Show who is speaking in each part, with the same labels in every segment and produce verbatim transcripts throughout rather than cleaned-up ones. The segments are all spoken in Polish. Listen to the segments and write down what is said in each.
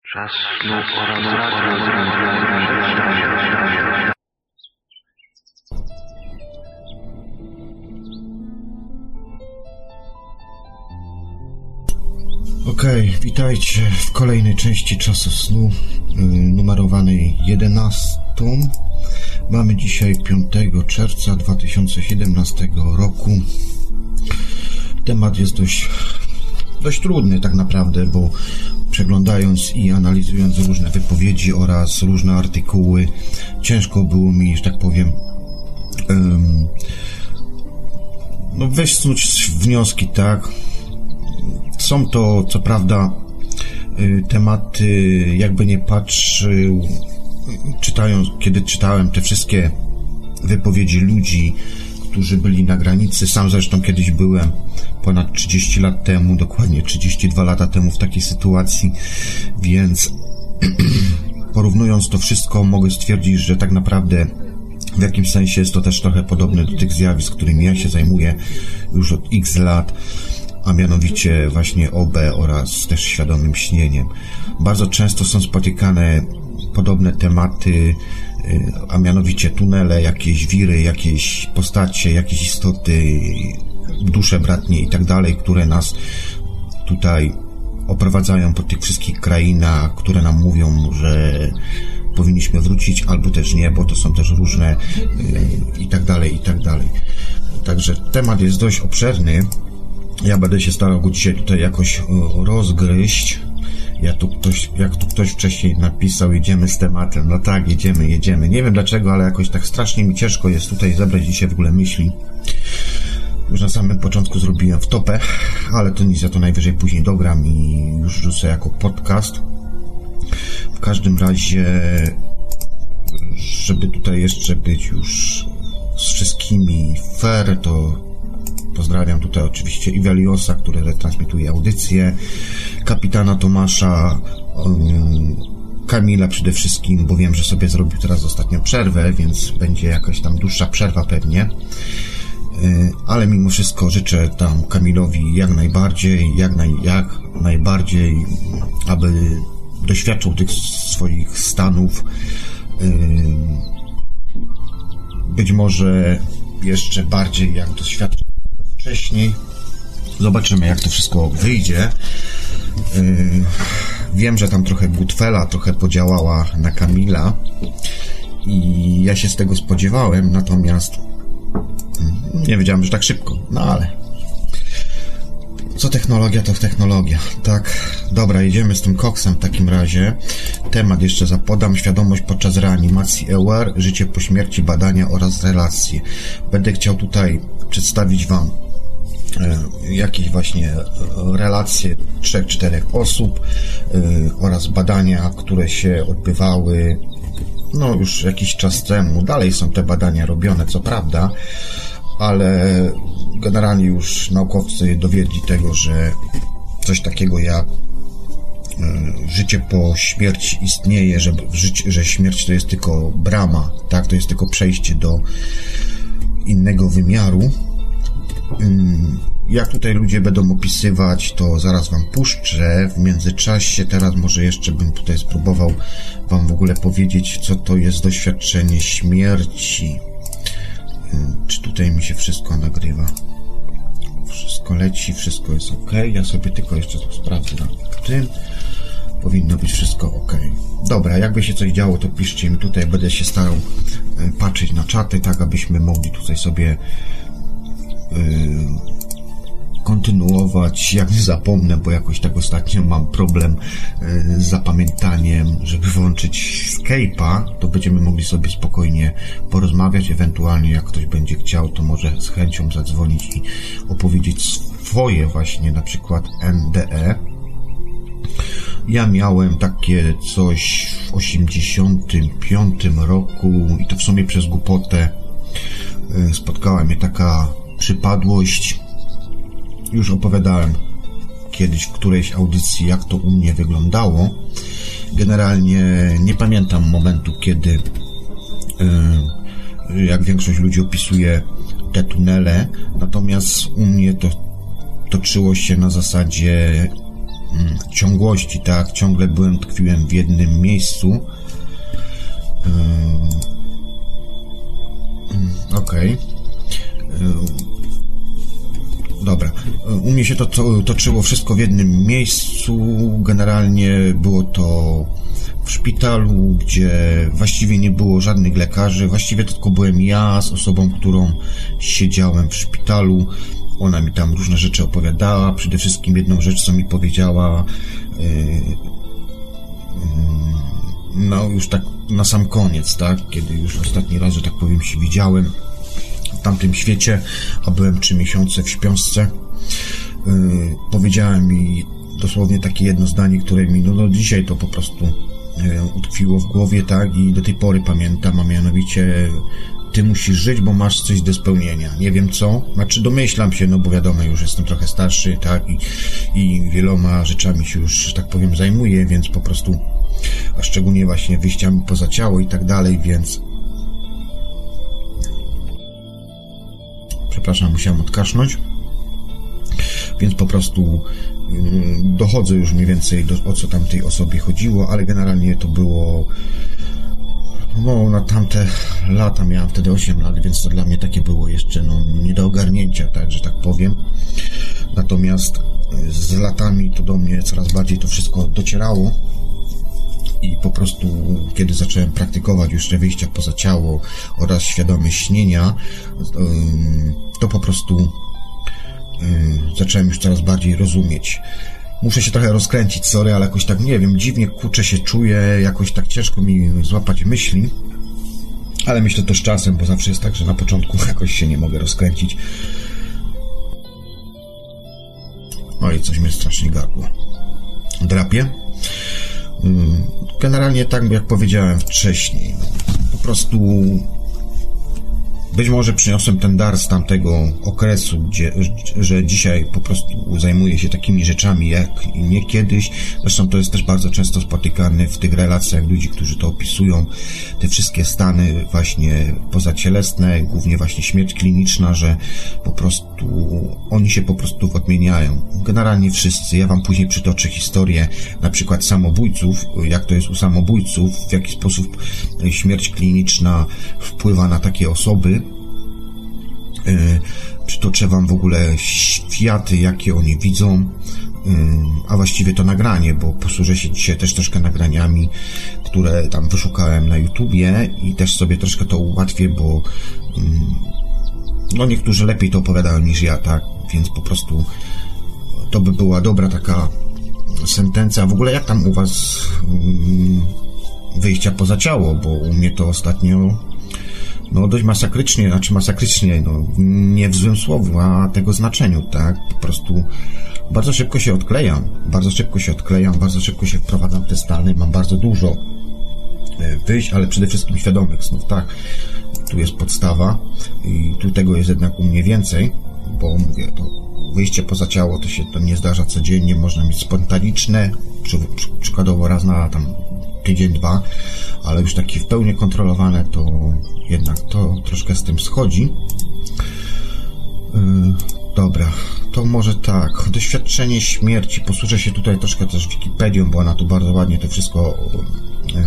Speaker 1: Czas snu oraz razu.
Speaker 2: Okej, okay, witajcie w kolejnej części Czasu Snu, yy, numerowanej jedenastą. Mamy dzisiaj piątego czerwca dwa tysiące siedemnastego roku. Temat jest dość, dość trudny tak naprawdę, bo przeglądając i analizując różne wypowiedzi oraz różne artykuły, ciężko było mi, że tak powiem, ym, no wysnuć wnioski, tak. Są to, co prawda, tematy, jakby nie patrzył, czytając, kiedy czytałem te wszystkie wypowiedzi ludzi, którzy byli na granicy, sam zresztą kiedyś byłem ponad trzydzieści lat temu, dokładnie trzydzieści dwa lata temu w takiej sytuacji, więc porównując to wszystko, mogę stwierdzić, że tak naprawdę w jakimś sensie jest to też trochę podobne do tych zjawisk, którymi ja się zajmuję już od x lat, a mianowicie właśnie O B oraz też świadomym śnieniem. Bardzo często są spotykane podobne tematy, a mianowicie tunele, jakieś wiry, jakieś postacie, jakieś istoty, dusze bratnie i tak dalej, które nas tutaj oprowadzają po tych wszystkich krainach, które nam mówią, że powinniśmy wrócić, albo też nie, bo to są też różne i tak dalej, i tak dalej. Także temat jest dość obszerny. Ja będę się starał go dzisiaj tutaj jakoś rozgryźć. Ja tu ktoś, jak tu ktoś wcześniej napisał, jedziemy z tematem. No tak, jedziemy, jedziemy. Nie wiem dlaczego, ale jakoś tak strasznie mi ciężko jest tutaj zebrać dzisiaj w ogóle myśli. Już na samym początku zrobiłem wtopę, ale to nic, ja to najwyżej później dogram i już rzucę jako podcast. W każdym razie, żeby tutaj jeszcze być już z wszystkimi fair, to pozdrawiam tutaj oczywiście Iweliosa, który retransmituje audycję, kapitana Tomasza, um, Kamila przede wszystkim, bo wiem, że sobie zrobił teraz ostatnią przerwę, więc będzie jakaś tam dłuższa przerwa pewnie, yy, ale mimo wszystko życzę tam Kamilowi jak najbardziej, jak, naj, jak najbardziej, aby doświadczył tych swoich stanów, yy, być może jeszcze bardziej jak doświadczył wcześniej. Zobaczymy, jak to wszystko wyjdzie. Yy, wiem, że tam trochę Gutfela trochę podziałała na Kamila i ja się z tego spodziewałem, natomiast nie wiedziałem, że tak szybko, no ale co technologia, to technologia, tak? Dobra, jedziemy z tym koksem w takim razie. Temat jeszcze zapodam: świadomość podczas reanimacji E U R, życie po śmierci, badania oraz relacje. Będę chciał tutaj przedstawić Wam jakieś właśnie relacje trzech, czterech osób yy, oraz badania, które się odbywały no już jakiś czas temu. Dalej są te badania robione, co prawda, ale generalnie już naukowcy dowiedli tego, że coś takiego jak yy, życie po śmierci istnieje, że, życie, że śmierć to jest tylko brama, tak, to jest tylko przejście do innego wymiaru. Jak tutaj ludzie będą opisywać, to zaraz Wam puszczę. W międzyczasie teraz może jeszcze bym tutaj spróbował Wam w ogóle powiedzieć, co to jest doświadczenie śmierci. Czy tutaj mi się wszystko nagrywa? Wszystko leci, wszystko jest ok. Ja sobie tylko jeszcze to sprawdzę na tym. Powinno być wszystko ok. Dobra, jakby się coś działo, to piszcie mi tutaj. Będę się starał patrzeć na czaty, tak abyśmy mogli tutaj sobie kontynuować, jak nie zapomnę, bo jakoś tak ostatnio mam problem z zapamiętaniem, żeby włączyć Skype'a, to będziemy mogli sobie spokojnie porozmawiać, ewentualnie jak ktoś będzie chciał, to może z chęcią zadzwonić i opowiedzieć swoje właśnie, na przykład N D E. Ja miałem takie coś w osiemdziesiątym piątym roku i to w sumie przez głupotę spotkała mnie taka przypadłość. Już opowiadałem kiedyś w którejś audycji, jak to u mnie wyglądało. Generalnie nie pamiętam momentu, kiedy jak większość ludzi opisuje te tunele, natomiast u mnie to toczyło się na zasadzie ciągłości, tak? Ciągle byłem, tkwiłem w jednym miejscu. Yy, Okej. Okay. Yy, dobra. U mnie się to, to toczyło wszystko w jednym miejscu. Generalnie było to w szpitalu, gdzie właściwie nie było żadnych lekarzy. Właściwie tylko byłem ja z osobą, którą siedziałem w szpitalu. Ona mi tam różne rzeczy opowiadała. Przede wszystkim jedną rzecz, co mi powiedziała, yy, yy, no już tak na sam koniec, tak? Kiedy już ostatni raz, że tak powiem, się widziałem w tamtym świecie, a byłem trzy miesiące w śpiączce. Yy, powiedziała mi dosłownie takie jedno zdanie, które mi no do dzisiaj to po prostu yy, utkwiło w głowie, tak? I do tej pory pamiętam, a mianowicie: ty musisz żyć, bo masz coś do spełnienia. Nie wiem co, znaczy domyślam się, no bo wiadomo, już jestem trochę starszy, tak, i, i wieloma rzeczami się już, że tak powiem, zajmuję, więc po prostu, a szczególnie właśnie wyjściami poza ciało i tak dalej, więc przepraszam, musiałem odkasznąć, więc po prostu yy, dochodzę już mniej więcej do, o co tam tej osobie chodziło, ale generalnie to było no na tamte lata, miałem wtedy osiem lat, więc to dla mnie takie było jeszcze no nie do ogarnięcia, tak, że tak powiem. Natomiast z latami to do mnie coraz bardziej to wszystko docierało i po prostu kiedy zacząłem praktykować już te wyjścia poza ciało oraz świadome śnienia, to po prostu zacząłem już coraz bardziej rozumieć. Muszę się trochę rozkręcić, sorry, ale jakoś tak, nie wiem, dziwnie kurczę się czuję, jakoś tak ciężko mi złapać myśli, ale myślę to z czasem, bo zawsze jest tak, że na początku jakoś się nie mogę rozkręcić. Oj, coś mnie strasznie gardło drapie. Generalnie tak, jak powiedziałem wcześniej, po prostu być może przyniosłem ten dar z tamtego okresu, gdzie, że dzisiaj po prostu zajmuję się takimi rzeczami jak nie kiedyś. Zresztą to jest też bardzo często spotykane w tych relacjach ludzi, którzy to opisują, te wszystkie stany właśnie pozacielesne, głównie właśnie śmierć kliniczna, że po prostu oni się po prostu odmieniają. Generalnie wszyscy. Ja wam później przytoczę historię na przykład samobójców, jak to jest u samobójców, w jaki sposób śmierć kliniczna wpływa na takie osoby. Yy, przytoczę wam w ogóle światy, jakie oni widzą, yy, a właściwie to nagranie, bo posłużę się dzisiaj też troszkę nagraniami, które tam wyszukałem na YouTubie i też sobie troszkę to ułatwię, bo yy, no niektórzy lepiej to opowiadają niż ja, tak, więc po prostu to by była dobra taka sentencja. W ogóle jak tam u was yy, wyjścia poza ciało, bo u mnie to ostatnio no dość masakrycznie, znaczy masakrycznie, no nie w złym słowu, a tego znaczeniu, tak, po prostu bardzo szybko się odklejam, bardzo szybko się odklejam, bardzo szybko się wprowadzam w te stany, mam bardzo dużo wyjść, ale przede wszystkim świadomych snów, tak, tu jest podstawa i tu tego jest jednak u mnie więcej, bo mówię, to wyjście poza ciało to się to nie zdarza codziennie, można mieć spontaniczne, przy, przy, przykładowo raz na tam tydzień, dwa, ale już takie w pełni kontrolowane, to jednak to troszkę z tym schodzi. Yy, dobra, to może tak, doświadczenie śmierci, posłużę się tutaj troszkę też Wikipedią, bo ona tu bardzo ładnie to wszystko yy,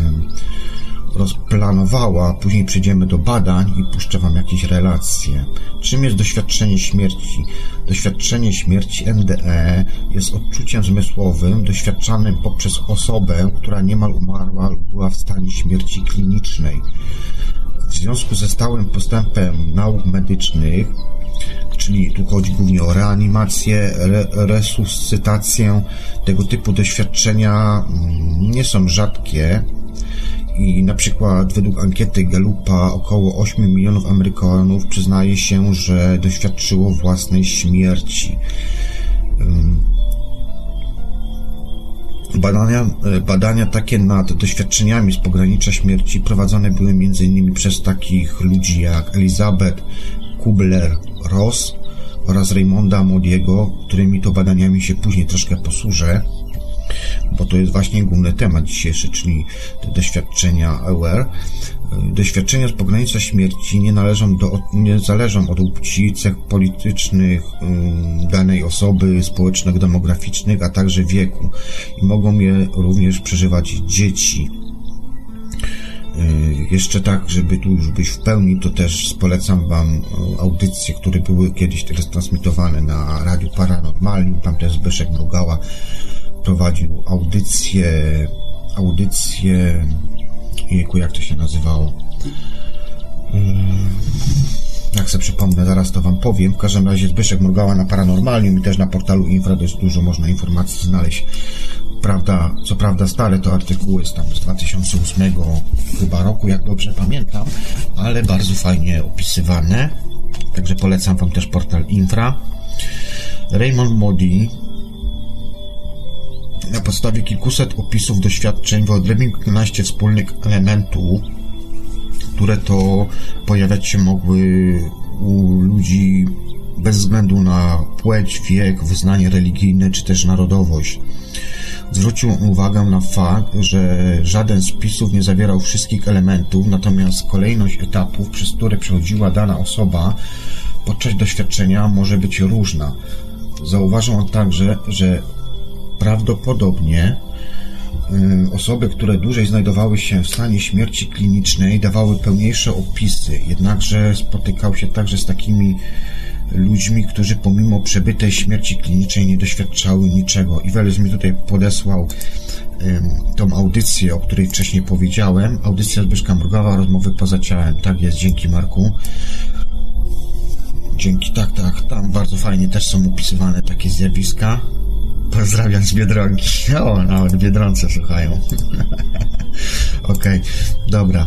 Speaker 2: rozplanowała, później przejdziemy do badań i puszczę wam jakieś relacje. Czym jest doświadczenie śmierci? Doświadczenie śmierci N D E jest odczuciem zmysłowym doświadczanym poprzez osobę, która niemal umarła lub była w stanie śmierci klinicznej. W związku ze stałym postępem nauk medycznych, czyli tu chodzi głównie o reanimację, re, resuscytację, tego typu doświadczenia nie są rzadkie. I na przykład według ankiety Gallupa około osiem milionów Amerykanów przyznaje się, że doświadczyło własnej śmierci. Badania, badania takie nad doświadczeniami z pogranicza śmierci prowadzone były między innymi przez takich ludzi jak Elizabeth Kubler-Ross oraz Raymonda Moody'ego, którymi to badaniami się później troszkę posłużę. bo to jest właśnie główny temat dzisiejszy, czyli te doświadczenia aware. Doświadczenia z pogranicza śmierci nie należą do, nie zależą od płci, cech politycznych danej osoby, społecznych, demograficznych, a także wieku i mogą je również przeżywać dzieci. Jeszcze tak, żeby tu już być w pełni, to też polecam Wam audycje, które były kiedyś transmitowane na Radiu Paranormalium. Tam też Zbyszek Mrugała prowadził audycje, audycje, jejku, jak to się nazywało? Jak sobie przypomnę, zaraz to Wam powiem. W każdym razie Zbyszek Mrugała na Paranormalium i też na portalu Infra dość dużo można informacji znaleźć. Prawda, co prawda stare to artykuły z tam z dwa tysiące ósmego chyba roku, jak dobrze pamiętam, ale bardzo fajnie opisywane. Także polecam Wam też portal Infra. Raymond Moody na podstawie kilkuset opisów doświadczeń wyodrębnił kilkanaście wspólnych elementów, które to pojawiać się mogły u ludzi bez względu na płeć, wiek, wyznanie religijne czy też narodowość. Zwrócił uwagę na fakt, że żaden z spisów nie zawierał wszystkich elementów, natomiast kolejność etapów, przez które przechodziła dana osoba podczas doświadczenia może być różna. Zauważył on także, że prawdopodobnie y, osoby, które dłużej znajdowały się w stanie śmierci klinicznej, dawały pełniejsze opisy, jednakże spotykał się także z takimi ludźmi, którzy pomimo przebytej śmierci klinicznej nie doświadczały niczego. I Welys mi tutaj podesłał ym, tą audycję, o której wcześniej powiedziałem. Audycja Zbyszka Mrugała, rozmowy poza ciałem. Tak jest, dzięki Marku. Dzięki, tak, tak. Tam bardzo fajnie też są opisywane takie zjawiska. Pozdrawiam z Biedronki. O, nawet Biedronce słuchają. Okej, okay, dobra.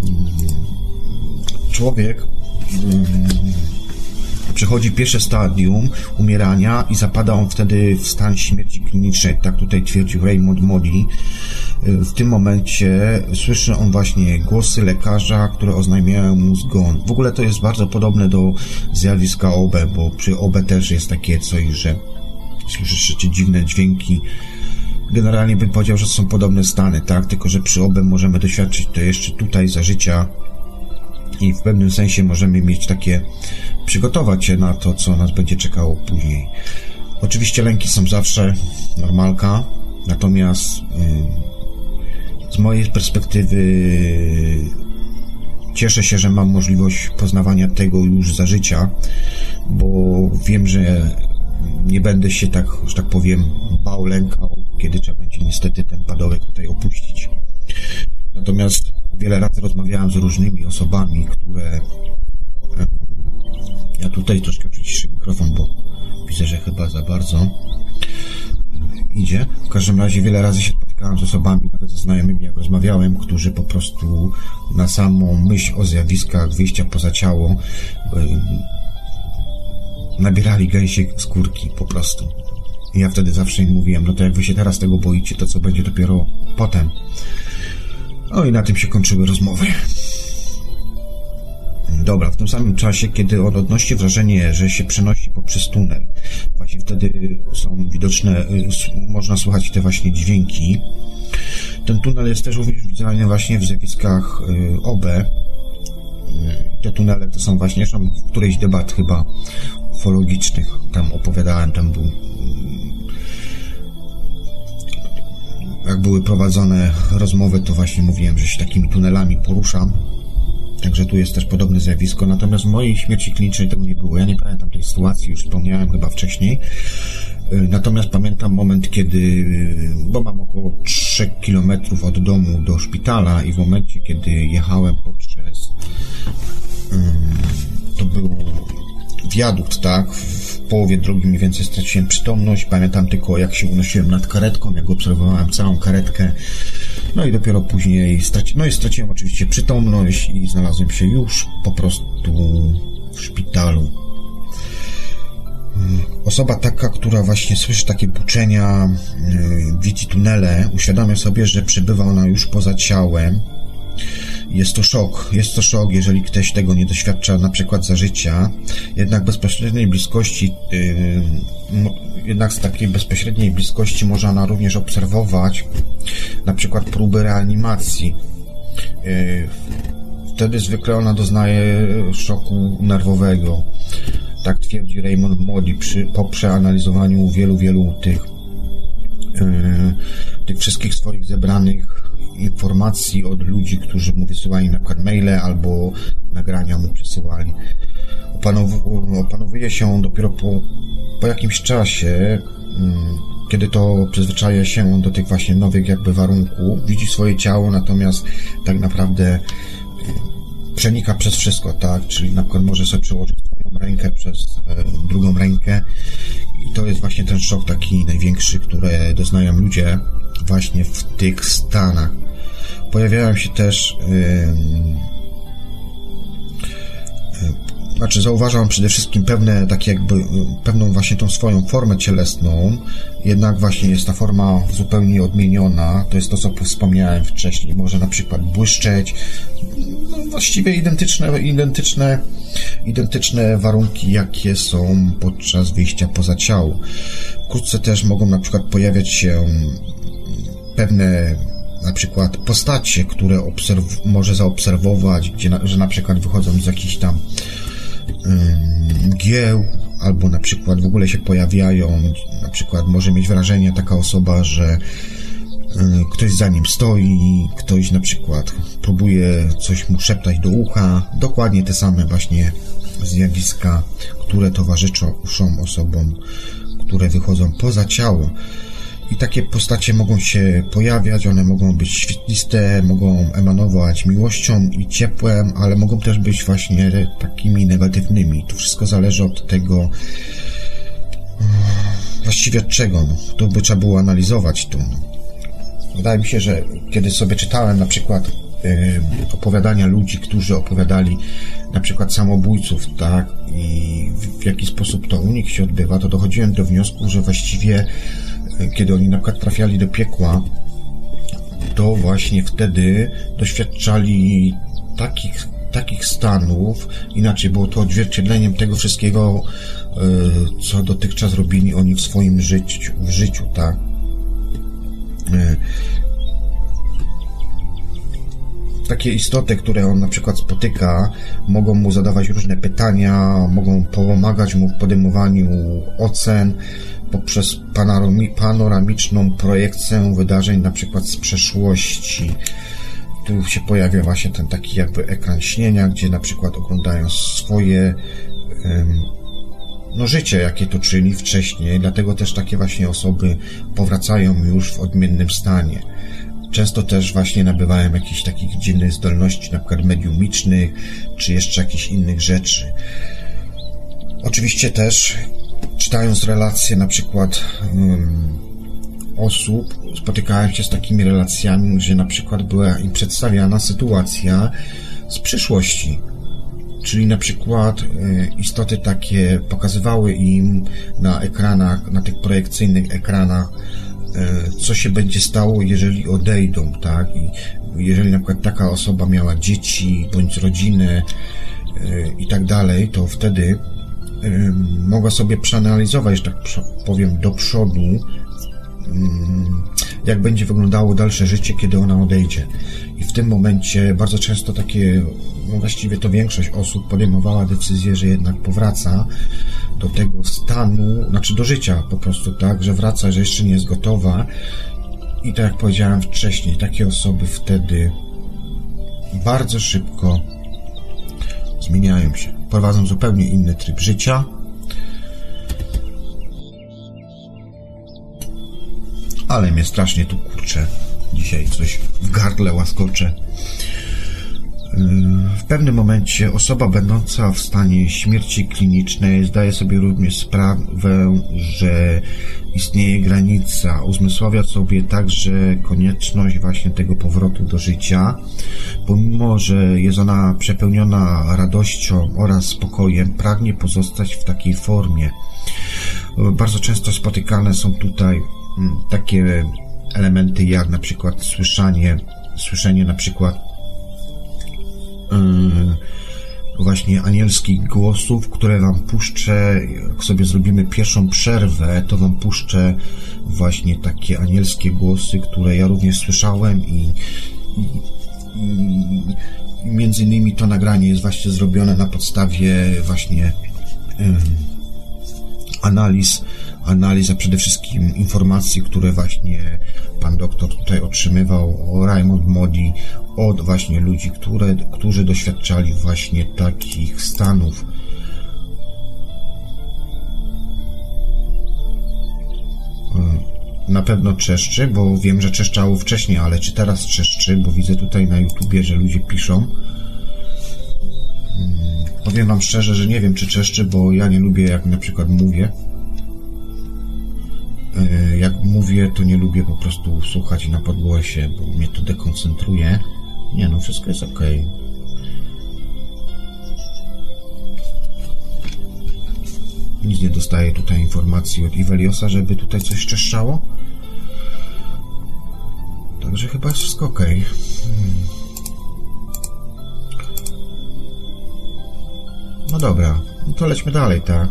Speaker 2: Człowiek ym, przechodzi pierwsze stadium umierania i zapada on wtedy w stan śmierci klinicznej, tak tutaj twierdził Raymond Moody. W tym momencie słyszy on właśnie głosy lekarza, które oznajmiają mu zgon. W ogóle to jest bardzo podobne do zjawiska O B, bo przy O B też jest takie coś, że słyszysz dziwne dźwięki. Generalnie bym powiedział, że są podobne stany, tak? Tylko że przy O B możemy doświadczyć to jeszcze tutaj za życia i w pewnym sensie możemy mieć takie, przygotować się na to, co nas będzie czekało później. Oczywiście lęki są zawsze normalka, natomiast yy, z mojej perspektywy yy, cieszę się, że mam możliwość poznawania tego już za życia, bo wiem, że nie będę się tak, że tak powiem, bał, lękał, kiedy trzeba będzie niestety ten padołek tutaj opuścić. Natomiast wiele razy rozmawiałem z różnymi osobami, które... Ja tutaj troszkę przyciszę mikrofon, bo widzę, że chyba za bardzo idzie. W każdym razie wiele razy się spotykałem z osobami, nawet ze znajomymi, jak rozmawiałem, którzy po prostu na samą myśl o zjawiskach wyjścia poza ciało nabierali gęsiej skórki po prostu. I ja wtedy zawsze im mówiłem, no to jak wy się teraz tego boicie, to co będzie dopiero potem. No i na tym się kończyły rozmowy. Dobra, w tym samym czasie, kiedy on odnosi wrażenie, że się przenosi poprzez tunel, właśnie wtedy są widoczne, można słuchać te właśnie dźwięki. Ten tunel jest też również widziany właśnie w zjawiskach O B. Te tunele to są właśnie, są w którejś debat chyba ufologicznych, tam opowiadałem, tam był, jak były prowadzone rozmowy, to właśnie mówiłem, że się takimi tunelami poruszam. Także tu jest też podobne zjawisko. Natomiast w mojej śmierci klinicznej tego nie było. Ja nie pamiętam tej sytuacji, już wspomniałem chyba wcześniej. Natomiast pamiętam moment, kiedy, bo mam około trzech kilometrów od domu do szpitala i w momencie, kiedy jechałem poprzez, to był wiadukt, tak? W połowie drogi mniej więcej straciłem przytomność. Pamiętam tylko, jak się unosiłem nad karetką, jak obserwowałem całą karetkę. No i dopiero później straci... no i straciłem oczywiście przytomność i znalazłem się już po prostu w szpitalu. Osoba taka, która właśnie słyszy takie buczenia, widzi tunele, uświadamia sobie, że przebywa ona już poza ciałem Jest to szok, jest to szok, jeżeli ktoś tego nie doświadcza na przykład za życia, jednak bezpośredniej bliskości, yy, jednak z takiej bezpośredniej bliskości można również obserwować na przykład próby reanimacji. Yy, wtedy zwykle ona doznaje szoku nerwowego. Tak twierdzi Raymond Moody przy, po przeanalizowaniu wielu, wielu tych, yy, tych wszystkich swoich zebranych informacji od ludzi, którzy mu wysyłali na przykład maile albo nagrania mu przesyłali. Opanow- opanowuje się on dopiero po, po jakimś czasie, kiedy to przyzwyczaja się do tych właśnie nowych jakby warunków, widzi swoje ciało, natomiast tak naprawdę przenika przez wszystko, tak? Czyli na przykład może sobie przełożyć swoją rękę przez e, drugą rękę i to jest właśnie ten szok taki największy, który doznają ludzie właśnie w tych stanach. Pojawiają się też yy, yy, znaczy zauważam przede wszystkim pewne takie jakby yy, pewną właśnie tą swoją formę cielesną, jednak właśnie jest ta forma zupełnie odmieniona, to jest to, co wspomniałem wcześniej, może na przykład błyszczeć, no właściwie identyczne, identyczne, identyczne warunki, jakie są podczas wyjścia poza ciało. Wkrótce też mogą na przykład pojawiać się pewne na przykład postacie, które obserw- może zaobserwować, gdzie na, że na przykład wychodzą z jakichś tam ym, mgieł, albo na przykład w ogóle się pojawiają, na przykład może mieć wrażenie taka osoba, że y, ktoś za nim stoi, ktoś na przykład próbuje coś mu szeptać do ucha, dokładnie te same właśnie zjawiska, które towarzyszą osobom, które wychodzą poza ciało. I takie postacie mogą się pojawiać, one mogą być świetliste, mogą emanować miłością i ciepłem, ale mogą też być właśnie takimi negatywnymi. To wszystko zależy od tego, właściwie od czego. No, to by trzeba było analizować tu. Wydaje mi się, że kiedy sobie czytałem na przykład yy, opowiadania ludzi, którzy opowiadali na przykład samobójców, tak, i w, w jaki sposób to u nich się odbywa, to dochodziłem do wniosku, że właściwie kiedy oni na przykład trafiali do piekła, to właśnie wtedy doświadczali takich, takich stanów, inaczej było to odzwierciedleniem tego wszystkiego, co dotychczas robili oni w swoim życiu, w życiu, tak? Takie istoty, które on na przykład spotyka, mogą mu zadawać różne pytania, mogą pomagać mu w podejmowaniu ocen poprzez panoramiczną projekcję wydarzeń na przykład z przeszłości. Tu się pojawia właśnie ten taki jakby ekran śnienia, gdzie na przykład oglądają swoje um, no życie, jakie toczyli wcześniej, dlatego też takie właśnie osoby powracają już w odmiennym stanie. Często też właśnie nabywają jakichś takich dziwnych zdolności, na przykład mediumicznych, czy jeszcze jakichś innych rzeczy. Oczywiście też, czytając relacje na przykład um, osób, spotykałem się z takimi relacjami, że na przykład była im przedstawiana sytuacja z przyszłości. Czyli na przykład y, istoty takie pokazywały im na ekranach, na tych projekcyjnych ekranach, y, co się będzie stało, jeżeli odejdą, tak? I jeżeli na przykład taka osoba miała dzieci, bądź rodzinę y, i tak dalej, to wtedy y, mogła sobie przeanalizować, że tak powiem, do przodu, y, jak będzie wyglądało dalsze życie, kiedy ona odejdzie. I w tym momencie bardzo często takie, no właściwie to większość osób podejmowała decyzję, że jednak powraca do tego stanu, znaczy do życia po prostu, tak, że wraca, że jeszcze nie jest gotowa. I tak jak powiedziałem wcześniej, takie osoby wtedy bardzo szybko zmieniają się, prowadzą zupełnie inny tryb życia. Ale mnie strasznie tu kurczę. Dzisiaj coś w gardle łaskocze. W pewnym momencie osoba będąca w stanie śmierci klinicznej zdaje sobie również sprawę, że istnieje granica. Uzmysławia sobie także konieczność właśnie tego powrotu do życia, pomimo że jest ona przepełniona radością oraz spokojem, pragnie pozostać w takiej formie. Bardzo często spotykane są tutaj takie elementy jak na przykład słyszenie, słyszenie na przykład właśnie anielskich głosów, które wam puszczę. Jak sobie zrobimy pierwszą przerwę, to wam puszczę właśnie takie anielskie głosy, które ja również słyszałem i, i, i między innymi to nagranie jest właśnie zrobione na podstawie właśnie um, analiz, analiz, a przede wszystkim informacji, które właśnie pan doktor tutaj otrzymywał o Raymond Moody od właśnie ludzi, które, którzy doświadczali właśnie takich stanów. Na pewno czeszczy, bo wiem, że czeszczało wcześniej, ale czy teraz czeszczy, bo widzę tutaj na YouTubie, że ludzie piszą. Powiem wam szczerze, że nie wiem, czy czeszczy, bo ja nie lubię, jak na przykład mówię. Jak mówię, to nie lubię po prostu słuchać na podgłosie, bo mnie to dekoncentruje. Nie no, wszystko jest ok. Nic nie dostaję tutaj informacji od Iweliosa, żeby tutaj coś czeszczało. Także chyba jest wszystko ok. Hmm. No dobra, no to lećmy dalej, tak?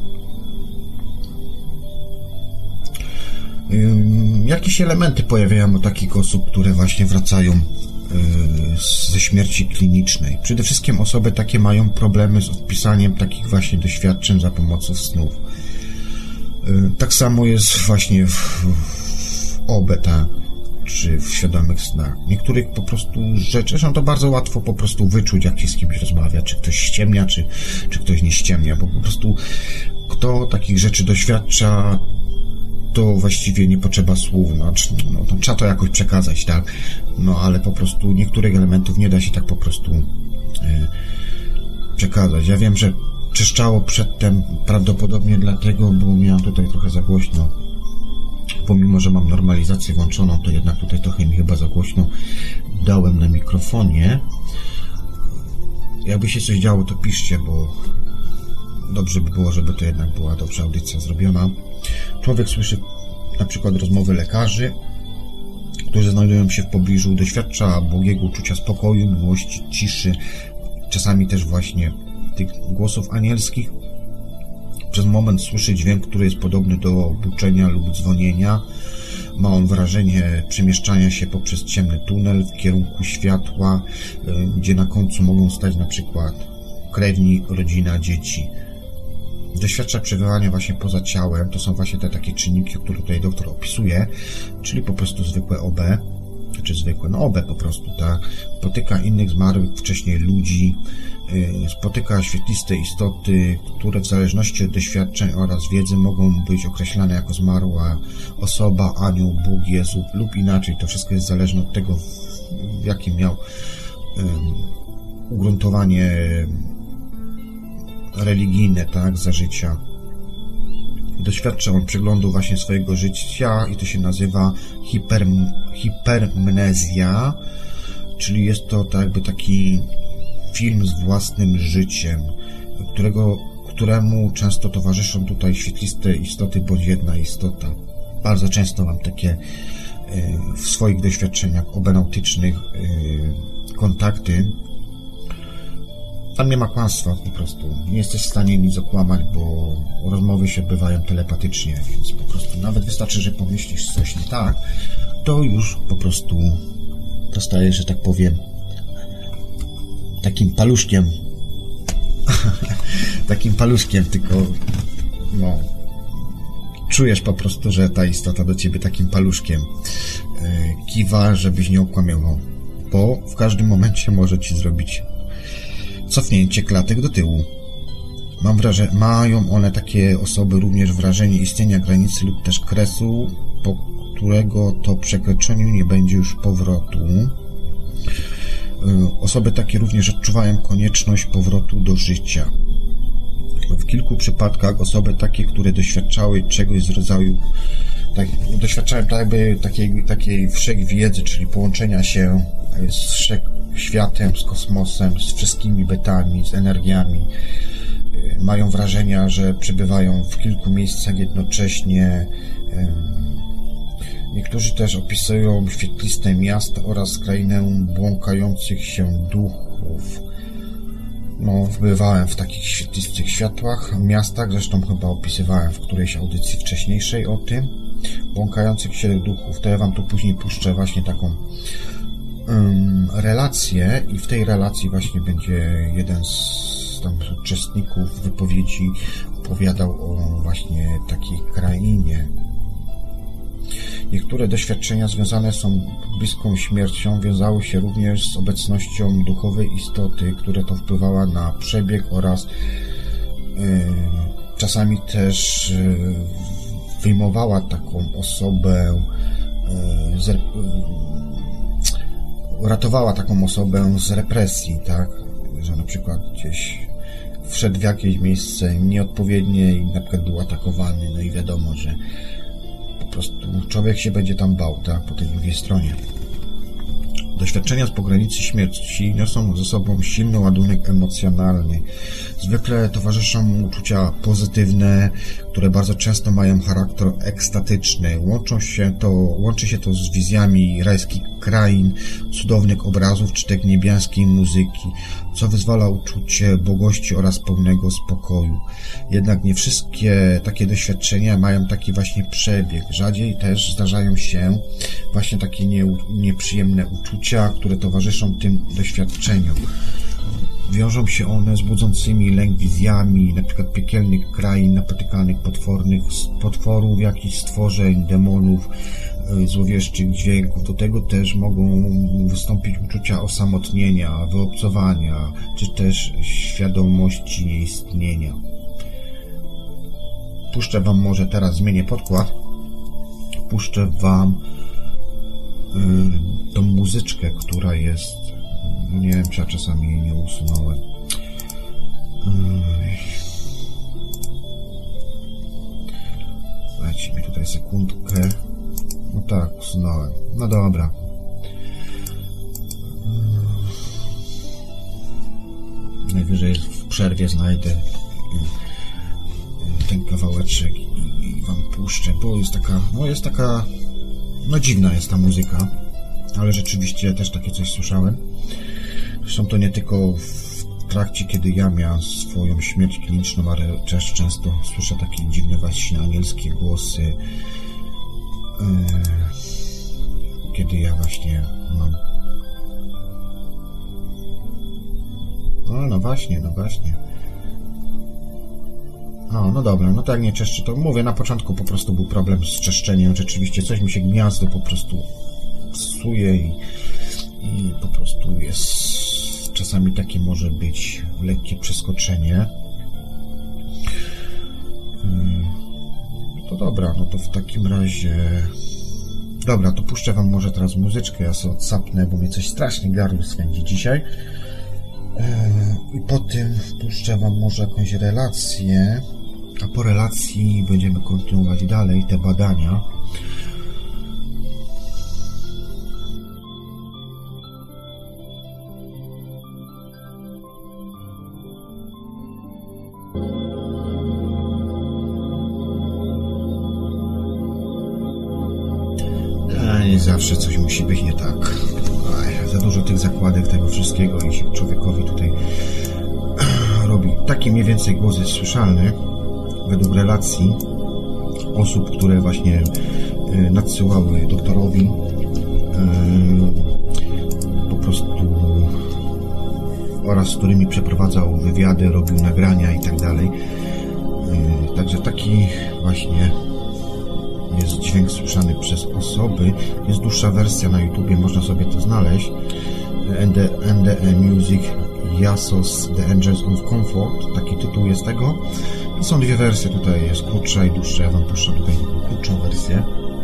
Speaker 2: Jakieś elementy pojawiają u takich osób, które właśnie wracają ze śmierci klinicznej. Przede wszystkim osoby takie mają problemy z odpisaniem takich właśnie doświadczeń za pomocą snów. Tak samo jest właśnie w, w O B, tak? Czy w świadomych snach. Niektórych po prostu rzeczy, zresztą to bardzo łatwo po prostu wyczuć, jak się z kimś rozmawia, czy ktoś ściemnia, czy, czy ktoś nie ściemnia, bo po prostu kto takich rzeczy doświadcza, to właściwie nie potrzeba słów, no, no to trzeba to jakoś przekazać, tak? No ale po prostu niektórych elementów nie da się tak po prostu e, przekazać. Ja wiem, że czeszczało przedtem prawdopodobnie dlatego, bo miałem tutaj trochę za głośno. Pomimo, że mam normalizację włączoną, to jednak tutaj trochę mi chyba za głośno dałem na mikrofonie. Jakby się coś działo, to piszcie, bo dobrze by było, żeby to jednak była dobrze audycja zrobiona. Człowiek słyszy na przykład rozmowy lekarzy, którzy znajdują się w pobliżu, doświadcza błogiego uczucia spokoju, miłości, ciszy, czasami też właśnie tych głosów anielskich. Przez moment słyszy dźwięk, który jest podobny do buczenia lub dzwonienia. Ma on wrażenie przemieszczania się poprzez ciemny tunel w kierunku światła, gdzie na końcu mogą stać na przykład krewni, rodzina, dzieci. Doświadcza przebywania właśnie poza ciałem. To są właśnie te takie czynniki, które tutaj doktor opisuje, czyli po prostu zwykłe O B, czy zwykłe, no O B po prostu, tak? Spotyka innych zmarłych wcześniej ludzi, spotyka świetliste istoty, które w zależności od doświadczeń oraz wiedzy mogą być określane jako zmarła osoba, anioł, Bóg, Jezus lub inaczej. To wszystko jest zależne od tego, w jakim miał um, ugruntowanie religijne, tak, za życia. Doświadcza on przeglądu właśnie swojego życia i to się nazywa hiper, hipermnezja, czyli jest to tak jakby taki film z własnym życiem, którego, któremu często towarzyszą tutaj świetliste istoty bądź jedna istota. Bardzo często mam takie w swoich doświadczeniach obenautycznych kontakty. Tam nie ma kłamstwa po prostu. Nie jesteś w stanie nic okłamać, bo rozmowy się odbywają telepatycznie, więc po prostu nawet wystarczy, że pomyślisz coś nie tak, to już po prostu dostajesz, że tak powiem, takim paluszkiem. takim paluszkiem, tylko no czujesz po prostu, że ta istota do ciebie takim paluszkiem kiwa, żebyś nie okłamywał, bo w każdym momencie może ci zrobić cofnięcie klatek do tyłu. Mam wrażenie, mają one takie osoby również wrażenie istnienia granicy lub też kresu, po którego to przekroczeniu nie będzie już powrotu. Osoby takie również odczuwają konieczność powrotu do życia. W kilku przypadkach osoby takie, które doświadczały czegoś z rodzaju tak, doświadczałem tak jakby takiej, takiej wszechwiedzy, czyli połączenia się z wszechświatem, z kosmosem, z wszystkimi betami, z energiami. Mają wrażenia, że przebywają w kilku miejscach jednocześnie. Niektórzy też opisują świetliste miasta oraz krainę błąkających się duchów. duchów. No, bywałem w takich świetlistych światłach, miastach, zresztą chyba opisywałem w którejś audycji wcześniejszej o tym, błąkających się duchów. To ja wam tu później puszczę właśnie taką um, relację i w tej relacji właśnie będzie jeden z tam uczestników wypowiedzi opowiadał o właśnie takiej krainie. Niektóre doświadczenia związane są bliską śmiercią wiązały się również z obecnością duchowej istoty, która to wpływała na przebieg oraz yy, czasami też yy, wyjmowała taką osobę, yy, z, yy, ratowała taką osobę z represji, tak? Że na przykład gdzieś wszedł w jakieś miejsce nieodpowiednie i na przykład był atakowany, no i wiadomo, że po prostu człowiek się będzie tam bał, tak, po tej drugiej stronie. Doświadczenia z pogranicy śmierci niosą ze sobą silny ładunek emocjonalny. Zwykle towarzyszą mu uczucia pozytywne, które bardzo często mają charakter ekstatyczny. Łączą się to, łączy się to z wizjami rajskich krain, cudownych obrazów czy też niebiańskiej muzyki, co wyzwala uczucie błogości oraz pełnego spokoju. Jednak nie wszystkie takie doświadczenia mają taki właśnie przebieg. Rzadziej też zdarzają się właśnie takie nie, nieprzyjemne uczucia, które towarzyszą tym doświadczeniom. Wiążą się one z budzącymi lęk wizjami, na przykład piekielnych krain, napotykanych potwornych potworów, jakichś stworzeń, demonów, złowieszczych dźwięków. Do tego też mogą wystąpić uczucia osamotnienia, wyobcowania, czy też świadomości nieistnienia. Puszczę wam może teraz, zmienię podkład, puszczę wam yy, tą muzyczkę, która jest, nie wiem, czy ja czasami jej nie usunąłem. Yy. Dajcie mi tutaj sekundkę. No tak, usunąłem. No dobra. Yy. Najwyżej w przerwie znajdę ten kawałeczek i, i wam puszczę, bo jest taka, no jest taka, no dziwna jest ta muzyka, ale rzeczywiście też takie coś słyszałem. Zresztą to nie tylko w trakcie, kiedy ja miałem swoją śmierć kliniczną, ale też często słyszę takie dziwne właśnie anielskie głosy, yy, kiedy ja właśnie mam... No, no właśnie, no właśnie. O, no dobra, no to jak nie czeszczę, to mówię, na początku po prostu był problem z czeszczeniem, rzeczywiście coś mi się gniazdo po prostu psuje i, i po prostu jest, czasami takie może być lekkie przeskoczenie. No to dobra, no to w takim razie, dobra, to puszczę wam może teraz muzyczkę, ja sobie odsapnę, bo mnie coś strasznie gardło swędzi dzisiaj. I po tym puszczę wam może jakąś relację, a po relacji będziemy kontynuować dalej te badania. A nie zawsze coś musi być nie tak. Aj, za dużo tych zakładek, tego wszystkiego i się człowiekowi tutaj robi. Taki mniej więcej głos jest słyszalny według relacji osób, które właśnie nadsyłały doktorowi po prostu oraz z którymi przeprowadzał wywiady, robił nagrania i tak dalej. Także taki właśnie jest dźwięk słyszany przez osoby. Jest dłuższa wersja na YouTubie, można sobie to znaleźć. N D E Music Yasos The Angels of Comfort, taki tytuł jest tego. I są dwie wersje, tutaj jest krótsza i dłuższa. Ja wam puszczę tutaj krótszą wersję.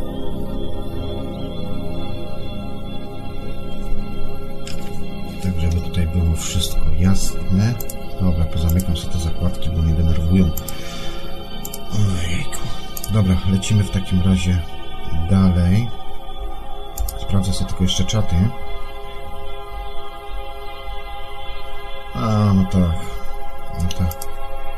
Speaker 2: Tak, żeby tutaj było wszystko jasne. Dobra, pozamykam sobie te zakładki, bo mnie denerwują. Ojejku. Dobra, lecimy w takim razie dalej. Sprawdzę sobie tylko jeszcze czaty. A, no tak. No tak.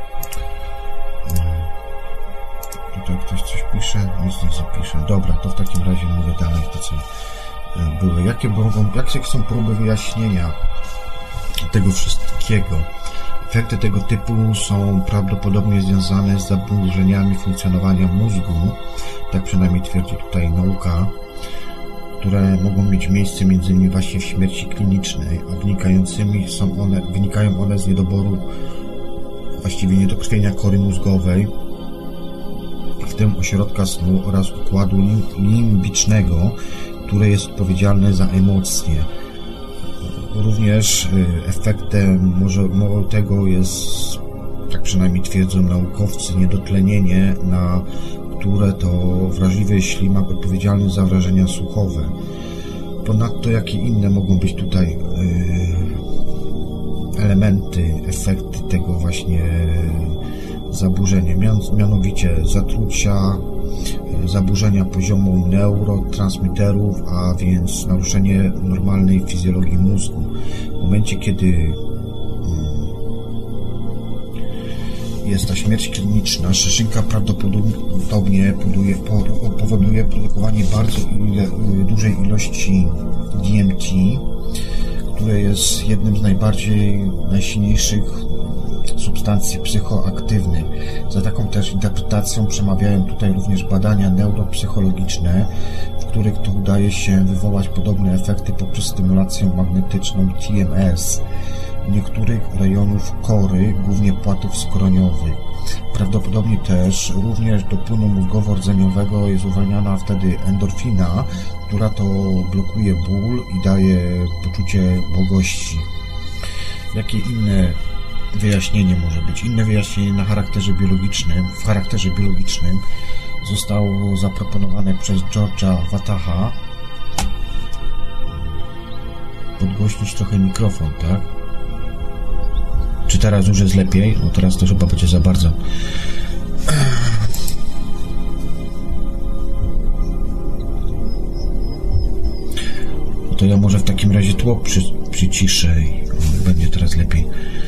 Speaker 2: Tutaj ktoś coś pisze, nic nie zapisze. Dobra, to w takim razie mówię dalej to, co były. Jakie mogą, jakie są próby wyjaśnienia tego wszystkiego. Efekty tego typu są prawdopodobnie związane z zaburzeniami funkcjonowania mózgu, tak przynajmniej twierdzi tutaj nauka, które mogą mieć miejsce między innymi właśnie w śmierci klinicznej, a wynikającymi są one, wynikają one z niedoboru, właściwie niedokrwienia kory mózgowej, w tym ośrodka snu oraz układu limbicznego, które jest odpowiedzialne za emocje. Również efektem może tego jest, tak przynajmniej twierdzą naukowcy, niedotlenienie, na które to wrażliwy ślimak odpowiedzialny za wrażenia słuchowe. Ponadto jakie inne mogą być tutaj elementy, efekty tego właśnie zaburzenia, mianowicie zatrucia, zaburzenia poziomu neurotransmiterów, a więc naruszenie normalnej fizjologii mózgu. W momencie, kiedy jest ta śmierć kliniczna, szyszynka prawdopodobnie powoduje produkowanie bardzo dużej ilości D M T, które jest jednym z najbardziej, najsilniejszych substancji psychoaktywnych. Za taką też interpretacją przemawiają tutaj również badania neuropsychologiczne, w których to udaje się wywołać podobne efekty poprzez stymulację magnetyczną T M S niektórych rejonów kory, głównie płatów skroniowych. Prawdopodobnie też również do płynu mózgowo-rdzeniowego jest uwalniana wtedy endorfina, która to blokuje ból i daje poczucie błogości. Jakie inne wyjaśnienie może być? Inne wyjaśnienie na charakterze biologicznym, w charakterze biologicznym zostało zaproponowane przez George'a Wataha. Podgłośnić trochę mikrofon, tak? Czy teraz już jest lepiej? No teraz to chyba będzie za bardzo. No to ja może w takim razie tło przy, przyciszę i będzie teraz lepiej.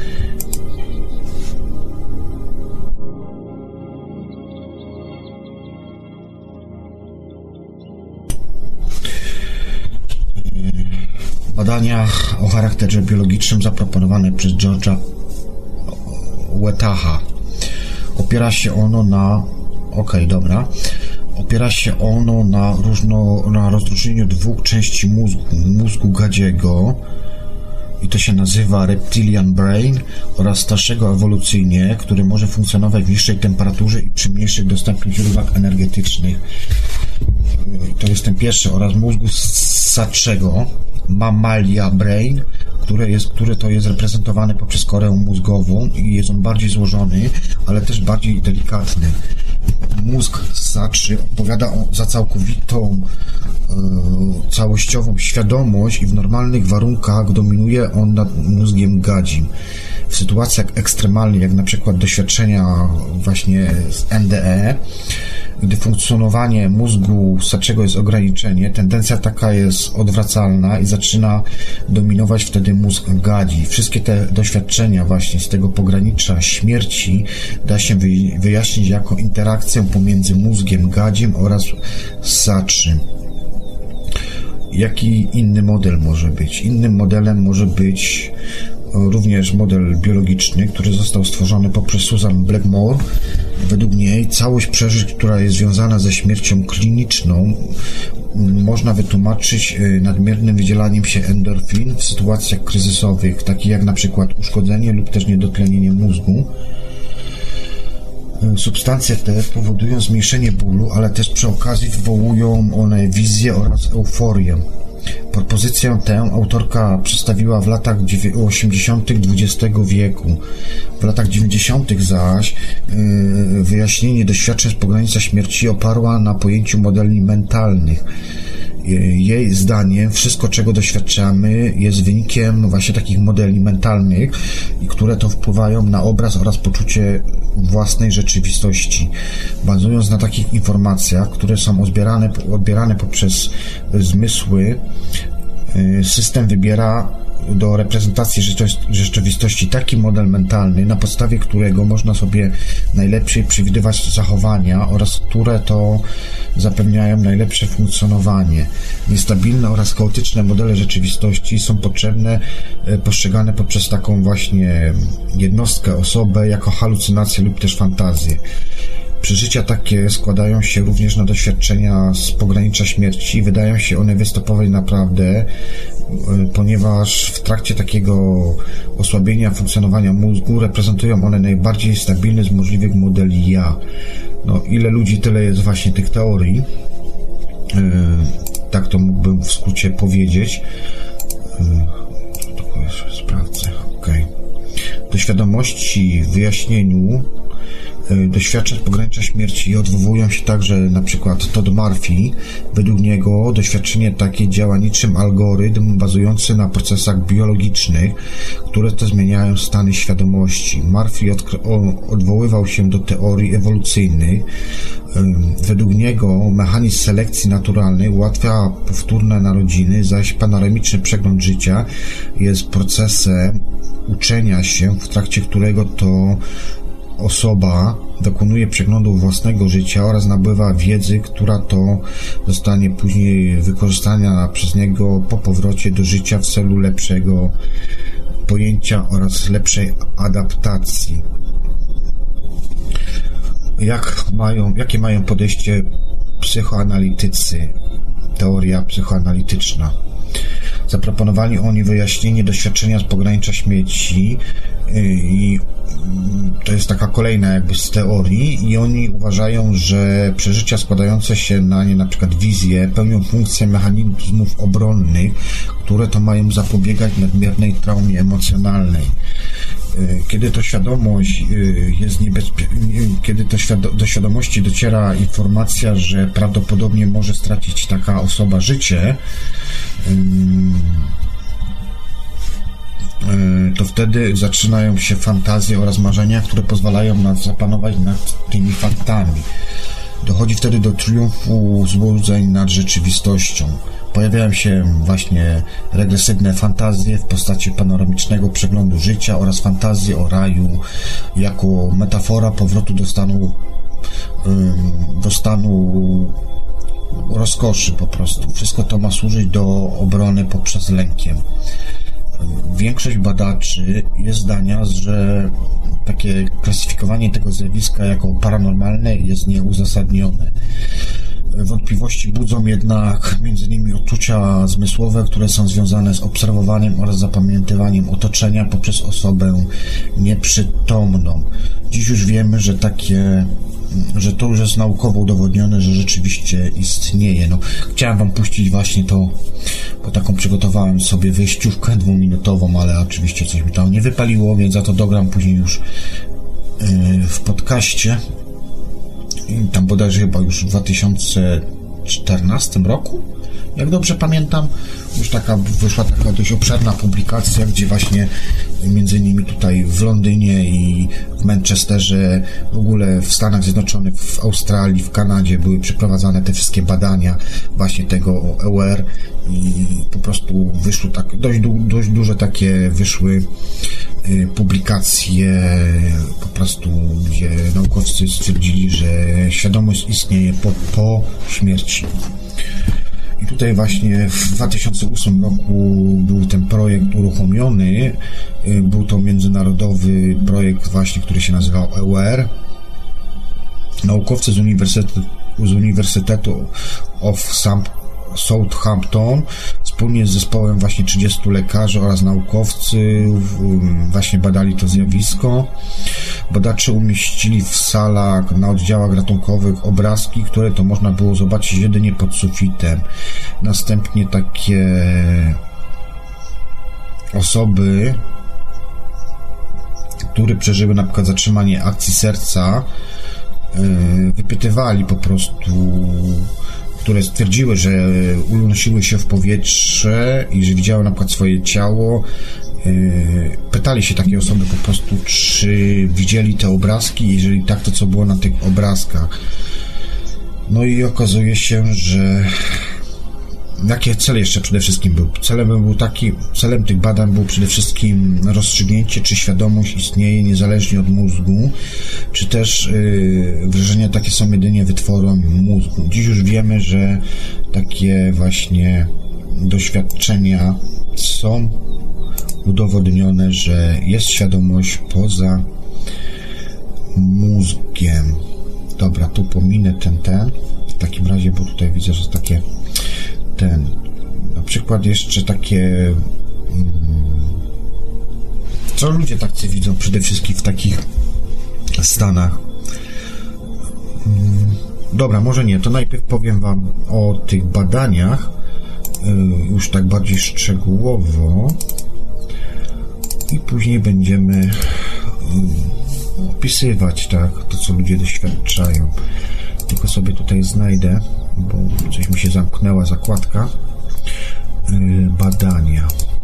Speaker 2: Badania o charakterze biologicznym zaproponowane przez George'a Wataha. Opiera się ono na... ok, dobra. Opiera się ono na, różno, na rozróżnieniu dwóch części mózgu. Mózgu gadziego, i to się nazywa reptilian brain, oraz starszego ewolucyjnie, który może funkcjonować w niższej temperaturze i przy mniejszych dostępnych źródłach energetycznych. To jest ten pierwszy, oraz mózgu ssadczego, mammalia brain, które, jest, które to jest reprezentowane poprzez korę mózgową i jest on bardziej złożony, ale też bardziej delikatny. Mózg ssadczy odpowiada za całkowitą, e, całościową świadomość i w normalnych warunkach dominuje on nad mózgiem gadzim. W sytuacjach ekstremalnych, jak na przykład doświadczenia właśnie z N D E, gdy funkcjonowanie mózgu ssadczego jest ograniczenie, tendencja taka jest odwracalna i zaczyna dominować wtedy mózg gadzi. Wszystkie te doświadczenia właśnie z tego pogranicza śmierci da się wyjaśnić jako interakcję pomiędzy mózgiem gadzim oraz ssadczym. Jaki inny model może być? Innym modelem może być również model biologiczny, który został stworzony poprzez Susan Blackmore. Według niej całość przeżyć, która jest związana ze śmiercią kliniczną, można wytłumaczyć nadmiernym wydzielaniem się endorfin w sytuacjach kryzysowych, takich jak na przykład uszkodzenie lub też niedotlenienie mózgu. Substancje te powodują zmniejszenie bólu, ale też przy okazji wywołują one wizję oraz euforię. Propozycję tę autorka przedstawiła w latach osiemdziesiątych dwudziestego wieku. W latach dziewięćdziesiątych zaś yy, wyjaśnienie doświadczeń z pogranicza śmierci oparła na pojęciu modeli mentalnych. Jej zdaniem wszystko, czego doświadczamy, jest wynikiem właśnie takich modeli mentalnych, które to wpływają na obraz oraz poczucie własnej rzeczywistości. Bazując na takich informacjach, które są odbierane, odbierane poprzez zmysły, system wybiera do reprezentacji rzeczywistości taki model mentalny, na podstawie którego można sobie najlepiej przewidywać zachowania oraz które to zapewniają najlepsze funkcjonowanie. Niestabilne oraz chaotyczne modele rzeczywistości są potrzebne, postrzegane poprzez taką właśnie jednostkę, osobę jako halucynację lub też fantazję. Przeżycia takie składają się również na doświadczenia z pogranicza śmierci. Wydają się one występować naprawdę, ponieważ w trakcie takiego osłabienia funkcjonowania mózgu reprezentują one najbardziej stabilny z możliwych modeli ja. No, ile ludzi, tyle jest właśnie tych teorii. Yy, tak to mógłbym w skrócie powiedzieć. Yy, to jeszcze sprawdzę. Okej. Do świadomości, wyjaśnieniu doświadczeń pogranicza śmierci odwołują się także na przykład Todd Murphy. Według niego doświadczenie takie działa niczym algorytm bazujący na procesach biologicznych, które to zmieniają stany świadomości. Murphy odwoływał się do teorii ewolucyjnych. Według niego mechanizm selekcji naturalnej ułatwia powtórne narodziny, zaś panoramiczny przegląd życia jest procesem uczenia się, w trakcie którego to osoba dokonuje przeglądu własnego życia oraz nabywa wiedzy, która to zostanie później wykorzystana przez niego po powrocie do życia w celu lepszego pojęcia oraz lepszej adaptacji. Jak mają, jakie mają podejście psychoanalitycy? Teoria psychoanalityczna. Zaproponowali oni wyjaśnienie doświadczenia z pogranicza śmierci i to jest taka kolejna jakby z teorii i oni uważają, że przeżycia składające się na nie na przykład wizje pełnią funkcję mechanizmów obronnych, które to mają zapobiegać nadmiernej traumie emocjonalnej. Kiedy to świadomość jest niebezpieczna, kiedy to świado- do świadomości dociera informacja, że prawdopodobnie może stracić taka osoba życie, to wtedy zaczynają się fantazje oraz marzenia, które pozwalają nam zapanować nad tymi faktami. Dochodzi wtedy do triumfu złudzeń nad rzeczywistością. Pojawiają się właśnie regresywne fantazje w postaci panoramicznego przeglądu życia oraz fantazje o raju jako metafora powrotu do stanu do stanu rozkoszy po prostu. Wszystko to ma służyć do obrony poprzez lękiem. Większość badaczy jest zdania, że takie klasyfikowanie tego zjawiska jako paranormalne jest nieuzasadnione. Wątpliwości budzą jednak między innymi odczucia zmysłowe, które są związane z obserwowaniem oraz zapamiętywaniem otoczenia poprzez osobę nieprzytomną. Dziś już wiemy, że takie że to już jest naukowo udowodnione, że rzeczywiście istnieje. No, chciałem wam puścić właśnie to, bo taką przygotowałem sobie wyjściówkę dwuminutową, ale oczywiście coś mi tam nie wypaliło, więc za to dogram później już yy, w podcaście. I tam bodajże chyba już w dwa tysiące czternastym roku, jak dobrze pamiętam, już taka wyszła taka dość obszerna publikacja, gdzie właśnie między innymi tutaj w Londynie i w Manchesterze, w ogóle w Stanach Zjednoczonych, w Australii, w Kanadzie były przeprowadzane te wszystkie badania właśnie tego E U R i po prostu wyszły tak, dość, dość duże takie wyszły publikacje po prostu, gdzie naukowcy stwierdzili, że świadomość istnieje po, po śmierci. I tutaj właśnie w dwa tysiące ósmym roku był ten projekt uruchomiony. Był to międzynarodowy projekt właśnie, który się nazywał E U R. Naukowcy z Uniwersytetu, z Uniwersytetu of Southampton wspólnie z zespołem właśnie trzydziestu lekarzy oraz naukowców właśnie badali to zjawisko. Badacze umieścili w salach na oddziałach ratunkowych obrazki, które to można było zobaczyć jedynie pod sufitem. Następnie takie osoby, które przeżyły na przykład zatrzymanie akcji serca, wypytywali po prostu, które stwierdziły, że unosiły się w powietrze i że widziały na przykład swoje ciało. Pytali się takie osoby po prostu, czy widzieli te obrazki, jeżeli tak, to co było na tych obrazkach. No i okazuje się, że jakie cel jeszcze przede wszystkim był? Celem był taki, celem tych badań było przede wszystkim rozstrzygnięcie, czy świadomość istnieje niezależnie od mózgu, czy też yy, wrażenia takie są jedynie wytworem mózgu. Dziś już wiemy, że takie właśnie doświadczenia są udowodnione, że jest świadomość poza mózgiem. Dobra, tu pominę ten, ten. W takim razie, bo tutaj widzę, że jest takie ten. Na przykład jeszcze takie co ludzie tacy widzą przede wszystkim w takich stanach. Dobra, może nie, to najpierw powiem wam o tych badaniach już tak bardziej szczegółowo i później będziemy opisywać, tak, to co ludzie doświadczają. Tylko sobie tutaj znajdę, bo coś mi się zamknęła zakładka. Yy, badania.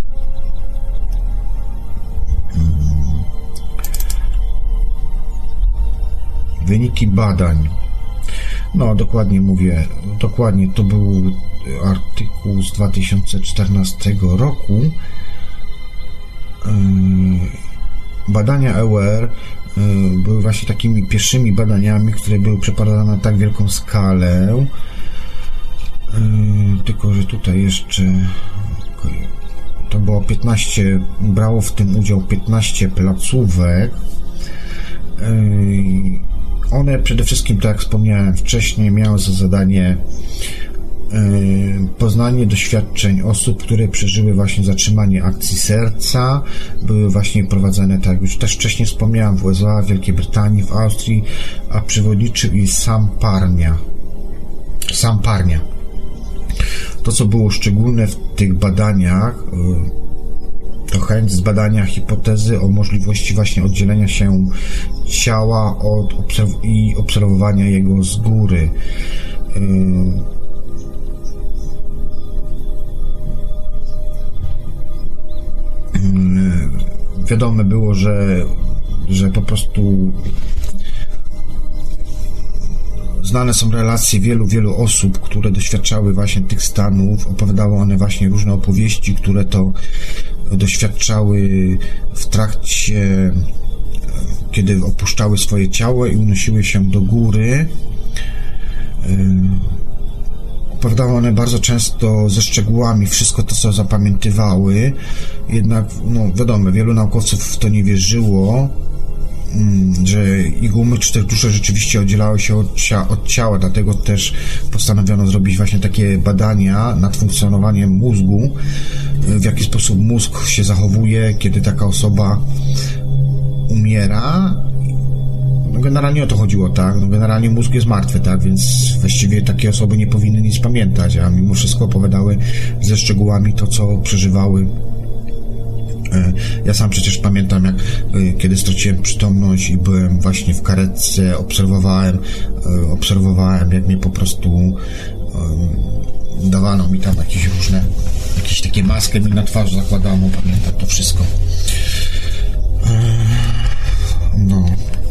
Speaker 2: Hmm. Wyniki badań. No, dokładnie mówię, dokładnie to był artykuł z dwa tysiące czternastego roku. Yy, badania E U R były właśnie takimi pierwszymi badaniami, które były przeprowadzane na tak wielką skalę. Yy, tylko, że tutaj jeszcze to było piętnaście, brało w tym udział piętnaście placówek. Yy, one przede wszystkim, tak jak wspomniałem wcześniej, miały za zadanie poznanie doświadczeń osób, które przeżyły właśnie zatrzymanie akcji serca. Były właśnie prowadzone, tak jak już też wcześniej wspomniałem, w U S A, w Wielkiej Brytanii, w Austrii, a przewodniczył i Sam Parnia. Sam Parnia. To, co było szczególne w tych badaniach, to chęć zbadania hipotezy o możliwości właśnie oddzielenia się ciała od obserw- i obserwowania jego z góry. Wiadome było, że, że po prostu znane są relacje wielu, wielu osób, które doświadczały właśnie tych stanów. Opowiadały one właśnie różne opowieści, które to doświadczały w trakcie, kiedy opuszczały swoje ciało i unosiły się do góry. Opowiadały one bardzo często ze szczegółami wszystko to, co zapamiętywały, jednak, no wiadomo, wielu naukowców w to nie wierzyło, że ich umysł czy też dusze rzeczywiście oddzielały się od, cia- od ciała, dlatego też postanowiono zrobić właśnie takie badania nad funkcjonowaniem mózgu, w jaki sposób mózg się zachowuje, kiedy taka osoba umiera. No generalnie o to chodziło, tak? No generalnie mózg jest martwy, tak? Więc właściwie takie osoby nie powinny nic pamiętać, a mimo wszystko opowiadały ze szczegółami to, co przeżywały. Ja sam przecież pamiętam, jak kiedy straciłem przytomność i byłem właśnie w karetce, obserwowałem, obserwowałem, jak mnie po prostu dawano mi tam jakieś różne, jakieś takie maskę mi na twarz zakładano, pamiętam to wszystko. No.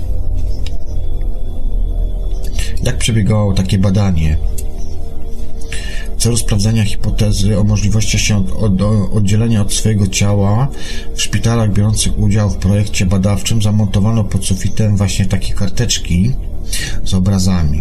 Speaker 2: Jak przebiegało takie badanie? W celu sprawdzenia hipotezy o możliwości się od, od, oddzielenia od swojego ciała w szpitalach biorących udział w projekcie badawczym zamontowano pod sufitem właśnie takie karteczki z obrazami.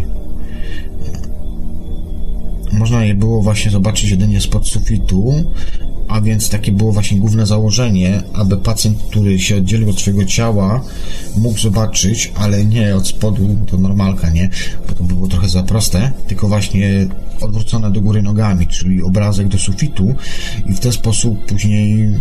Speaker 2: Można je było właśnie zobaczyć jedynie spod sufitu, a więc takie było właśnie główne założenie, aby pacjent, który się oddzielił od swojego ciała, mógł zobaczyć, ale nie od spodu, to normalka, nie? Bo to było trochę za proste, tylko właśnie odwrócone do góry nogami, czyli obrazek do sufitu i w ten sposób później yy,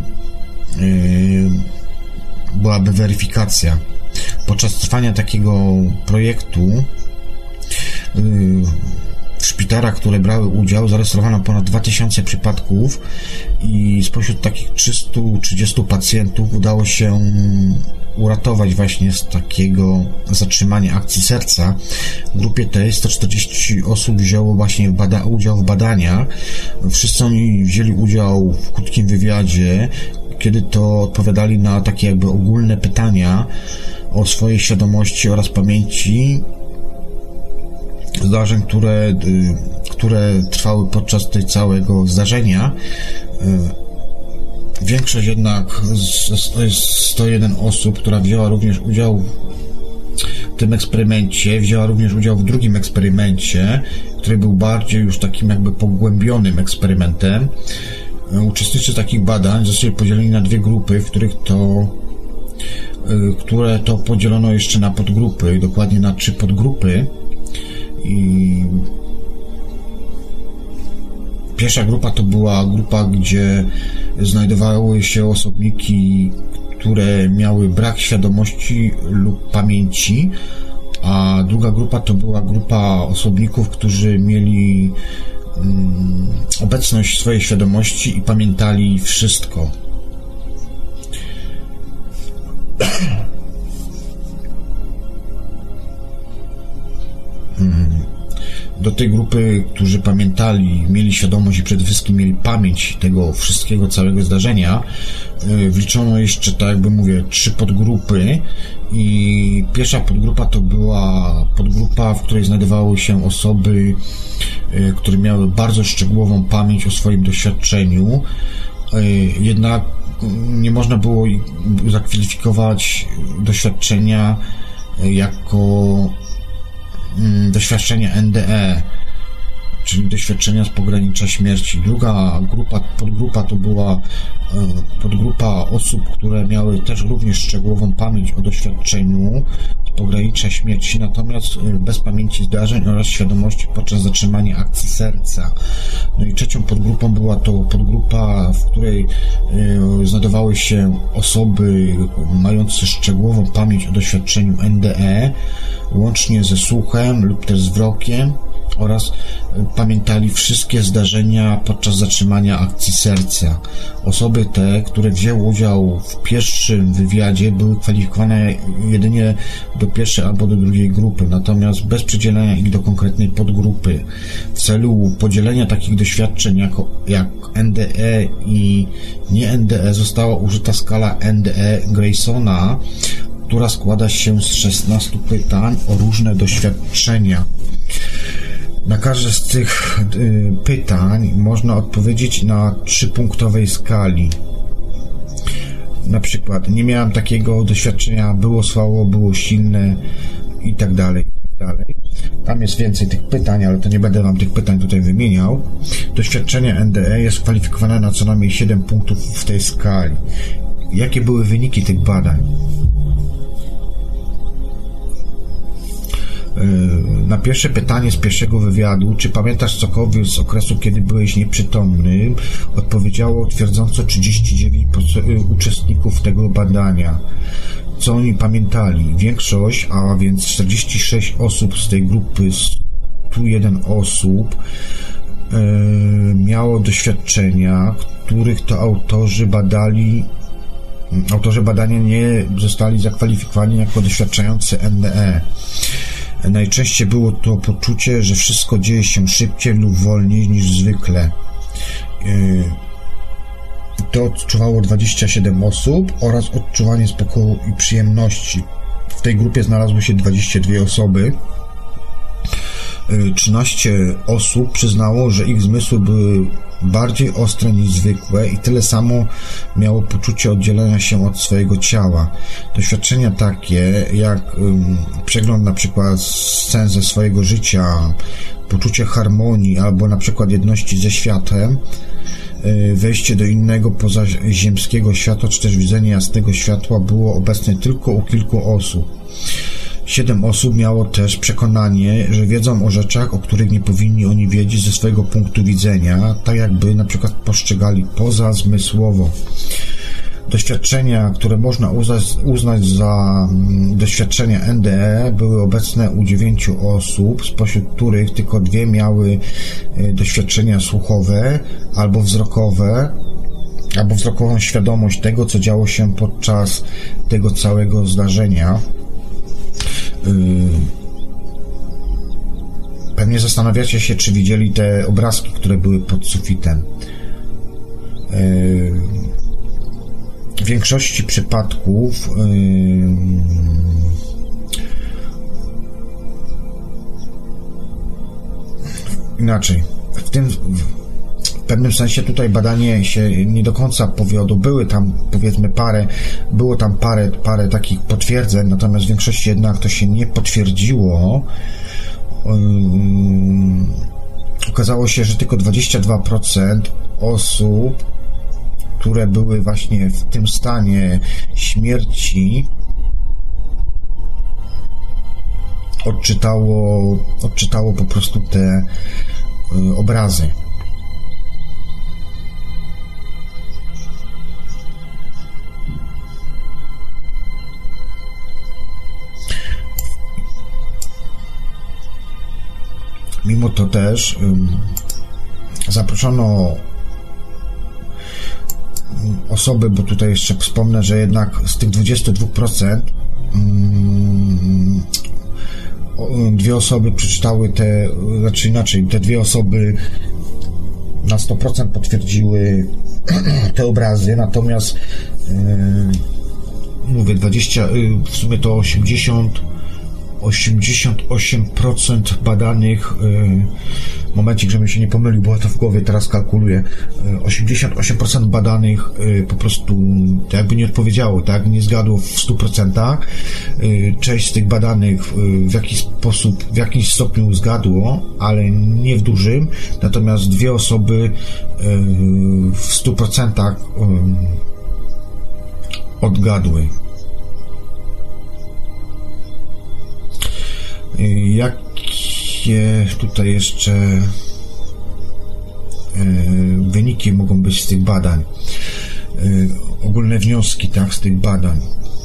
Speaker 2: byłaby weryfikacja. Podczas trwania takiego projektu yy, w szpitalach, które brały udział, zarejestrowano ponad dwa tysiące przypadków i spośród takich trzysta trzydzieści pacjentów udało się uratować właśnie z takiego zatrzymania akcji serca. W grupie tej sto czterdzieści osób wzięło właśnie bada- udział w badaniach. Wszyscy oni wzięli udział w krótkim wywiadzie, kiedy to odpowiadali na takie jakby ogólne pytania o swojej świadomości oraz pamięci zdarzeń, które, które które trwały podczas tej całego zdarzenia. Większość jednak z sto jeden osób, która wzięła również udział w tym eksperymencie, wzięła również udział w drugim eksperymencie, który był bardziej już takim jakby pogłębionym eksperymentem. Uczestnicy takich badań zostali podzieleni na dwie grupy, w których to które to podzielono jeszcze na podgrupy, dokładnie na trzy podgrupy. I pierwsza grupa to była grupa, gdzie znajdowały się osobniki, które miały brak świadomości lub pamięci, a druga grupa to była grupa osobników, którzy mieli um, obecność swojej świadomości i pamiętali wszystko. Do tej grupy, którzy pamiętali, mieli świadomość i przede wszystkim mieli pamięć tego wszystkiego, całego zdarzenia, wliczono jeszcze, tak jakby mówię, trzy podgrupy i pierwsza podgrupa to była podgrupa, w której znajdowały się osoby, które miały bardzo szczegółową pamięć o swoim doświadczeniu, jednak nie można było zakwalifikować doświadczenia jako doświadczenia N D E, czyli doświadczenia z pogranicza śmierci. Druga grupa, podgrupa to była podgrupa osób, które miały też również szczegółową pamięć o doświadczeniu z pogranicza śmierci, natomiast bez pamięci zdarzeń oraz świadomości podczas zatrzymania akcji serca. No i trzecią podgrupą była to podgrupa, w której znajdowały się osoby mające szczegółową pamięć o doświadczeniu N D E, łącznie ze słuchem lub też z wzrokiem, oraz pamiętali wszystkie zdarzenia podczas zatrzymania akcji serca. Osoby te, które wzięły udział w pierwszym wywiadzie, były kwalifikowane jedynie do pierwszej albo do drugiej grupy, natomiast bez przydzielenia ich do konkretnej podgrupy. W celu podzielenia takich doświadczeń jako, jak N D E i nie N D E została użyta skala N D E Graysona, która składa się z szesnastu pytań o różne doświadczenia. Na każde z tych y, pytań można odpowiedzieć na trzypunktowej skali. Na przykład nie miałem takiego doświadczenia, było słabo, było silne i tak dalej, i tak dalej. Tam jest więcej tych pytań, ale to nie będę wam tych pytań tutaj wymieniał. Doświadczenie N D E jest kwalifikowane na co najmniej siedem punktów w tej skali. Jakie były wyniki tych badań? Na pierwsze pytanie z pierwszego wywiadu, czy pamiętasz cokolwiek z okresu, kiedy byłeś nieprzytomny, odpowiedziało twierdząco trzydzieści dziewięć uczestników tego badania. Co oni pamiętali? Większość, a więc czterdzieści sześć osób z tej grupy, sto jeden osób, yy, miało doświadczenia, których to autorzy badali autorzy badania nie zostali zakwalifikowani jako doświadczający N D E. Najczęściej było to poczucie, że wszystko dzieje się szybciej lub wolniej niż zwykle. To odczuwało dwadzieścia siedem osób oraz odczuwanie spokoju i przyjemności. W tej grupie znalazły się dwadzieścia dwie osoby. trzynaście osób przyznało, że ich zmysły były bardziej ostre niż zwykłe i tyle samo miało poczucie oddzielenia się od swojego ciała. Doświadczenia takie jak um, przegląd na przykład scen ze swojego życia, poczucie harmonii albo na przykład jedności ze światem, wejście do innego pozaziemskiego świata, czy też widzenie jasnego światła było obecne tylko u kilku osób. Siedem osób miało też przekonanie, że wiedzą o rzeczach, o których nie powinni oni wiedzieć ze swojego punktu widzenia, tak jakby na przykład postrzegali pozazmysłowo. Doświadczenia, które można uznać, uznać za doświadczenia N D E, były obecne u dziewięciu osób, spośród których tylko dwie miały doświadczenia słuchowe albo wzrokowe, albo wzrokową świadomość tego, co działo się podczas tego całego zdarzenia. Pewnie zastanawiacie się, czy widzieli te obrazki, które były pod sufitem. W większości przypadków inaczej w tym w pewnym sensie tutaj badanie się nie do końca powiodło. Były tam, powiedzmy, parę, było tam parę, parę takich potwierdzeń, natomiast w większości jednak to się nie potwierdziło. Um, okazało się, że tylko dwadzieścia dwa procent osób, które były właśnie w tym stanie śmierci, odczytało, odczytało po prostu te y, obrazy. Mimo to też y, zaproszono osoby, bo tutaj jeszcze wspomnę, że jednak z tych dwudziestu dwóch procent y, dwie osoby przeczytały te, znaczy inaczej, te dwie osoby na sto procent potwierdziły te obrazy, natomiast yy, mówię, dwadzieścia, yy, w sumie to osiemdziesiąt, osiemdziesiąt osiem procent badanych, yy, momencik, żebym się nie pomylił, bo to w głowie teraz kalkuluję, yy, osiemdziesiąt osiem procent badanych yy, po prostu tak jakby nie odpowiedziało, tak, nie zgadło w stu procentach. Yy, część z tych badanych yy, w jakiś sposób, w jakimś stopniu zgadło, ale nie w dużym, natomiast dwie osoby yy, w stu procentach yy, odgadły. Jakie tutaj jeszcze wyniki mogą być z tych badań? Ogólne wnioski, tak, z tych badań.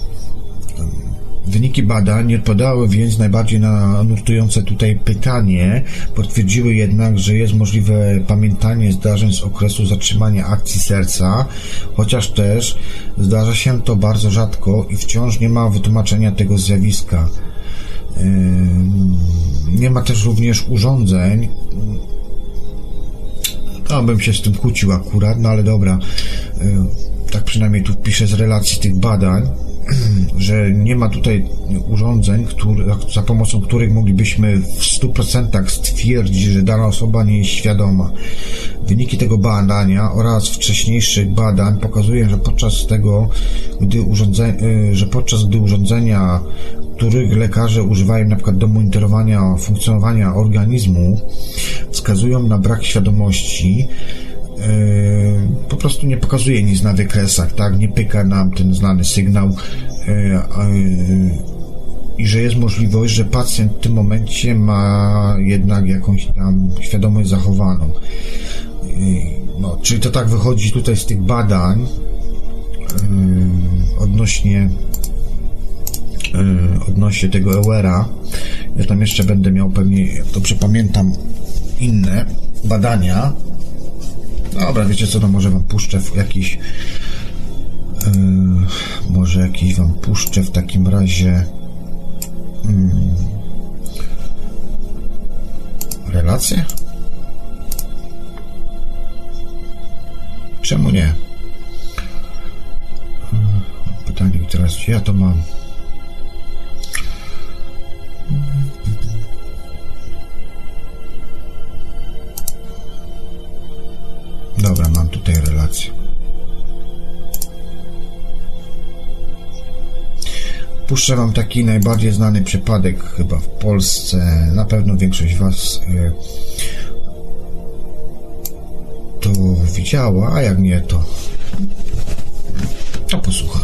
Speaker 2: Wyniki badań nie odpowiadały więc najbardziej na nurtujące tutaj pytanie, potwierdziły jednak, że jest możliwe pamiętanie zdarzeń z okresu zatrzymania akcji serca, chociaż też zdarza się to bardzo rzadko i wciąż nie ma wytłumaczenia tego zjawiska. Nie ma też również urządzeń. No, bym się z tym kłócił akurat, no ale dobra. Tak przynajmniej tu piszę z relacji tych badań, że nie ma tutaj urządzeń, które, za pomocą których moglibyśmy w stu procentach stwierdzić, że dana osoba nie jest świadoma. Wyniki tego badania oraz wcześniejszych badań pokazują, że podczas tego, gdy urządzenia, że podczas gdy urządzenia, których lekarze używają na przykład do monitorowania funkcjonowania organizmu, wskazują na brak świadomości, po prostu nie pokazuje nic na wykresach, tak? Nie pyka nam ten znany sygnał i że jest możliwość, że pacjent w tym momencie ma jednak jakąś tam świadomość zachowaną. No, czyli to tak wychodzi tutaj z tych badań odnośnie odnośnie tego Ewera. Ja tam jeszcze będę miał pewnie, jak dobrze pamiętam, inne badania. Dobra, wiecie co, to może wam puszczę w jakiś yy, może jakiś wam puszczę w takim razie yy, relacje? Czemu nie? Yy, pytanie teraz, gdzie ja to mam? Dobra, mam tutaj relację. Puszczę wam taki najbardziej znany przypadek chyba w Polsce. Na pewno większość was y, to widziała, a jak nie, to to posłucha.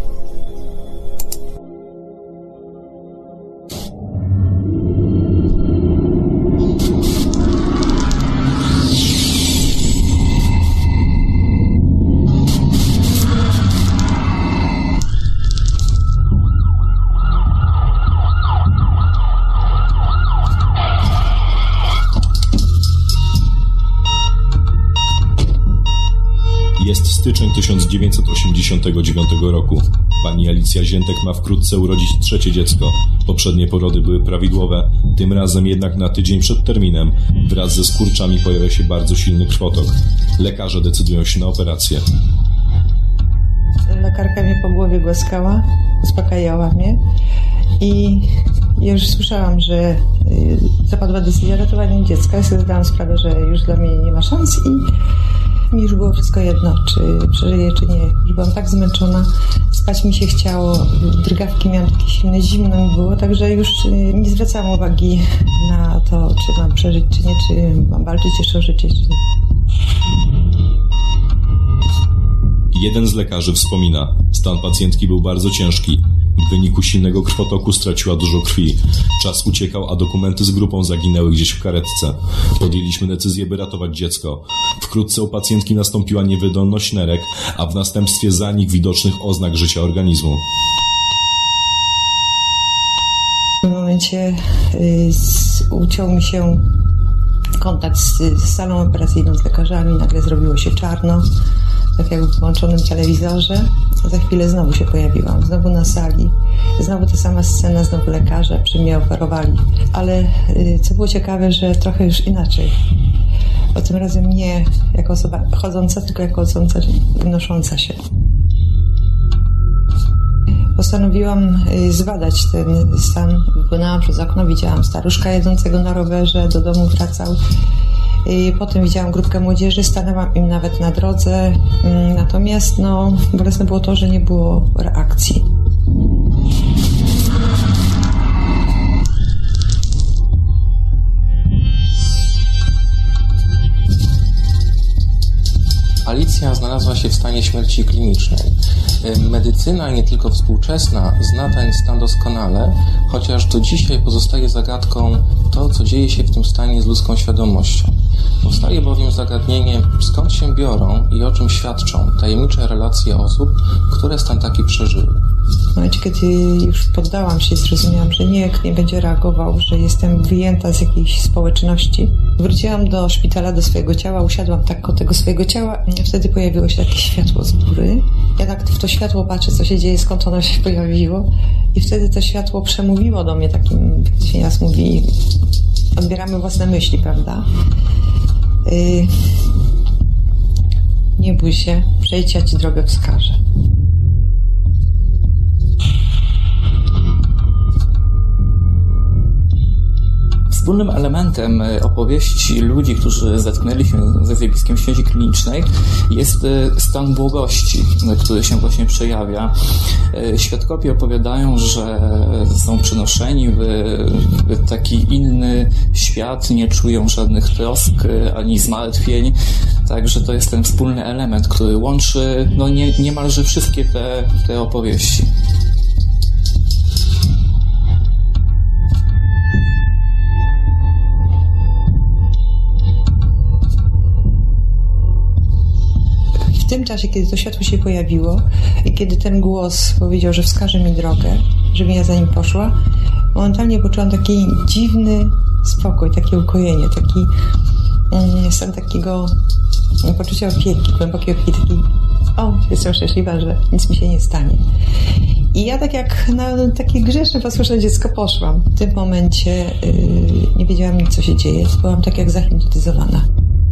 Speaker 3: Jest styczeń tysiąc dziewięćset osiemdziesiątego dziewiątego roku. Pani Alicja Ziętek ma wkrótce urodzić trzecie dziecko. Poprzednie porody były prawidłowe, tym razem jednak na tydzień przed terminem wraz ze skurczami pojawia się bardzo silny krwotok. Lekarze decydują się na operację.
Speaker 4: Lekarka mnie po głowie głaskała, uspokajała mnie i Ja już słyszałam, że zapadła decyzja ratowania dziecka. Ja sobie zdałam sprawę, że już dla mnie nie ma szans i mi już było wszystko jedno, czy przeżyję, czy nie. Już byłam tak zmęczona, spać mi się chciało, drgawki miałam takie silne, zimno mi było, także już nie zwracałam uwagi na to, czy mam przeżyć, czy nie, czy mam walczyć jeszcze o życie, czy nie.
Speaker 3: Jeden z lekarzy wspomina, stan pacjentki był bardzo ciężki. W wyniku silnego krwotoku straciła dużo krwi. Czas uciekał, a dokumenty z grupą zaginęły gdzieś w karetce. Podjęliśmy decyzję, by ratować dziecko. Wkrótce u pacjentki nastąpiła niewydolność nerek, a w następstwie zanik widocznych oznak życia organizmu.
Speaker 4: W momencie y, z, uciął mi się kontakt z, z salą operacyjną, z lekarzami. Nagle zrobiło się czarno, tak jak w włączonym telewizorze. Za chwilę znowu się pojawiłam, znowu na sali. Znowu ta sama scena, znowu lekarze przy mnie operowali. Ale y, co było ciekawe, że trochę już inaczej. Bo tym razem nie jako osoba chodząca, tylko jako osoba nosząca się. Postanowiłam zbadać ten stan. Wypłynęłam przez okno, widziałam staruszka jedzącego na rowerze, do domu wracał. Potem widziałam grupkę młodzieży, stanęłam im nawet na drodze. Natomiast no, bolesne było to, że nie było reakcji.
Speaker 5: Alicja znalazła się w stanie śmierci klinicznej. Medycyna, nie tylko współczesna, zna ten stan doskonale, chociaż do dzisiaj pozostaje zagadką to, co dzieje się w tym stanie z ludzką świadomością. Powstaje bowiem zagadnienie, skąd się biorą i o czym świadczą tajemnicze relacje osób, które stan taki przeżyły.
Speaker 4: W momencie, kiedy już poddałam się, zrozumiałam, że nikt nie będzie reagował, że jestem wyjęta z jakiejś społeczności. Wróciłam do szpitala, do swojego ciała, usiadłam tak koło tego swojego ciała i wtedy pojawiło się takie światło z góry. Ja tak w to światło patrzę, co się dzieje, skąd ono się pojawiło i wtedy to światło przemówiło do mnie takim, jak się nas mówi, odbieramy własne myśli, prawda? Yy, nie bój się, przejdź, ja ci drogę wskażę.
Speaker 6: Wspólnym elementem opowieści ludzi, którzy zetknęli się ze zjawiskiem śmierci klinicznej, jest stan błogości, który się właśnie przejawia. Świadkowie opowiadają, że są przenoszeni w, w taki inny świat, nie czują żadnych trosk ani zmartwień, także to jest ten wspólny element, który łączy no, nie, niemalże wszystkie te, te opowieści.
Speaker 4: W tym czasie, kiedy to światło się pojawiło i kiedy ten głos powiedział, że wskaże mi drogę, żebym ja za nim poszła, momentalnie poczułam taki dziwny spokój, takie ukojenie, taki um, stan takiego um, poczucia opieki, głębokiej opieki, taki o, jestem szczęśliwa, że nic mi się nie stanie. I ja tak jak na takie grzeszne, posłuszne dziecko poszłam. W tym momencie yy, nie wiedziałam nic, co się dzieje. Byłam tak jak zahipnotyzowana.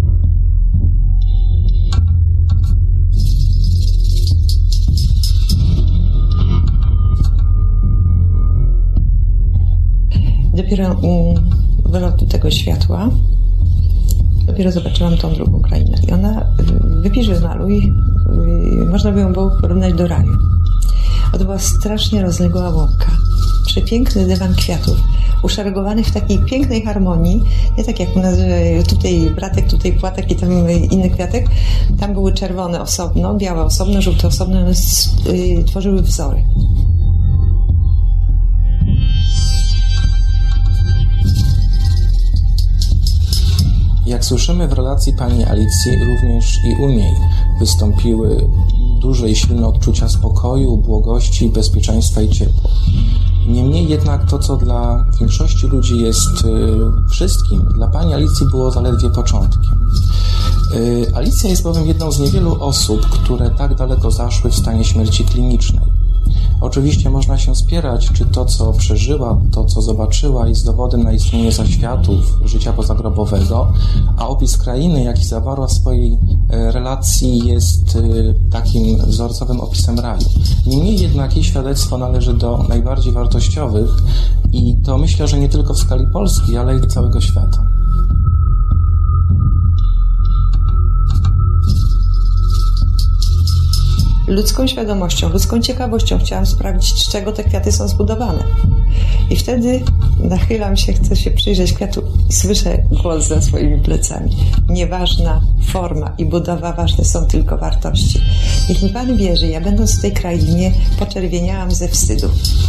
Speaker 4: Dopiero u wylotu tego światła dopiero zobaczyłam tą drugą krainę. I ona wypisze malu i można by ją było porównać do raju. To była strasznie rozległa łąka. Przepiękny dywan kwiatów, uszeregowanych w takiej pięknej harmonii. Nie tak jak u nas, że tutaj bratek, tutaj płatek i tam inny kwiatek. Tam były czerwone osobno, białe osobno, żółte osobno. One yy, tworzyły wzory.
Speaker 5: Jak słyszymy w relacji pani Alicji, również i u niej wystąpiły duże i silne odczucia spokoju, błogości, bezpieczeństwa i ciepła. Niemniej jednak to, co dla większości ludzi jest y, wszystkim, dla pani Alicji było zaledwie początkiem. Y, Alicja jest bowiem jedną z niewielu osób, które tak daleko zaszły w stanie śmierci klinicznej. Oczywiście można się spierać, czy to, co przeżyła, to, co zobaczyła, jest dowodem na istnienie zaświatów, życia pozagrobowego, a opis krainy, jaki zawarła w swojej relacji jest takim wzorcowym opisem raju. Niemniej jednak jej świadectwo należy do najbardziej wartościowych i to myślę, że nie tylko w skali Polski, ale i całego świata.
Speaker 4: Ludzką świadomością, ludzką ciekawością chciałam sprawdzić, z czego te kwiaty są zbudowane. I wtedy nachylam się, chcę się przyjrzeć kwiatu i słyszę głos za swoimi plecami. Nieważna forma i budowa, ważne są tylko wartości. Niech mi Pan wierzy, ja będąc w tej krainie poczerwieniałam ze wstydu.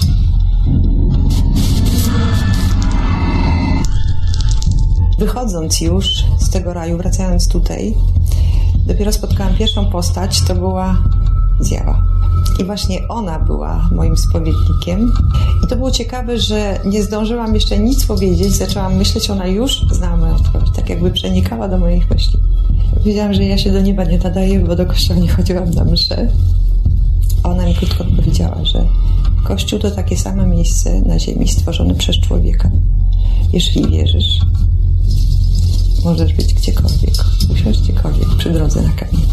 Speaker 4: Wychodząc już z tego raju, wracając tutaj, dopiero spotkałam pierwszą postać, to była Zjawa. I właśnie ona była moim spowiednikiem. I to było ciekawe, że nie zdążyłam jeszcze nic powiedzieć, zaczęłam myśleć, ona już znała moją odpowiedź, tak jakby przenikała do moich myśli. Wiedziałam, że ja się do nieba nie nadaję, bo do kościoła nie chodziłam na mszę. Ona mi krótko odpowiedziała, że Kościół to takie samo miejsce na ziemi stworzone przez człowieka. Jeśli wierzysz, możesz być gdziekolwiek, usiąść gdziekolwiek przy drodze na kamieniu.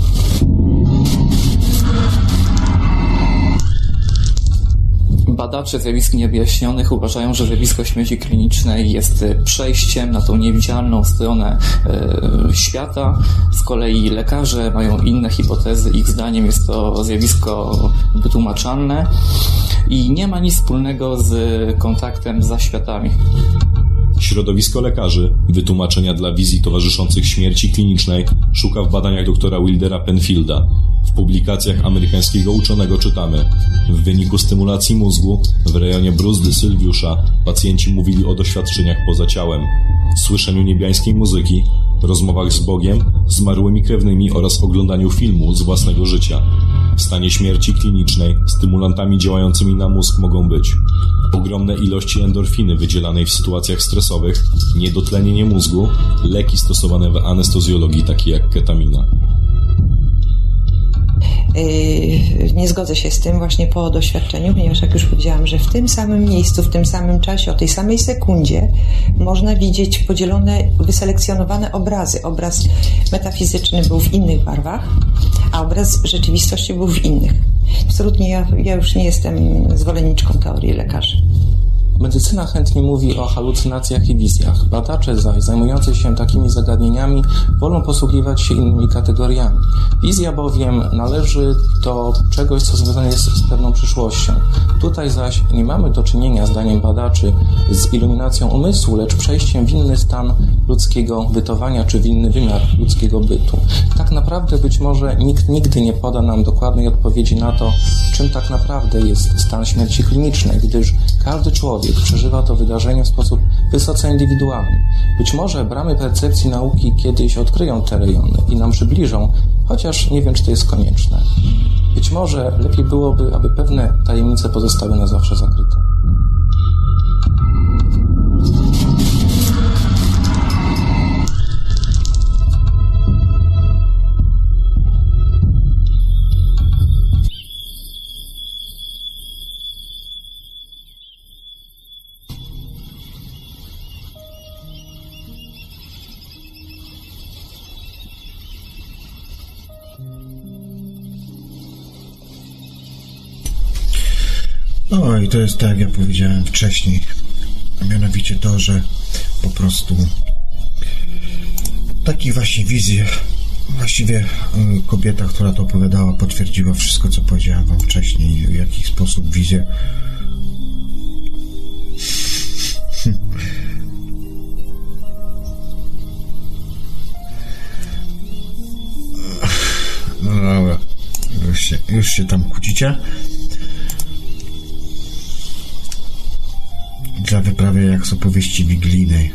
Speaker 6: Badacze zjawisk nieobjaśnionych uważają, że zjawisko śmierci klinicznej jest przejściem na tą niewidzialną stronę e, świata. Z kolei lekarze mają inne hipotezy. Ich zdaniem jest to zjawisko wytłumaczalne i nie ma nic wspólnego z kontaktem z zaświatami.
Speaker 3: Środowisko lekarzy wytłumaczenia dla wizji towarzyszących śmierci klinicznej szuka w badaniach doktora Wildera Penfielda. W publikacjach amerykańskiego uczonego czytamy: w wyniku stymulacji mózgu w rejonie bruzdy Sylwiusza pacjenci mówili o doświadczeniach poza ciałem, słyszeniu niebiańskiej muzyki, rozmowach z Bogiem, zmarłymi krewnymi oraz oglądaniu filmu z własnego życia. W stanie śmierci klinicznej stymulantami działającymi na mózg mogą być ogromne ilości endorfiny wydzielanej w sytuacjach stresowych, niedotlenienie mózgu, leki stosowane w anestezjologii takie jak ketamina.
Speaker 4: Yy, nie zgodzę się z tym właśnie po doświadczeniu, ponieważ jak już powiedziałam, że w tym samym miejscu, w tym samym czasie, o tej samej sekundzie można widzieć podzielone, wyselekcjonowane obrazy. Obraz metafizyczny był w innych barwach, a obraz rzeczywistości był w innych. Absolutnie ja, ja już nie jestem zwolenniczką teorii lekarzy.
Speaker 5: Medycyna chętnie mówi o halucynacjach i wizjach. Badacze zaś zajmujący się takimi zagadnieniami wolą posługiwać się innymi kategoriami. Wizja bowiem należy do czegoś, co związane jest z pewną przyszłością. Tutaj zaś nie mamy do czynienia, zdaniem badaczy, z iluminacją umysłu, lecz przejściem w inny stan ludzkiego bytowania, czy w inny wymiar ludzkiego bytu. Tak naprawdę być może nikt nigdy nie poda nam dokładnej odpowiedzi na to, czym tak naprawdę jest stan śmierci klinicznej, gdyż każdy człowiek przeżywa to wydarzenie w sposób wysoce indywidualny. Być może bramy percepcji nauki kiedyś odkryją te rejony i nam przybliżą, chociaż nie wiem, czy to jest konieczne. Być może lepiej byłoby, aby pewne tajemnice pozostały na zawsze zakryte.
Speaker 2: No i to jest tak, jak ja powiedziałem wcześniej, a mianowicie to, że po prostu takie właśnie wizje, właściwie kobieta, która to opowiadała, potwierdziła wszystko, co powiedziałem wam wcześniej, w jaki sposób wizje no dobra, już się, już się tam kłócicie. Dla wyprawy jak z opowieści biblijnej.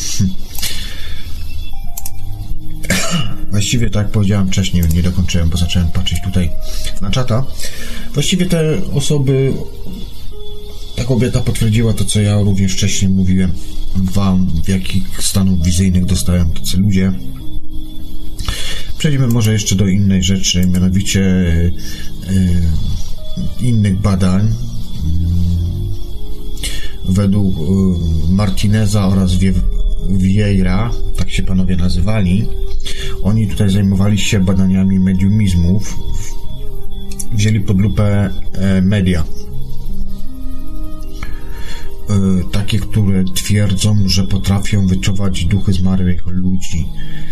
Speaker 2: Właściwie tak jak powiedziałem wcześniej, nie dokończyłem, bo zacząłem patrzeć tutaj na czata. Właściwie te osoby, ta kobieta potwierdziła to, co ja również wcześniej mówiłem wam, w jakich stanów wizyjnych dostają tacy ludzie. Przejdźmy może jeszcze do innej rzeczy, mianowicie yy, innych badań. Według Martineza oraz Vieira, tak się panowie nazywali, Oni tutaj zajmowali się badaniami mediumizmów. Wzięli pod lupę media. Takie, które twierdzą, że potrafią wyczuwać duchy zmarłych ludzi.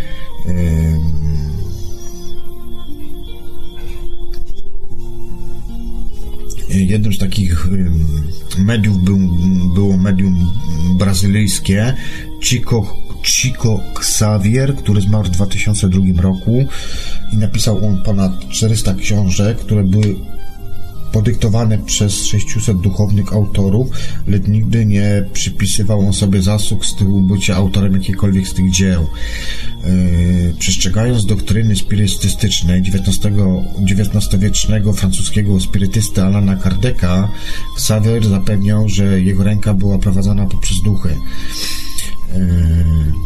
Speaker 2: Jednym z takich mediów był, było medium brazylijskie Chico, Chico Xavier, który zmarł w dwa tysiące drugim roku i napisał on ponad czterysta książek, które były podyktowane przez sześciuset duchownych autorów, lecz nigdy nie przypisywał on sobie zasług z tyłu bycia autorem jakiejkolwiek z tych dzieł. Yy, przestrzegając doktryny spirytystycznej dziewiętnastowiecznego francuskiego spirytysty Alana Kardeka, Xavier zapewniał, że jego ręka była prowadzona poprzez duchy. Yy,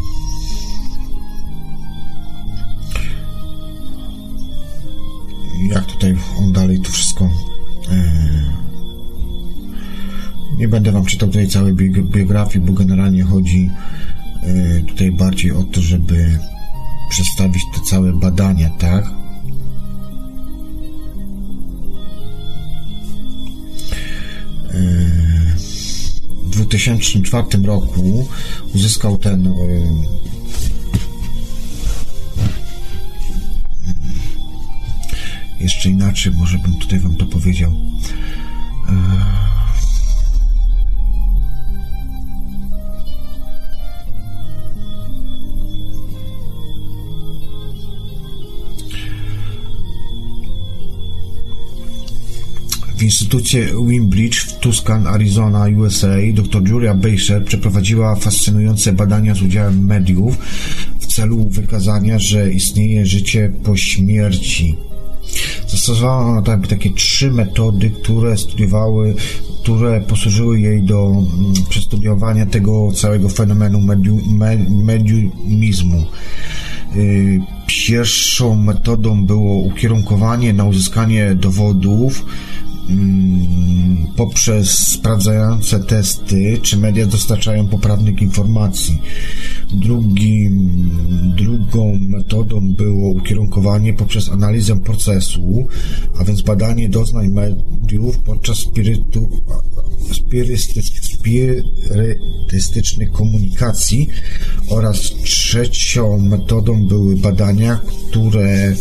Speaker 2: jak tutaj on dalej to wszystko... Nie będę wam czytał tutaj całej biografii, bo generalnie chodzi tutaj bardziej o to, żeby przedstawić te całe badania, tak? W dwa tysiące czwartym roku uzyskał ten jeszcze inaczej, może bym tutaj wam to powiedział. W Instytucie Windbridge w Tucson, Arizona, U S A dr Julia Beischer przeprowadziła fascynujące badania z udziałem mediów w celu wykazania, że istnieje życie po śmierci. Zastosowała ona tak, takie trzy metody, które studiowały, które posłużyły jej do mm, przestudiowania tego całego fenomenu medium, me, mediumizmu. Yy, pierwszą metodą było ukierunkowanie na uzyskanie dowodów poprzez sprawdzające testy, czy media dostarczają poprawnych informacji. Drugim, drugą metodą było ukierunkowanie poprzez analizę procesu, a więc badanie doznań mediów podczas spirytu, spirytystycznych komunikacji, oraz trzecią metodą były badania, które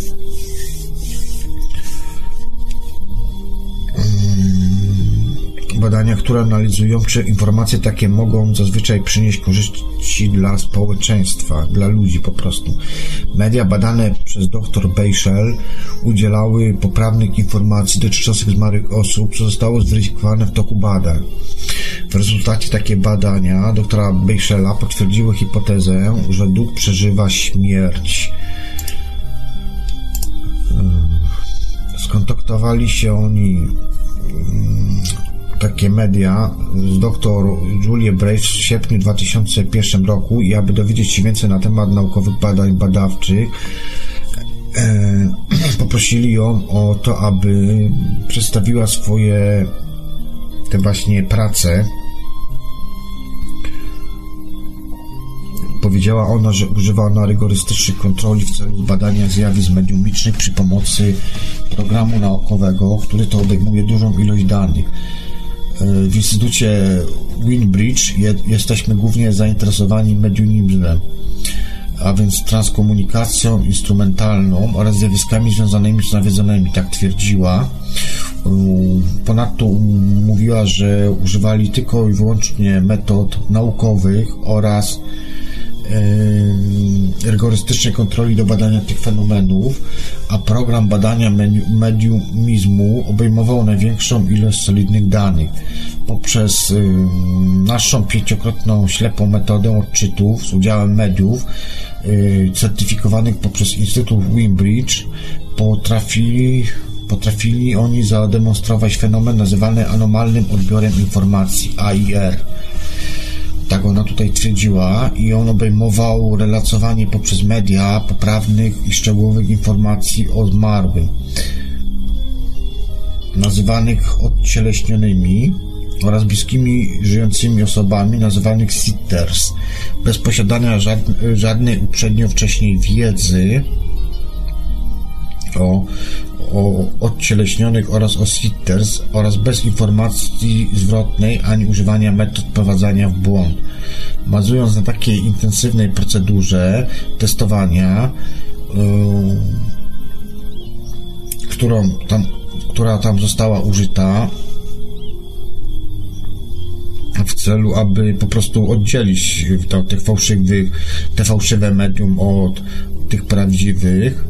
Speaker 2: badania, które analizują, czy informacje takie mogą zazwyczaj przynieść korzyści dla społeczeństwa, dla ludzi po prostu. Media badane przez dr Beischer udzielały poprawnych informacji dotyczących zmarłych osób, co zostało zweryfikowane w toku badań. W rezultacie takie badania doktora Beischera potwierdziły hipotezę, że duch przeżywa śmierć. Skontaktowali się oni takie media z dr Julię Beischer w sierpniu dwa tysiące pierwszym roku i aby dowiedzieć się więcej na temat naukowych badań badawczych, e, poprosili ją o to, aby przedstawiła swoje te właśnie prace. Powiedziała ona, że używa ona rygorystycznych kontroli w celu badania zjawisk mediumicznych przy pomocy programu naukowego, który to obejmuje dużą ilość danych. W Instytucie Windbridge je, jesteśmy głównie zainteresowani mediumizmem, a więc transkomunikacją instrumentalną oraz zjawiskami związanymi z nawiedzonymi, tak twierdziła. Ponadto mówiła, że używali tylko i wyłącznie metod naukowych oraz rygorystycznej kontroli do badania tych fenomenów, a program badania mediumizmu obejmował największą ilość solidnych danych. Poprzez y, naszą pięciokrotną ślepą metodę odczytów z udziałem mediów y, certyfikowanych poprzez Instytut Windbridge potrafili potrafili oni zademonstrować fenomen nazywany anomalnym odbiorem informacji, A I R. Tak ona tutaj twierdziła, i on obejmował relacjonowanie poprzez media poprawnych i szczegółowych informacji o zmarłym, nazywanych odcieleśnionymi, oraz bliskimi żyjącymi osobami, nazywanych sitters, bez posiadania żadnej, żadnej uprzednio wcześniej wiedzy o, o odcieleśnionych oraz o sitters oraz bez informacji zwrotnej ani używania metod wprowadzania w błąd. Bazując na takiej intensywnej procedurze testowania, yy, którą tam, która tam została użyta w celu, aby po prostu oddzielić to, tych fałszywych, te fałszywe medium od tych prawdziwych,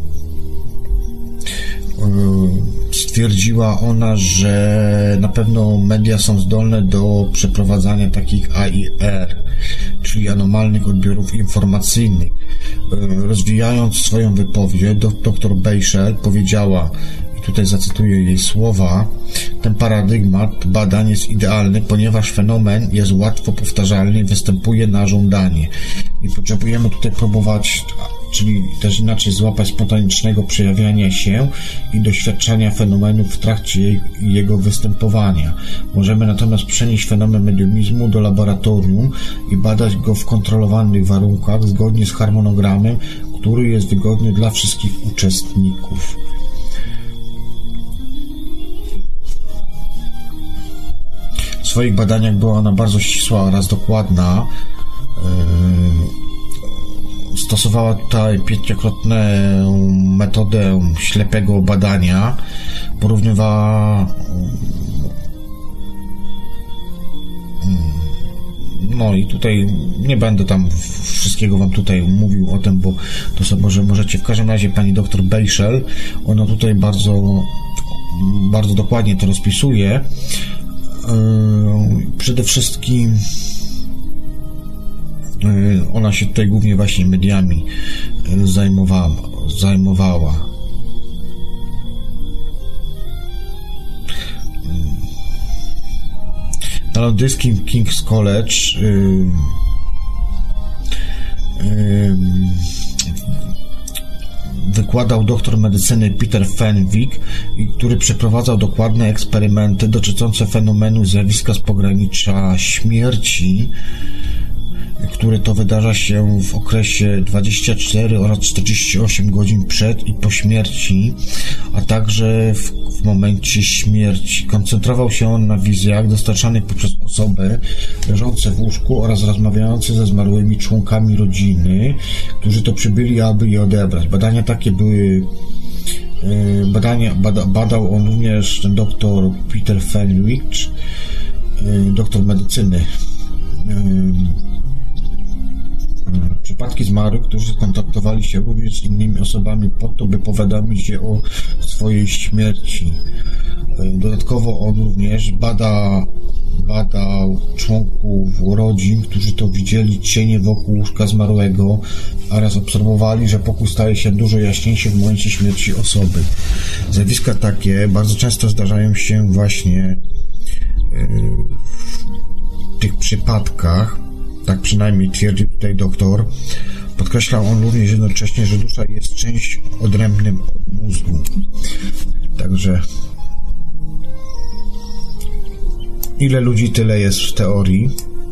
Speaker 2: stwierdziła ona, że na pewno media są zdolne do przeprowadzania takich A I R, czyli anomalnych odbiorów informacyjnych. Rozwijając swoją wypowiedź, dr Beischel powiedziała, i tutaj zacytuję jej słowa: ten paradygmat badań jest idealny, ponieważ fenomen jest łatwo powtarzalny i występuje na żądanie. I potrzebujemy tutaj próbować, czyli też inaczej złapać spontanicznego przejawiania się i doświadczania fenomenu w trakcie jego występowania. Możemy natomiast przenieść fenomen mediumizmu do laboratorium i badać go w kontrolowanych warunkach zgodnie z harmonogramem, który jest wygodny dla wszystkich uczestników. W swoich badaniach była ona bardzo ścisła oraz dokładna. Stosowała tutaj pięciokrotną metodę ślepego badania. Porównywała no i tutaj nie będę tam wszystkiego wam tutaj mówił o tym, bo to sobie może możecie, w każdym razie pani dr Beischel, ona tutaj bardzo bardzo dokładnie to rozpisuje. Przede wszystkim ona się tutaj głównie właśnie mediami zajmowała. zajmowała. Na londyńskim King's College yy, yy, wykładał doktor medycyny Peter Fenwick, który przeprowadzał dokładne eksperymenty dotyczące fenomenu zjawiska z pogranicza śmierci, które to wydarza się w okresie dwadzieścia cztery oraz czterdzieści osiem godzin przed i po śmierci, a także w, w momencie śmierci. Koncentrował się on na wizjach dostarczanych poprzez osoby leżące w łóżku oraz rozmawiające ze zmarłymi członkami rodziny, którzy to przybyli, aby je odebrać. Badania takie były badania, bada, badał on również ten doktor Peter Fenwick, doktor medycyny. Przypadki zmarłych, którzy kontaktowali się również z innymi osobami po to, by powiadomić je o swojej śmierci. Dodatkowo on również bada, badał członków rodzin, którzy to widzieli cienie wokół łóżka zmarłego oraz obserwowali, że pokój staje się dużo jaśniejszy w momencie śmierci osoby. Zjawiska takie bardzo często zdarzają się właśnie w tych przypadkach. Tak przynajmniej twierdził tutaj doktor. Podkreślał on również jednocześnie, że dusza jest czymś odrębnym od mózgu. Także ile ludzi, tyle jest w teorii.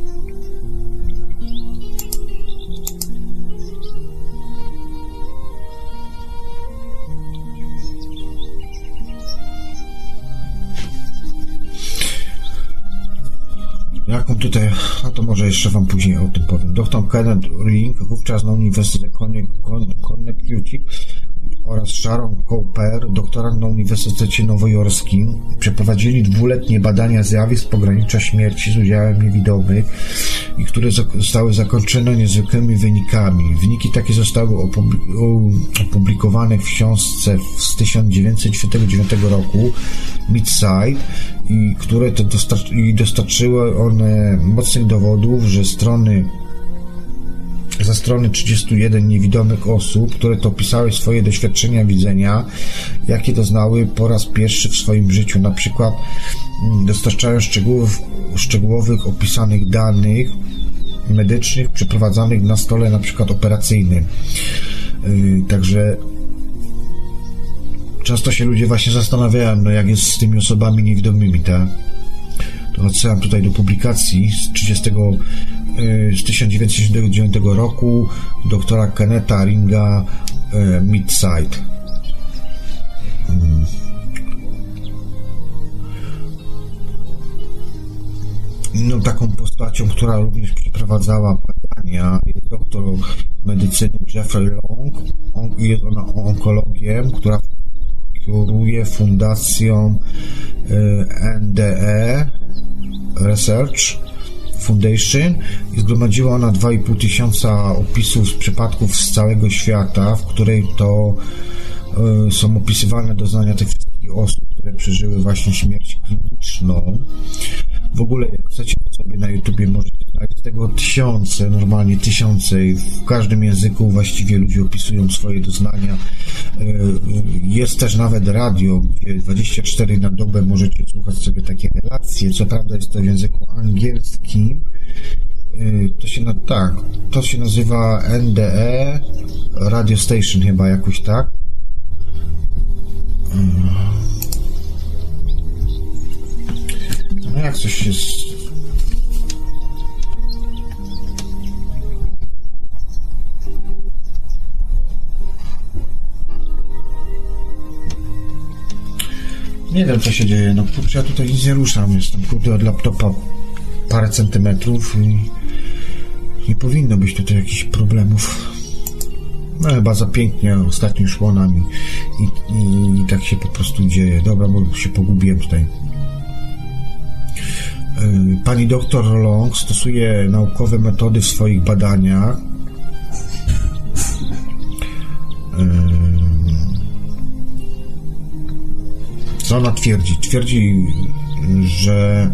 Speaker 2: Jaką tutaj, a to może jeszcze wam później o tym powiem. doktor Kenneth Ring, wówczas na Uniwersytecie Connecticut oraz Sharon Cooper, doktorant na Uniwersytecie Nowojorskim, przeprowadzili dwuletnie badania zjawisk pogranicza śmierci z udziałem niewidomych i które zostały zakończone niezwykłymi wynikami. Wyniki takie zostały opublikowane w książce z tysiąc dziewięćset dziewięćdziesiątego dziewiątego roku Midside, i które to dostarczy, i dostarczyły one mocnych dowodów, że strony ze strony trzydziestu jeden niewidomych osób, które to opisały swoje doświadczenia widzenia, jakie doznały po raz pierwszy w swoim życiu. Na przykład dostarczają szczegółów, szczegółowych opisanych danych medycznych przeprowadzanych na stole na przykład operacyjnym. Yy, także często się ludzie właśnie zastanawiają, no jak jest z tymi osobami niewidomymi, tak? To odsyłam tutaj do publikacji z trzydziestego z tysiąc dziewięćset dziewięćdziesiątego dziewiątego roku doktora Kennetha Ringa Midside. Inną taką postacią, która również przeprowadzała badania, jest doktor medycyny Jeffrey Long. On, jest ona onkologiem, która kieruje fundacją N D E Research Foundation i zgromadziła ona dwa i pół tysiąca opisów z przypadków z całego świata, w której to y, są opisywane doznania tych wszystkich osób, które przeżyły właśnie śmierć kliniczną. W ogóle, jak chcecie sobie na YouTubie, możecie znaleźć tego tysiące, normalnie tysiące i w każdym języku właściwie ludzie opisują swoje doznania. Jest też nawet radio, gdzie dwadzieścia cztery na dobę możecie słuchać sobie takie relacje. Co prawda jest to w języku angielskim. To się, na, tak, to się nazywa N D E Radio Station chyba jakoś tak. No jak coś jest... Nie wiem, co się dzieje. No kurczę, ja tutaj nic nie ruszam. Jestem kurde od laptopa parę centymetrów i nie powinno być tutaj jakichś problemów. No chyba za pięknie ostatnio szło nam i, i, i tak się po prostu dzieje. Dobra, bo się pogubiłem tutaj. Pani doktor Long stosuje naukowe metody w swoich badaniach. Co ona twierdzi? Twierdzi, że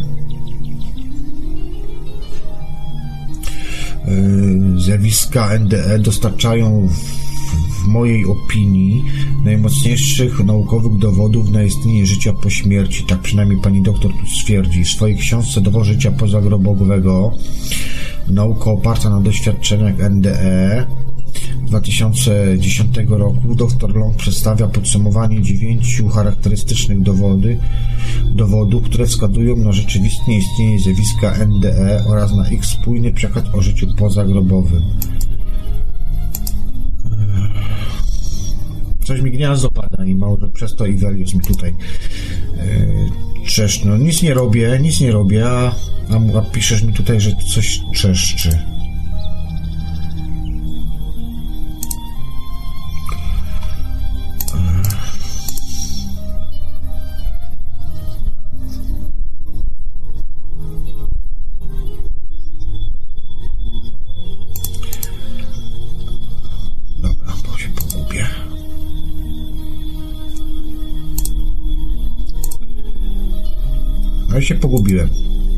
Speaker 2: zjawiska N D E dostarczają w mojej opinii najmocniejszych naukowych dowodów na istnienie życia po śmierci. Tak przynajmniej pani doktor tu stwierdzi. W swojej książce Dowód życia pozagrobowego, nauka oparta na doświadczeniach N D E dwa tysiące dziesiątego roku dr Long przedstawia podsumowanie dziewięciu charakterystycznych dowody, dowodów, które wskazują na rzeczywiste istnienie zjawiska N D E oraz na ich spójny przekaz o życiu pozagrobowym. Coś mi gniazdo pada i mało przez to Ivelios mi tutaj yy, trzeszczy. No nic nie robię, nic nie robię, a, a piszesz mi tutaj, że coś trzeszczy. Ja się pogubiłem.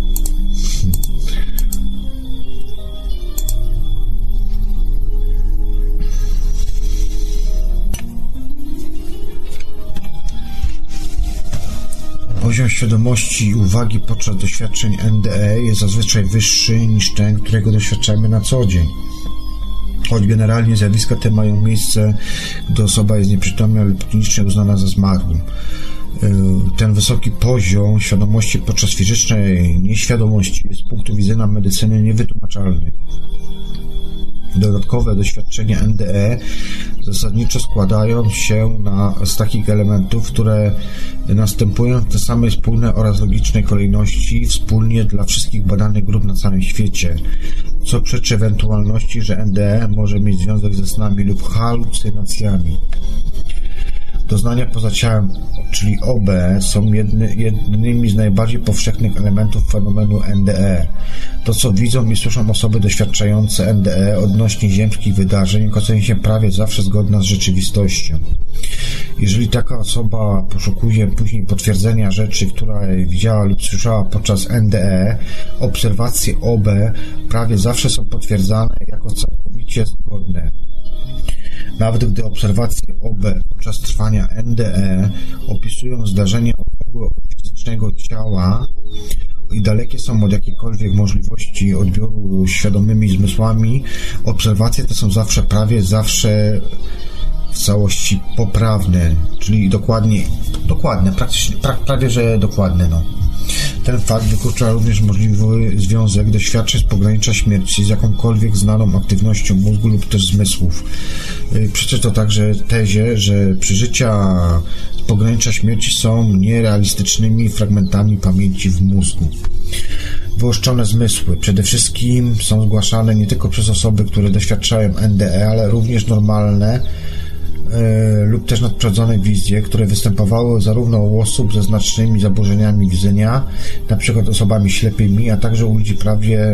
Speaker 2: Poziom świadomości i uwagi podczas doświadczeń N D E jest zazwyczaj wyższy niż ten, którego doświadczamy na co dzień. Choć generalnie zjawiska te mają miejsce, gdy osoba jest nieprzytomna lub klinicznie uznana za zmarłą. Ten wysoki poziom świadomości podczas fizycznej nieświadomości jest z punktu widzenia medycyny niewytłumaczalny. Dodatkowe doświadczenia N D E zasadniczo składają się na, z takich elementów, które następują w tej samej spójnej oraz logicznej kolejności wspólnie dla wszystkich badanych grup na całym świecie, co przeczy ewentualności, że N D E może mieć związek ze snami lub halucynacjami. Doznania poza ciałem, czyli O B, są jedny, jednymi z najbardziej powszechnych elementów fenomenu N D E. To, co widzą i słyszą osoby doświadczające N D E odnośnie ziemskich wydarzeń, okazuje się prawie zawsze zgodna z rzeczywistością. Jeżeli taka osoba poszukuje później potwierdzenia rzeczy, które widziała lub słyszała podczas N D E, obserwacje O B prawie zawsze są potwierdzane jako całkowicie zgodne. Nawet gdy obserwacje O B podczas trwania N D E opisują zdarzenie odległe od fizycznego ciała i dalekie są od jakiejkolwiek możliwości odbioru świadomymi zmysłami, obserwacje te są zawsze, prawie zawsze w całości poprawne, czyli dokładnie, dokładne, praktycznie, pra, prawie że dokładne, no. Ten fakt wyklucza również możliwy związek doświadczeń z pogranicza śmierci z jakąkolwiek znaną aktywnością mózgu lub też zmysłów. Przeczyta także tezie, że przeżycia z pogranicza śmierci są nierealistycznymi fragmentami pamięci w mózgu. Wyłuszczone zmysły przede wszystkim są zgłaszane nie tylko przez osoby, które doświadczają N D E, ale również normalne yy, lub też nadprzyrodzone wizje, które występowały zarówno u osób ze znacznymi zaburzeniami widzenia, np. osobami ślepymi, a także u ludzi prawie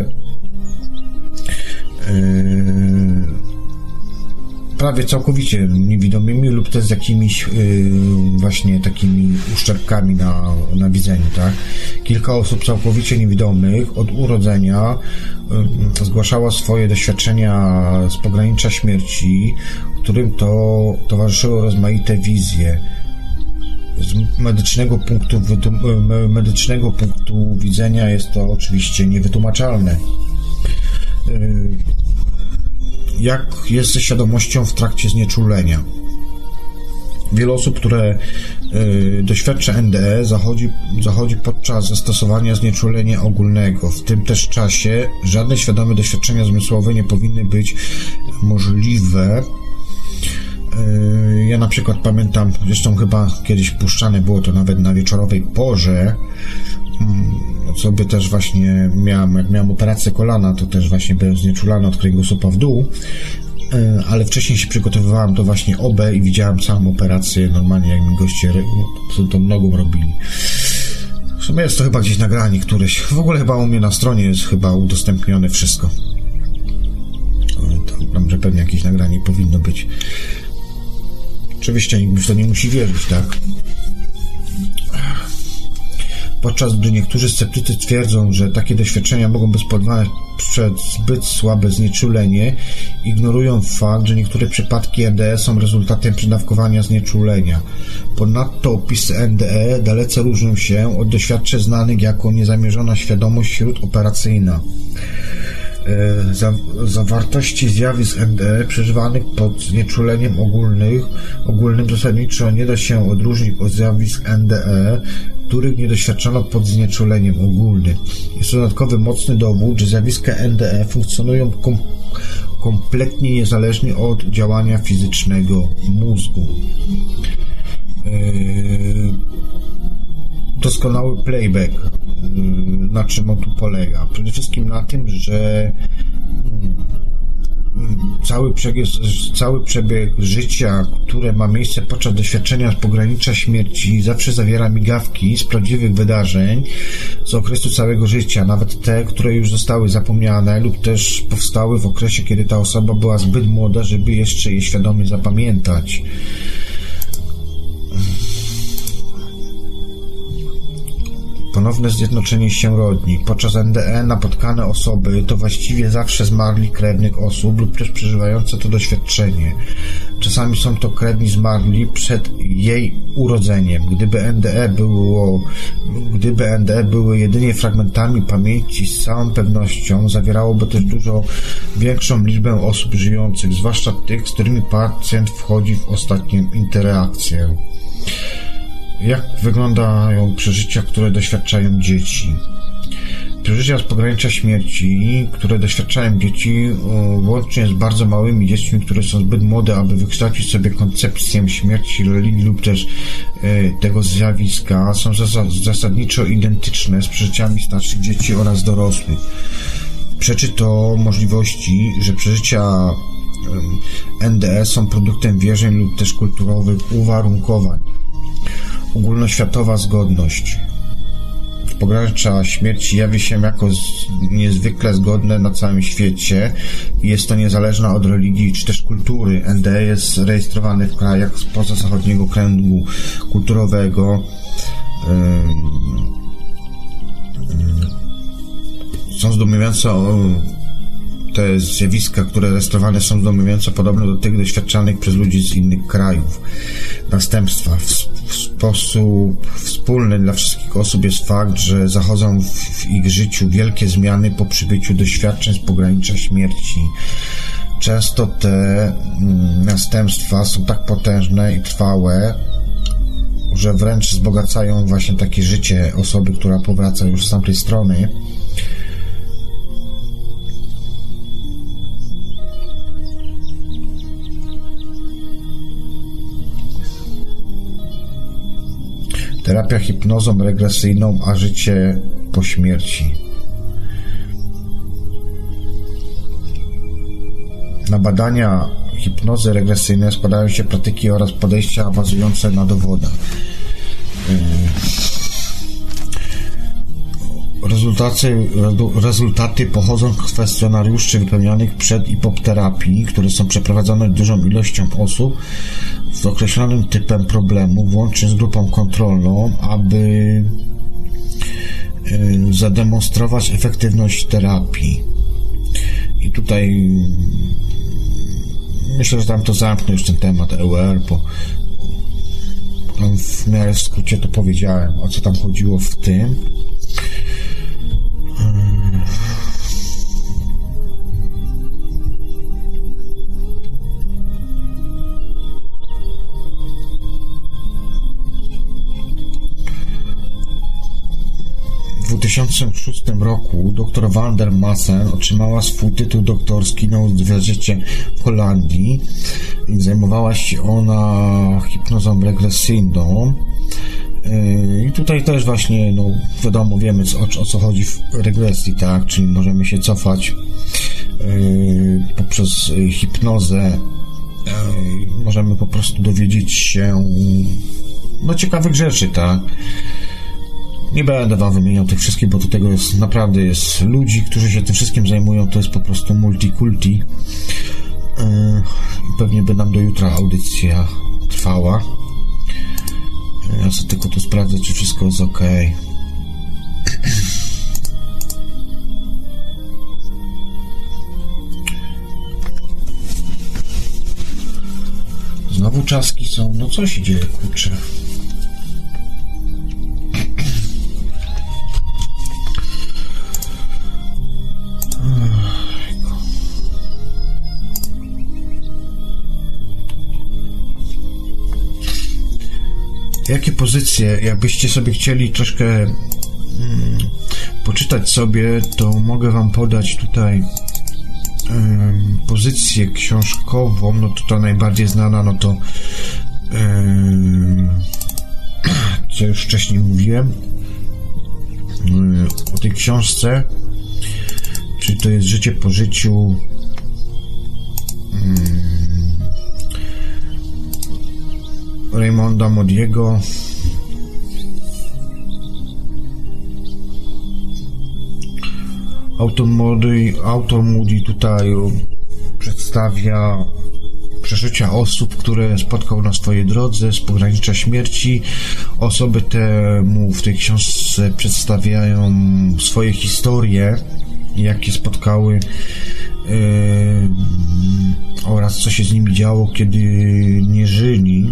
Speaker 2: yy, prawie całkowicie niewidomymi lub też z jakimiś yy, właśnie takimi uszczerbkami na, na widzeniu, tak? Kilka osób całkowicie niewidomych od urodzenia yy, zgłaszało swoje doświadczenia z pogranicza śmierci, którym to towarzyszyły rozmaite wizje. Z medycznego punktu, wytum- medycznego punktu widzenia jest to oczywiście niewytłumaczalne. Yy, Jak jest ze świadomością w trakcie znieczulenia? Wiele osób, które y, doświadcza N D E, zachodzi, zachodzi podczas zastosowania znieczulenia ogólnego. W tym też czasie żadne świadome doświadczenia zmysłowe nie powinny być możliwe. Y, ja na przykład pamiętam, zresztą chyba kiedyś puszczane było to nawet na wieczorowej porze, sobie też właśnie miałem, jak miałem operację kolana, to też właśnie byłem znieczulany od kręgosłupa w dół, ale wcześniej się przygotowywałem do właśnie O B i widziałem całą operację normalnie, jak mi goście tą nogą robili. W sumie jest to chyba gdzieś nagranie któreś, w ogóle chyba u mnie na stronie jest chyba udostępnione wszystko. Tam, że pewnie jakieś nagranie powinno być. Oczywiście nikt w to nie musi wierzyć, tak? Podczas gdy niektórzy sceptycy twierdzą, że takie doświadczenia mogą być spowodowane przez zbyt słabe znieczulenie, ignorują fakt, że niektóre przypadki N D E są rezultatem przedawkowania znieczulenia. Ponadto opisy N D E dalece różnią się od doświadczeń znanych jako niezamierzona świadomość śródoperacyjna. Zawartości zjawisk N D E przeżywanych pod znieczuleniem ogólnych, ogólnym zasadniczo nie da się odróżnić od zjawisk N D E, których nie doświadczono pod znieczuleniem ogólnym. Jest to dodatkowy mocny dowód, że zjawiska N D E funkcjonują kom kompletnie niezależnie od działania fizycznego mózgu. Yy... Doskonały playback. Na czym on tu polega? Przede wszystkim na tym, że cały przebieg, cały przebieg życia, które ma miejsce podczas doświadczenia z pogranicza śmierci, zawsze zawiera migawki z prawdziwych wydarzeń z okresu całego życia, nawet te, które już zostały zapomniane lub też powstały w okresie, kiedy ta osoba była zbyt młoda, żeby jeszcze je świadomie zapamiętać. Ponowne zjednoczenie się rodni. Podczas N D E napotkane osoby to właściwie zawsze zmarli krewnych osób lub też przeżywające to doświadczenie. Czasami są to krewni zmarli przed jej urodzeniem. Gdyby N D E było, gdyby N D E były jedynie fragmentami pamięci, z całą pewnością zawierałoby też dużo większą liczbę osób żyjących, zwłaszcza tych, z którymi pacjent wchodzi w ostatnią interakcję. Jak wyglądają przeżycia, które doświadczają dzieci? Przeżycia z pogranicza śmierci, które doświadczają dzieci, łącznie z bardzo małymi dziećmi, które są zbyt młode, aby wykształcić sobie koncepcję śmierci, religii lub też tego zjawiska, są zasadniczo identyczne z przeżyciami starszych dzieci oraz dorosłych. Przeczy to możliwości, że przeżycia N D E są produktem wierzeń lub też kulturowych uwarunkowań. Ogólnoświatowa zgodność. Pogranicza śmierci jawi się jako niezwykle zgodne na całym świecie i jest to niezależne od religii czy też kultury. N D E jest rejestrowany w krajach spoza zachodniego kręgu kulturowego. Są zdumiewająco te zjawiska, które rejestrowane są zdumiewająco podobne do tych doświadczanych przez ludzi z innych krajów. Następstwa. W, w sposób wspólny dla wszystkich osób jest fakt, że zachodzą w, w ich życiu wielkie zmiany po przybyciu doświadczeń z pogranicza śmierci. Często te mm, następstwa są tak potężne i trwałe, że wręcz wzbogacają właśnie takie życie osoby, która powraca już z tamtej strony. Terapia hipnozą regresyjną, a życie po śmierci. Na badania hipnozy regresyjnej składają się praktyki oraz podejścia bazujące na dowodach. Rezultaty, rezultaty pochodzą z kwestionariuszy wypełnianych przed i po terapii, które są przeprowadzane dużą ilością osób z określonym typem problemu, włącznie z grupą kontrolną, aby zademonstrować efektywność terapii. I tutaj myślę, że tam to zamknę już ten temat E U R, bo w miarę w skrócie to powiedziałem, o co tam chodziło w tym. W dwa tysiące szóstym roku dr Van der Massen otrzymała swój tytuł doktorski na uniwersytecie w Holandii i zajmowała się ona hipnozą regresyjną. I tutaj też właśnie, no wiadomo, wiemy o, o co chodzi w regresji, tak? Czyli możemy się cofać yy, poprzez hipnozę, yy, możemy po prostu dowiedzieć się no ciekawych rzeczy, tak? Nie będę wam wymieniał tych wszystkich, bo do tego jest naprawdę jest ludzi, którzy się tym wszystkim zajmują, to jest po prostu multikulti. Yy, pewnie by nam do jutra audycja trwała. Ja sobie tylko tu sprawdzę, czy wszystko jest ok. Znowu czaski są. No co się dzieje, kurczę? Jakie pozycje, jakbyście sobie chcieli troszkę mm, poczytać sobie, to mogę wam podać tutaj ym, pozycję książkową, no to ta najbardziej znana, no to ym, co już wcześniej mówiłem ym, o tej książce, czyli to jest Życie po życiu ym, Raymonda Moody'ego. Autor Moody, autor Moody tutaj przedstawia przeżycia osób, które spotkał na swojej drodze z pogranicza śmierci. Osoby te mu w tej książce przedstawiają swoje historie, jakie spotkały yy, oraz co się z nimi działo, kiedy nie żyli.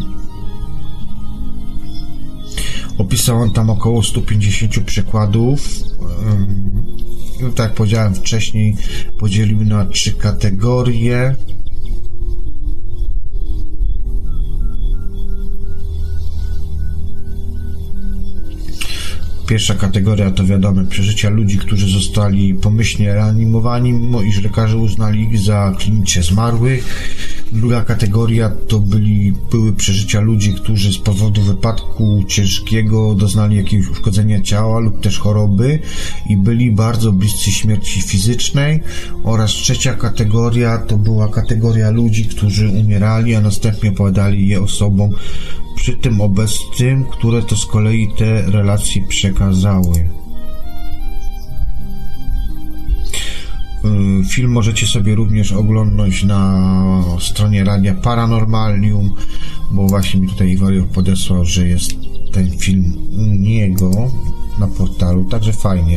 Speaker 2: Opisał on tam około sto pięćdziesiąt przykładów. No, tak jak powiedziałem wcześniej, podzielił na trzy kategorie. Pierwsza kategoria to wiadomo przeżycia ludzi, którzy zostali pomyślnie reanimowani, mimo iż lekarze uznali ich za klinicznie zmarłych. Druga kategoria to byli, były przeżycia ludzi, którzy z powodu wypadku ciężkiego doznali jakiegoś uszkodzenia ciała lub też choroby i byli bardzo bliscy śmierci fizycznej. Oraz trzecia kategoria to była kategoria ludzi, którzy umierali, a następnie opowiadali je osobom przy tym obecnym, które to z kolei te relacje przekazały. Film możecie sobie również oglądać na stronie Radia Paranormalium, bo właśnie mi tutaj Iwario podesłał, że jest ten film u niego na portalu, także fajnie.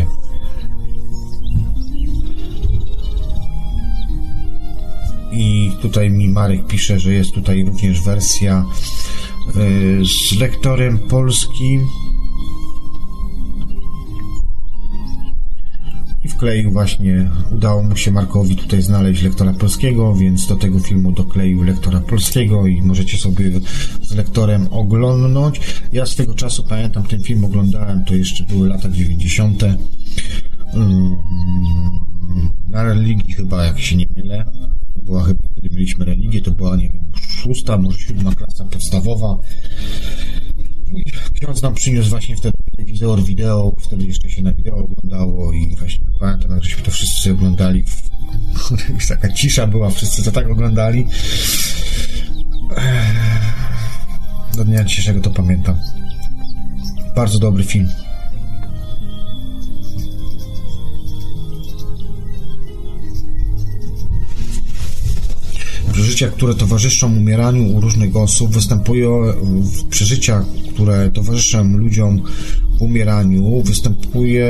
Speaker 2: I tutaj mi Marek pisze, że jest tutaj również wersja yy, z lektorem polskim. I wkleił właśnie, udało mu się Markowi tutaj znaleźć lektora polskiego, więc do tego filmu dokleił lektora polskiego i możecie sobie z lektorem oglądnąć. Ja z tego czasu pamiętam, ten film oglądałem, to jeszcze były lata dziewięćdziesiąte. Na religii chyba, jak się nie mylę. Była chyba, kiedy mieliśmy religię, to była, nie wiem, szósta, może siódma klasa podstawowa. ksiądz nam przyniósł właśnie wtedy telewizor, wideo, wtedy jeszcze się na wideo oglądało i właśnie pamiętam, żeśmy to wszyscy oglądali. Już taka cisza była, wszyscy to tak oglądali. Do dnia dzisiejszego to pamiętam. Bardzo dobry film. Przeżycia, które towarzyszą umieraniu u różnych osób, występują przeżycia, które towarzyszą ludziom w umieraniu, występuje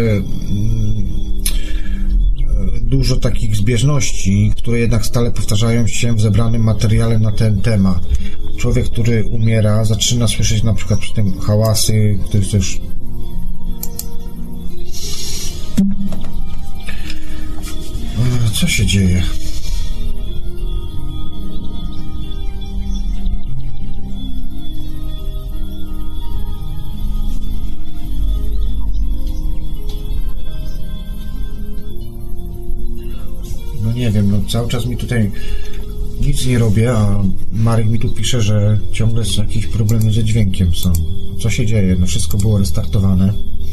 Speaker 2: dużo takich zbieżności, które jednak stale powtarzają się w zebranym materiale na ten temat. Człowiek, który umiera, zaczyna słyszeć na przykład przy tym hałasy, które też co się dzieje? No nie wiem, no cały czas mi tutaj nic nie robię, a Marek mi tu pisze, że ciągle jakieś problemy ze dźwiękiem są. Co się dzieje? No wszystko było restartowane.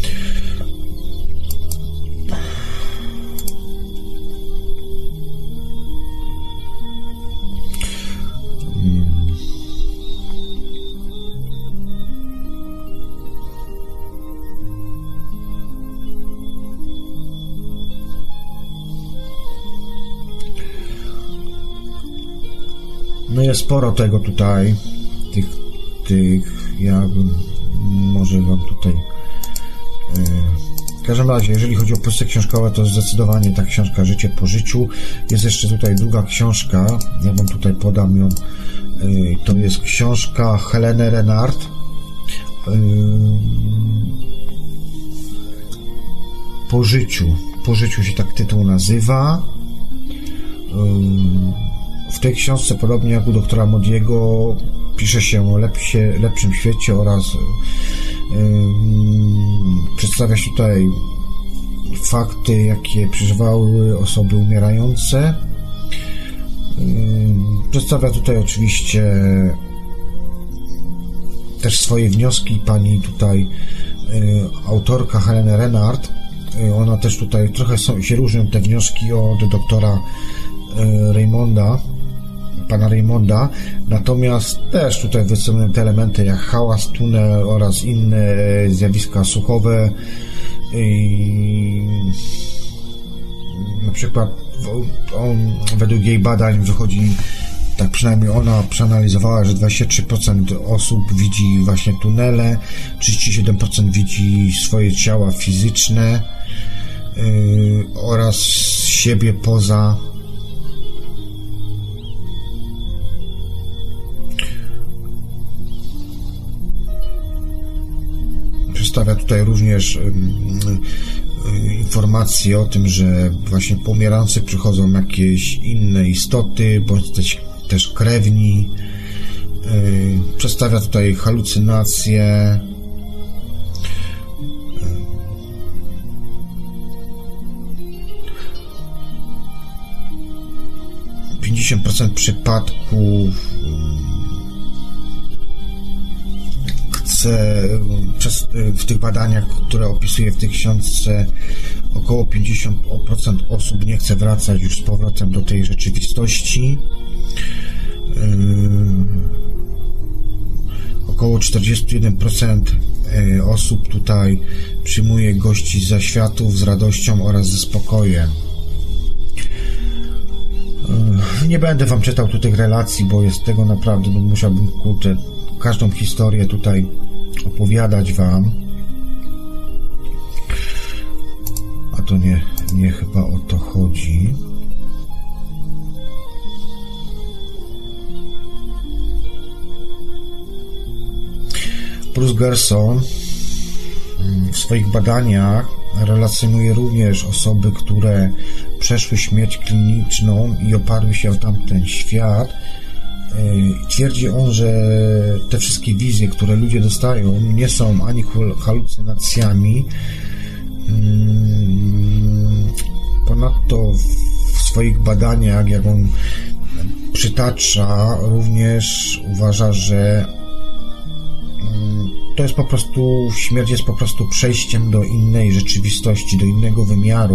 Speaker 2: No jest sporo tego tutaj, tych, tych, ja bym może wam tutaj, yy, w każdym razie, jeżeli chodzi o pozycje książkowe, to zdecydowanie ta książka Życie po życiu. Jest jeszcze tutaj druga książka, ja wam tutaj podam ją, yy, to jest książka Heleny Renard, yy, po życiu, po życiu się tak tytuł nazywa. Yy, W tej książce, podobnie jak u doktora Modiego, pisze się o lepsie, lepszym świecie oraz yy, przedstawia się tutaj fakty, jakie przeżywały osoby umierające. Yy, przedstawia tutaj oczywiście też swoje wnioski. Pani tutaj yy, autorka Heleny Renard, yy, ona też tutaj trochę są, się różnią te wnioski od doktora yy, Raymonda, pana Raymonda, natomiast też tutaj występują te elementy jak hałas, tunel oraz inne zjawiska słuchowe. I na przykład on, według jej badań wychodzi, tak przynajmniej ona przeanalizowała, że dwadzieścia trzy procent osób widzi właśnie tunele, trzydzieści siedem procent widzi swoje ciała fizyczne yy, oraz siebie poza przedstawia tutaj również informacje o tym, że właśnie po umierających przychodzą jakieś inne istoty, bądź też, też krewni. Przedstawia tutaj halucynacje. pięćdziesiąt procent przypadków Przez, w tych badaniach, które opisuję w tej książce, około pięćdziesiąt procent osób nie chce wracać już z powrotem do tej rzeczywistości. Yy, około czterdzieści jeden procent osób tutaj przyjmuje gości z zaświatów z radością oraz ze spokojem. Yy, nie będę wam czytał tu tych relacji, bo jest tego naprawdę, no musiałbym kurczę każdą historię tutaj opowiadać wam, a to nie, nie chyba o to chodzi. Bruce Gerson w swoich badaniach relacjonuje również osoby, które przeszły śmierć kliniczną i oparły się o tamten świat. Twierdzi on, że te wszystkie wizje, które ludzie dostają, nie są ani halucynacjami. Ponadto w swoich badaniach, jak on przytacza, również uważa, że to jest po prostu, śmierć jest po prostu przejściem do innej rzeczywistości, do innego wymiaru.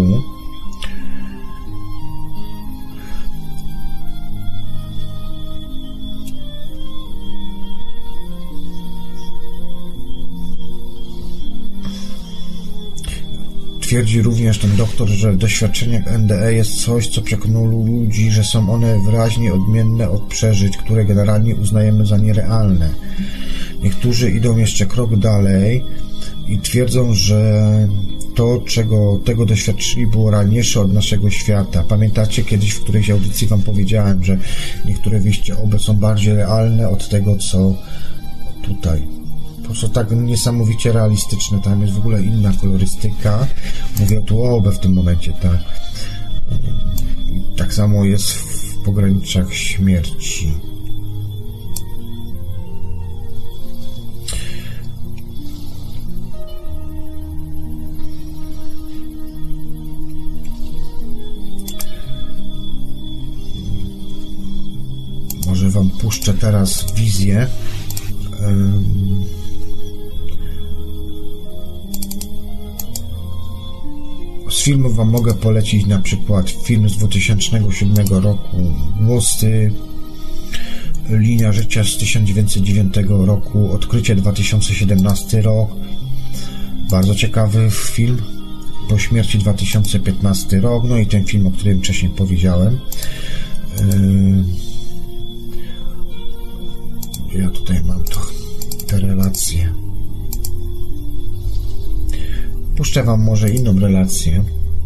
Speaker 2: Twierdzi również ten doktor, że w doświadczeniach N D E jest coś, co przekonało ludzi, że są one wyraźnie odmienne od przeżyć, które generalnie uznajemy za nierealne. Niektórzy idą jeszcze krok dalej i twierdzą, że to, czego tego doświadczyli, było realniejsze od naszego świata. Pamiętacie, kiedyś w którejś audycji wam powiedziałem, że niektóre wyjścia oby są bardziej realne od tego, co tutaj. Po prostu tak niesamowicie realistyczne, tam jest w ogóle inna kolorystyka. Mówię tu o obie w tym momencie, tak. Tak samo jest w pograniczach śmierci. Może wam puszczę teraz wizję. Z filmów wam mogę polecić na przykład film z dwa tysiące siódmego roku, Głosy, Linia życia z tysiąc dziewięćset dziewiątego roku, Odkrycie dwa tysiące siedemnasty rok, bardzo ciekawy film, Po śmierci dwa tysiące piętnasty rok, no i ten film, o którym wcześniej powiedziałem. Ja tutaj mam to, te relacje. Puszczę wam może inną relację.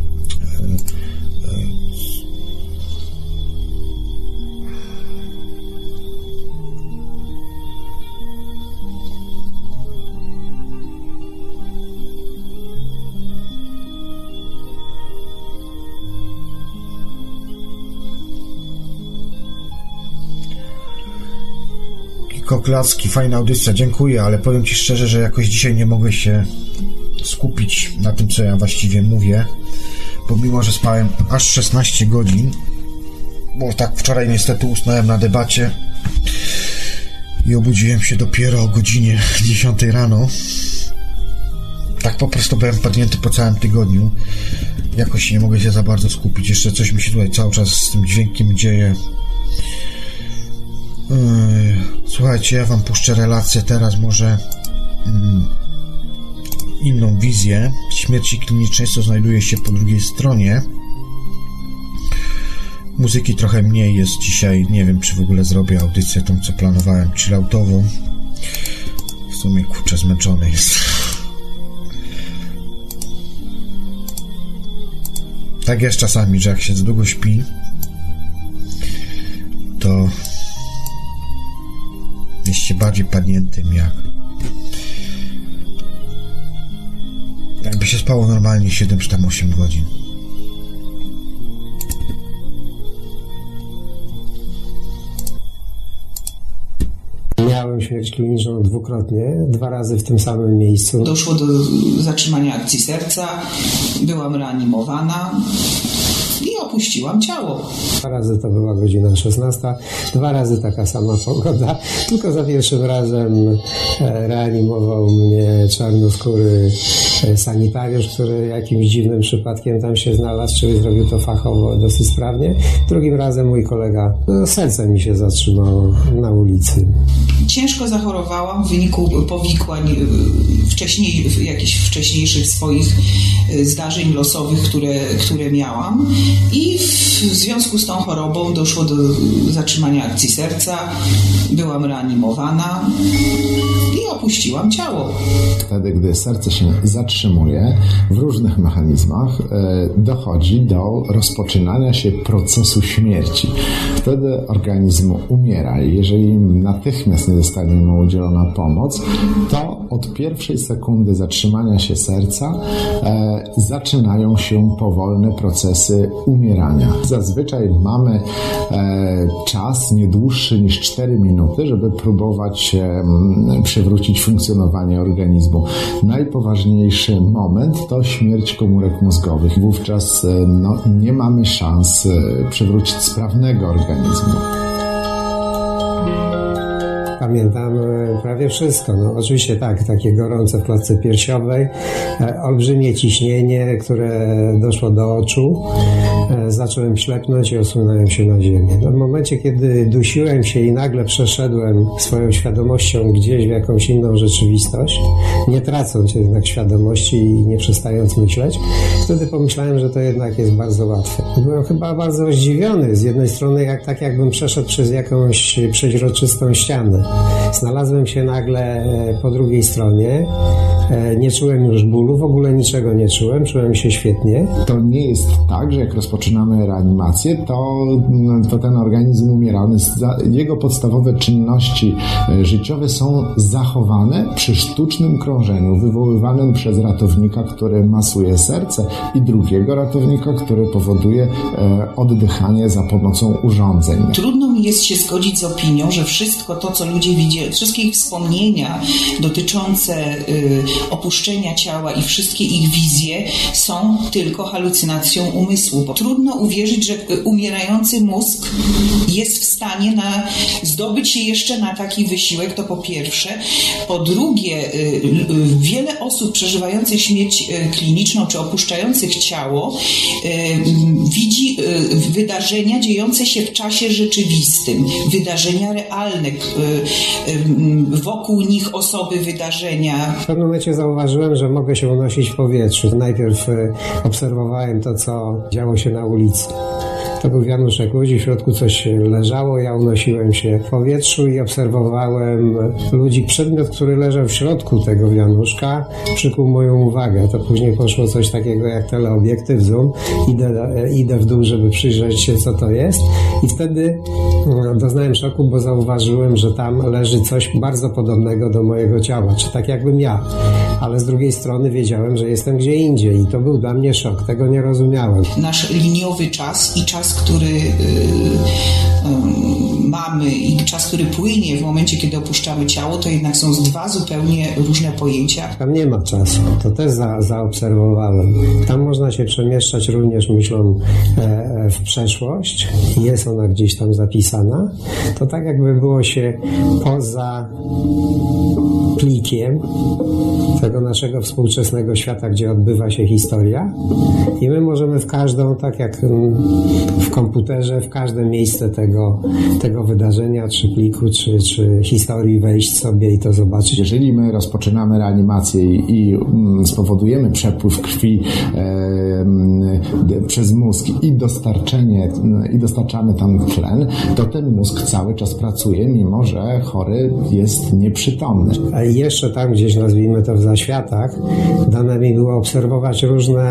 Speaker 2: Koklacki, fajna audycja, dziękuję, ale powiem ci szczerze, że jakoś dzisiaj nie mogę się skupić na tym, co ja właściwie mówię, pomimo, że spałem aż szesnaście godzin, bo tak wczoraj niestety usnąłem na debacie i obudziłem się dopiero o godzinie dziesiątej rano. Tak po prostu byłem padnięty po całym tygodniu, jakoś nie mogę się za bardzo skupić, jeszcze coś mi się tutaj cały czas z tym dźwiękiem dzieje. Słuchajcie, ja wam puszczę relację teraz, może mm, inną wizję śmierci klinicznej, co znajduje się po drugiej stronie. Muzyki trochę mniej jest dzisiaj, nie wiem, czy w ogóle zrobię audycję tą, co planowałem, chilloutową. W sumie, kurczę, zmęczony jest. Tak jest czasami, że jak się za długo śpi, to jest się bardziej padniętym, jak jakby się spało normalnie siedem czy tam osiem godzin.
Speaker 7: Miałem śmierć kliniczną dwukrotnie, dwa razy w tym samym miejscu.
Speaker 8: Doszło do zatrzymania akcji serca, byłam reanimowana i opuściłam ciało.
Speaker 7: Dwa razy to była godzina szesnasta, dwa razy taka sama pogoda, tylko za pierwszym razem reanimował mnie czarnoskóry sanitariusz, który jakimś dziwnym przypadkiem tam się znalazł, czyli zrobił to fachowo dosyć sprawnie. Drugim razem mój kolega, no, serce mi się zatrzymało na ulicy.
Speaker 8: Ciężko zachorowałam w wyniku powikłań wcześniej, jakichś wcześniejszych swoich zdarzeń losowych, które, które miałam, i w związku z tą chorobą doszło do zatrzymania akcji serca, byłam reanimowana i opuściłam ciało.
Speaker 9: Wtedy, gdy serce się zatrzymuje w różnych mechanizmach, dochodzi do rozpoczynania się procesu śmierci. Wtedy organizm umiera i jeżeli natychmiast nie zostanie mu udzielona pomoc, to od pierwszej sekundy zatrzymania się serca e, zaczynają się powolne procesy umierania. Zazwyczaj mamy e, czas nie dłuższy niż cztery minuty, żeby próbować e, przywrócić funkcjonowanie organizmu. Najpoważniejszy moment to śmierć komórek mózgowych. Wówczas e, no, nie mamy szans e, przywrócić sprawnego organizmu.
Speaker 7: Pamiętam prawie wszystko. No, oczywiście tak, takie gorące w klatce piersiowej, olbrzymie ciśnienie, które doszło do oczu. Zacząłem ślepnąć i osunąłem się na ziemię. No, w momencie, kiedy dusiłem się i nagle przeszedłem swoją świadomością gdzieś w jakąś inną rzeczywistość, nie tracąc jednak świadomości i nie przestając myśleć, wtedy pomyślałem, że to jednak jest bardzo łatwe. Byłem chyba bardzo zdziwiony. Z jednej strony jak, tak jakbym przeszedł przez jakąś przeźroczystą ścianę. Znalazłem się nagle po drugiej stronie. Nie czułem już bólu, w ogóle niczego nie czułem, czułem się świetnie.
Speaker 9: To nie jest tak, że jak rozpoczynamy reanimację, to, to ten organizm umieralny, jego podstawowe czynności życiowe są zachowane przy sztucznym krążeniu wywoływanym przez ratownika, który masuje serce i drugiego ratownika, który powoduje oddychanie za pomocą urządzeń.
Speaker 8: Trudno mi jest się zgodzić z opinią, że wszystko to, co ludzie widzieli, wszystkie ich wspomnienia dotyczące y, opuszczenia ciała i wszystkie ich wizje są tylko halucynacją umysłu. Bo trudno uwierzyć, że umierający mózg jest w stanie na, zdobyć się jeszcze na taki wysiłek, to po pierwsze. Po drugie, y, y, wiele osób przeżywających śmierć kliniczną czy opuszczających ciało y, widzi y, wydarzenia dziejące się w czasie rzeczywistym, wydarzenia realne, y, y, wokół nich osoby, wydarzenia.
Speaker 7: W pewnym momencie zauważyłem, że mogę się unosić w powietrzu. Najpierw obserwowałem to, co działo się na ulicy. To był wianuszek ludzi, w środku coś leżało, ja unosiłem się w powietrzu i obserwowałem ludzi. Przedmiot, który leżał w środku tego wianuszka, przykuł moją uwagę. To później poszło coś takiego jak teleobiektyw, zoom. Idę, idę w dół, żeby przyjrzeć się, co to jest. I wtedy doznałem szoku, bo zauważyłem, że tam leży coś bardzo podobnego do mojego ciała, czy tak jakbym ja. Ale z drugiej strony wiedziałem, że jestem gdzie indziej i to był dla mnie szok. Tego nie rozumiałem.
Speaker 8: Nasz liniowy czas i czas, który yy, yy, mamy i czas, który płynie w momencie, kiedy opuszczamy ciało, to jednak są dwa zupełnie różne pojęcia.
Speaker 7: Tam nie ma czasu. To też za, zaobserwowałem. Tam można się przemieszczać również myślą e, w przeszłość. Jest ona gdzieś tam zapisana. To tak jakby było się poza plikiem tego naszego współczesnego świata, gdzie odbywa się historia i my możemy w każdą, tak jak w komputerze, w każde miejsce tego, tego wydarzenia, czy pliku, czy, czy historii wejść sobie i to zobaczyć.
Speaker 9: Jeżeli my rozpoczynamy reanimację i, i spowodujemy przepływ krwi e, przez mózg i dostarczenie, i dostarczamy tam tlen, to ten mózg cały czas pracuje, mimo że chory jest nieprzytomny.
Speaker 7: A jeszcze tam gdzieś, nazwijmy to w zaświatach, dane mi było obserwować różne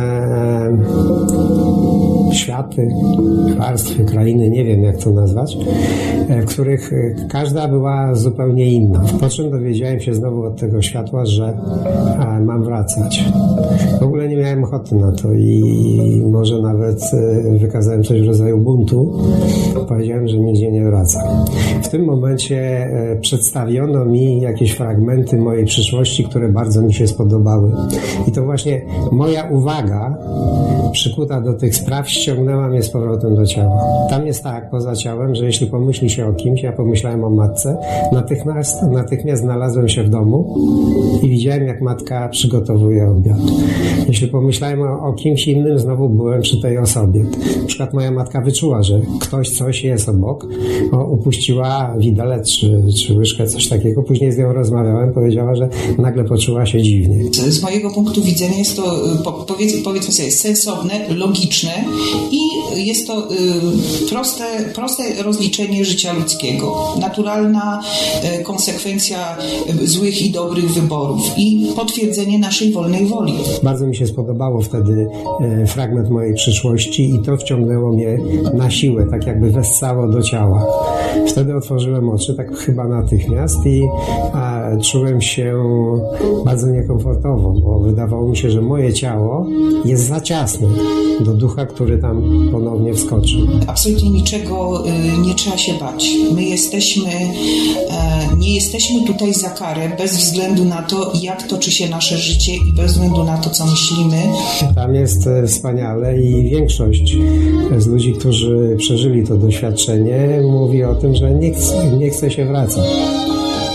Speaker 7: e, światy, warstwy, krainy, nie wiem jak to nazwać, w których każda była zupełnie inna. Po czym dowiedziałem się znowu od tego światła, że mam wracać. W ogóle nie miałem ochoty na to i może nawet wykazałem coś w rodzaju buntu. Powiedziałem, że nigdzie nie wracam. W tym momencie przedstawiono mi jakieś fragmenty mojej przyszłości, które bardzo mi się spodobały. I to właśnie moja uwaga przykuta do tych spraw ściągnęła mnie z powrotem do ciała. Tam jest tak, poza ciałem, że jeśli pomyśli się o kimś, ja pomyślałem o matce, natychmiast, natychmiast znalazłem się w domu i widziałem, jak matka przygotowuje obiad. Jeśli pomyślałem o, o kimś innym, znowu byłem przy tej osobie. Na przykład moja matka wyczuła, że ktoś coś jest obok, o, upuściła widelec czy, czy łyżkę, coś takiego. Później z nią rozmawiałem, powiedziała, że nagle poczuła się dziwnie.
Speaker 8: Z mojego punktu widzenia jest to, powiedz, powiedzmy sobie, sensowne, logiczne i jest to y, proste, proste rozliczenie życia ludzkiego. Naturalna y, konsekwencja y, złych i dobrych wyborów i potwierdzenie naszej wolnej woli.
Speaker 7: Bardzo mi się spodobało wtedy y, fragment mojej przyszłości i to wciągnęło mnie na siłę, tak jakby wessało do ciała. Wtedy otworzyłem oczy, tak chyba natychmiast i a, czułem się bardzo niekomfortowo, bo wydawało mi się, że moje ciało jest za ciasne do ducha, który tam ponownie wskoczył.
Speaker 8: Absolutnie niczego y, nie trzeba się bać. My jesteśmy, y, nie jesteśmy tutaj za karę, bez względu na to, jak toczy się nasze życie i bez względu na to, co myślimy.
Speaker 7: Tam jest y, wspaniale i większość z ludzi, którzy przeżyli to doświadczenie, mówi o tym, że nie chce, nie chce się wracać.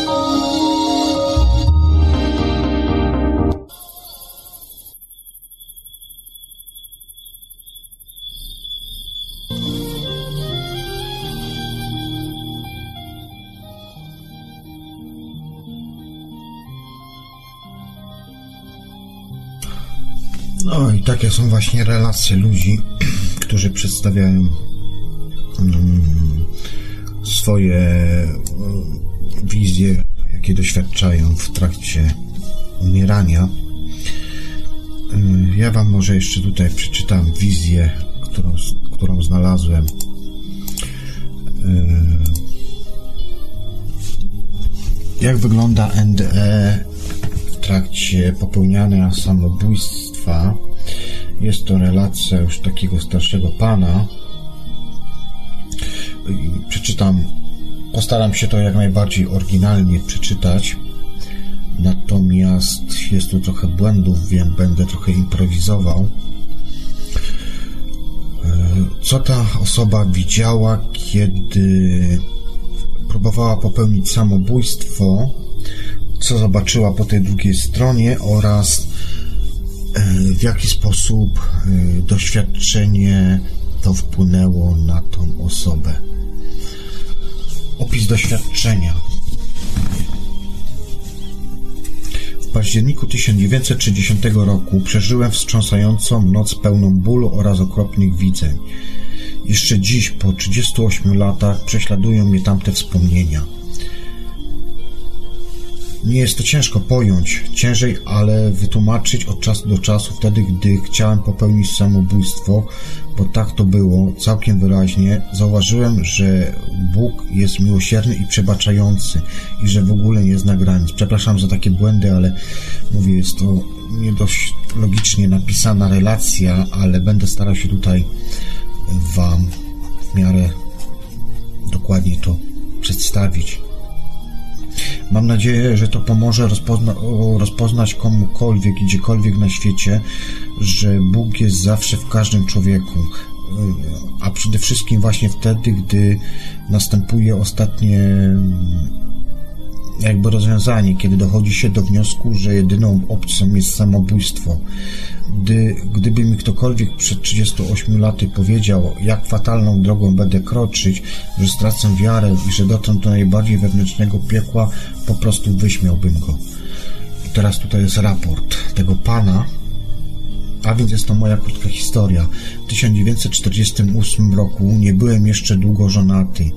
Speaker 2: No i takie są właśnie relacje ludzi, którzy przedstawiają um, swoje um, wizje, jakie doświadczają w trakcie umierania. Um, ja wam może jeszcze tutaj przeczytam wizję, którą, którą znalazłem. Um, jak wygląda N D E w trakcie popełniania samobójstwa. Jest to relacja już takiego starszego pana. Przeczytam, postaram się to jak najbardziej oryginalnie przeczytać, natomiast jest tu trochę błędów, wiem, będę trochę improwizował. Co ta osoba widziała, kiedy próbowała popełnić samobójstwo, co zobaczyła po tej drugiej stronie oraz w jaki sposób doświadczenie to wpłynęło na tą osobę. Opis doświadczenia. W październiku tysiąc dziewięćset sześćdziesiątego roku przeżyłem wstrząsającą noc pełną bólu oraz okropnych widzeń. Jeszcze dziś, po trzydziestu ośmiu latach, prześladują mnie tamte wspomnienia. Nie jest to ciężko pojąć, ciężej, ale wytłumaczyć od czasu do czasu, wtedy, gdy chciałem popełnić samobójstwo, bo tak to było, całkiem wyraźnie, zauważyłem, że Bóg jest miłosierny i przebaczający i że w ogóle nie zna granic. Przepraszam za takie błędy, ale mówię, jest to nie dość logicznie napisana relacja, ale będę starał się tutaj wam w miarę dokładnie to przedstawić. Mam nadzieję, że to pomoże rozpozna rozpoznać komukolwiek, gdziekolwiek na świecie, że Bóg jest zawsze w każdym człowieku, a przede wszystkim właśnie wtedy, gdy następuje ostatnie jakby rozwiązanie, kiedy dochodzi się do wniosku, że jedyną opcją jest samobójstwo. Gdy, gdyby mi ktokolwiek przed trzydziestu ośmiu laty powiedział, jak fatalną drogą będę kroczyć, że stracę wiarę i że dotrę do najbardziej wewnętrznego piekła, po prostu wyśmiałbym go. I teraz tutaj jest raport tego pana, a więc jest to moja krótka historia. W tysiąc dziewięćset czterdziestym ósmym roku nie byłem jeszcze długo żonaty.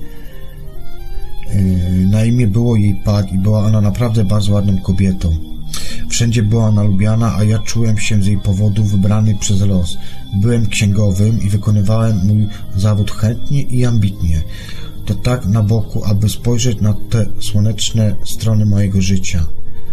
Speaker 2: Na imię było jej Pat i była ona naprawdę bardzo ładną kobietą. Wszędzie była ona lubiana, a ja czułem się z jej powodu wybrany przez los. Byłem księgowym i wykonywałem mój zawód chętnie i ambitnie. To tak na boku, aby spojrzeć na te słoneczne strony mojego życia.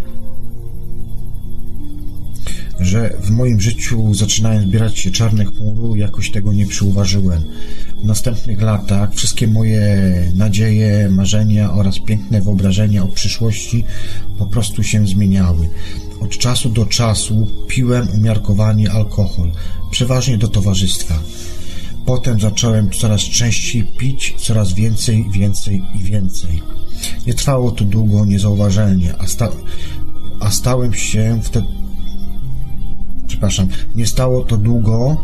Speaker 2: Że w moim życiu zaczynają zbierać się czarne chmury, jakoś tego nie przyuważyłem. W następnych latach wszystkie moje nadzieje, marzenia oraz piękne wyobrażenia o przyszłości po prostu się zmieniały. Od czasu do czasu piłem umiarkowany alkohol, przeważnie do towarzystwa. Potem zacząłem coraz częściej pić, coraz więcej, więcej i więcej. Nie trwało to długo, niezauważalnie, a, sta a stałem się wtedy Przepraszam, nie stało to długo,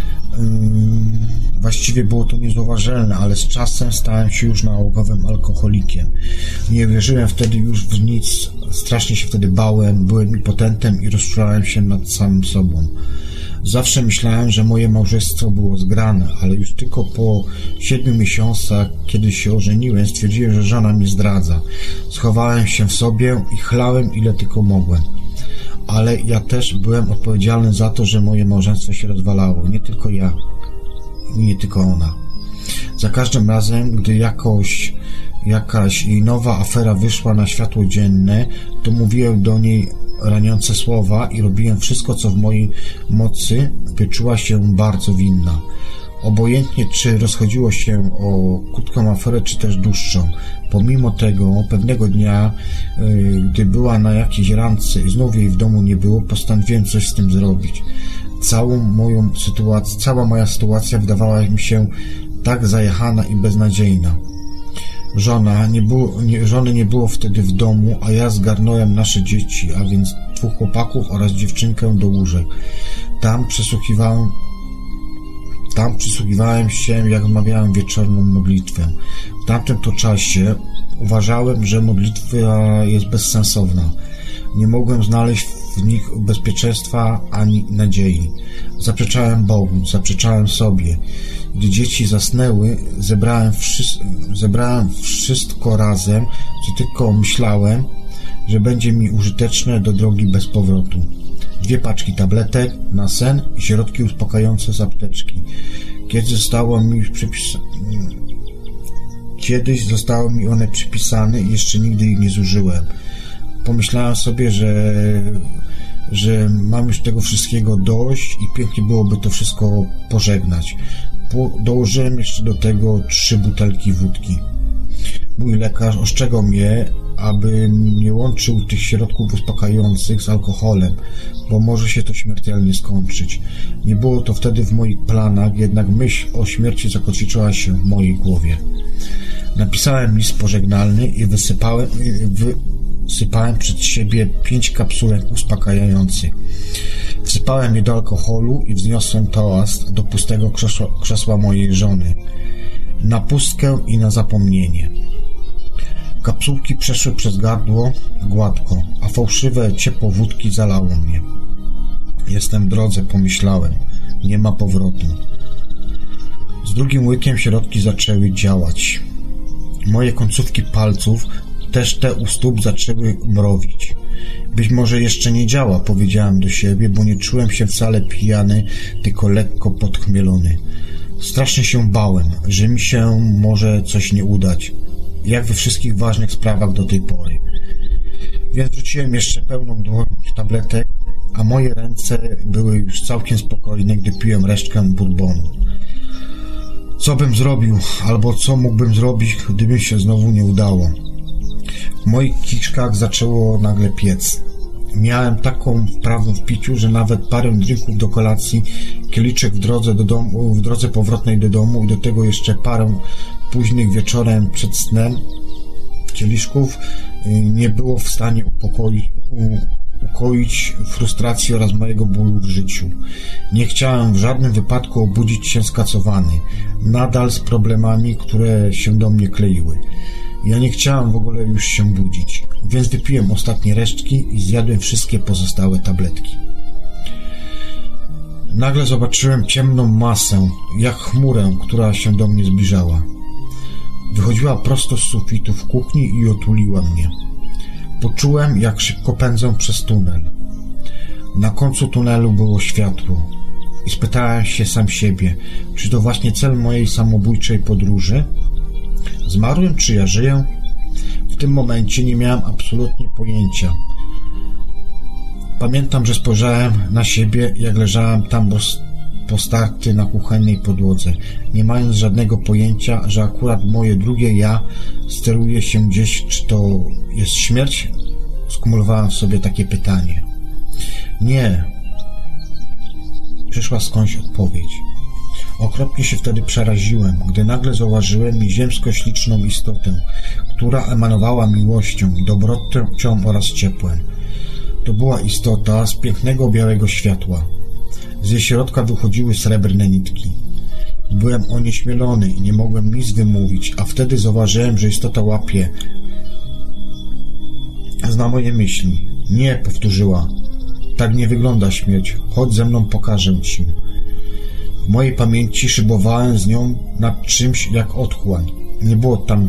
Speaker 2: yy, właściwie było to niezauważalne, ale z czasem stałem się już nałogowym alkoholikiem. Nie wierzyłem wtedy już w nic, strasznie się wtedy bałem, byłem impotentem i rozczulałem się nad samym sobą. Zawsze myślałem, że moje małżeństwo było zgrane, ale już tylko po siedmiu miesiącach, kiedy się ożeniłem, stwierdziłem, że żona mnie zdradza. Schowałem się w sobie i chlałem ile tylko mogłem. Ale ja też byłem odpowiedzialny za to, że moje małżeństwo się rozwalało. Nie tylko ja, nie tylko ona. Za każdym razem, gdy jakoś, jakaś jej nowa afera wyszła na światło dzienne, to mówiłem do niej raniące słowa i robiłem wszystko, co w mojej mocy, by czuła się bardzo winna. Obojętnie, czy rozchodziło się o krótką aferę, czy też dłuższą. Pomimo tego, pewnego dnia, yy, gdy była na jakiejś randce i znów jej w domu nie było, postanowiłem coś z tym zrobić. Całą moją sytuację, cała moja sytuacja wydawała mi się tak zajechana i beznadziejna. Żona nie było, nie, żony nie było wtedy w domu, a ja zgarnąłem nasze dzieci, a więc dwóch chłopaków oraz dziewczynkę do łóżek. Tam przesłuchiwałem Tam przysłuchiwałem się, jak odmawiałem wieczorną modlitwę. W tamtym to czasie uważałem, że modlitwa jest bezsensowna. Nie mogłem znaleźć w nich bezpieczeństwa ani nadziei. Zaprzeczałem Bogu, zaprzeczałem sobie. Gdy dzieci zasnęły, zebrałem, wszy- zebrałem wszystko razem, co tylko myślałem, że będzie mi użyteczne do drogi bez powrotu. Dwie paczki tabletek na sen i środki uspokajające z apteczki. Kiedy zostało mi przypis- Kiedyś zostały mi one przypisane i jeszcze nigdy ich nie zużyłem. Pomyślałem sobie, że, że mam już tego wszystkiego dość i pięknie byłoby to wszystko pożegnać. Po, dołożyłem jeszcze do tego trzy butelki wódki. Mój lekarz ostrzegał mnie, abym nie łączył tych środków uspokajających z alkoholem, bo może się to śmiertelnie skończyć. Nie było to wtedy w moich planach, jednak myśl o śmierci zakotwiczyła się w mojej głowie. Napisałem list pożegnalny i wysypałem, wysypałem przed siebie pięć kapsułek uspokajających. Wsypałem je do alkoholu i wzniosłem toast do pustego krzesła, krzesła mojej żony. Na pustkę i na zapomnienie. Kapsułki przeszły przez gardło gładko, a fałszywe ciepło wódki zalało mnie. Jestem w drodze, pomyślałem. Nie ma powrotu. Z drugim łykiem środki zaczęły działać. Moje końcówki palców, też te u stóp, zaczęły mrowić. Być może jeszcze nie działa, powiedziałem do siebie, bo nie czułem się wcale pijany, tylko lekko podchmielony. Strasznie się bałem, że mi się może coś nie udać, jak we wszystkich ważnych sprawach do tej pory. Więc wrzuciłem jeszcze pełną dłoń tabletek, a moje ręce były już całkiem spokojne, gdy piłem resztkę bourbonu. Co bym zrobił, albo co mógłbym zrobić, gdyby się znowu nie udało? W moich kiszkach zaczęło nagle piec. Miałem taką wprawę w piciu, że nawet parę drinków do kolacji, kieliczek w drodze do domu, w drodze powrotnej do domu i do tego jeszcze parę późnych wieczorem przed snem kieliszków nie było w stanie upokoić, ukoić frustracji oraz mojego bólu w życiu. Nie chciałem w żadnym wypadku obudzić się skacowany, nadal z problemami, które się do mnie kleiły. Ja nie chciałem w ogóle już się budzić, więc wypiłem ostatnie resztki i zjadłem wszystkie pozostałe tabletki. Nagle zobaczyłem ciemną masę, jak chmurę, która się do mnie zbliżała. Wychodziła prosto z sufitu w kuchni i otuliła mnie. Poczułem, jak szybko pędzę przez tunel. Na końcu tunelu było światło i spytałem się sam siebie, czy to właśnie cel mojej samobójczej podróży? Zmarłem, czy ja żyję? W tym momencie nie miałem absolutnie pojęcia. Pamiętam, że spojrzałem na siebie, jak leżałem tam postarty na kuchennej podłodze, nie mając żadnego pojęcia, że akurat moje drugie ja steruje się gdzieś, czy to jest śmierć? Skumulowałem sobie takie pytanie. Nie. Przyszła skądś odpowiedź. Okropnie się wtedy przeraziłem, gdy nagle zauważyłem nieziemsko śliczną istotę, która emanowała miłością, dobrocią oraz ciepłem. To była istota z pięknego białego światła. Z jej środka wychodziły srebrne nitki. Byłem onieśmielony i nie mogłem nic wymówić, a wtedy zauważyłem, że istota łapie. Zna moje myśli. Nie, powtórzyła. Tak nie wygląda śmierć. Chodź ze mną, pokażę ci. W mojej pamięci szybowałem z nią nad czymś jak otchłań. Nie było tam...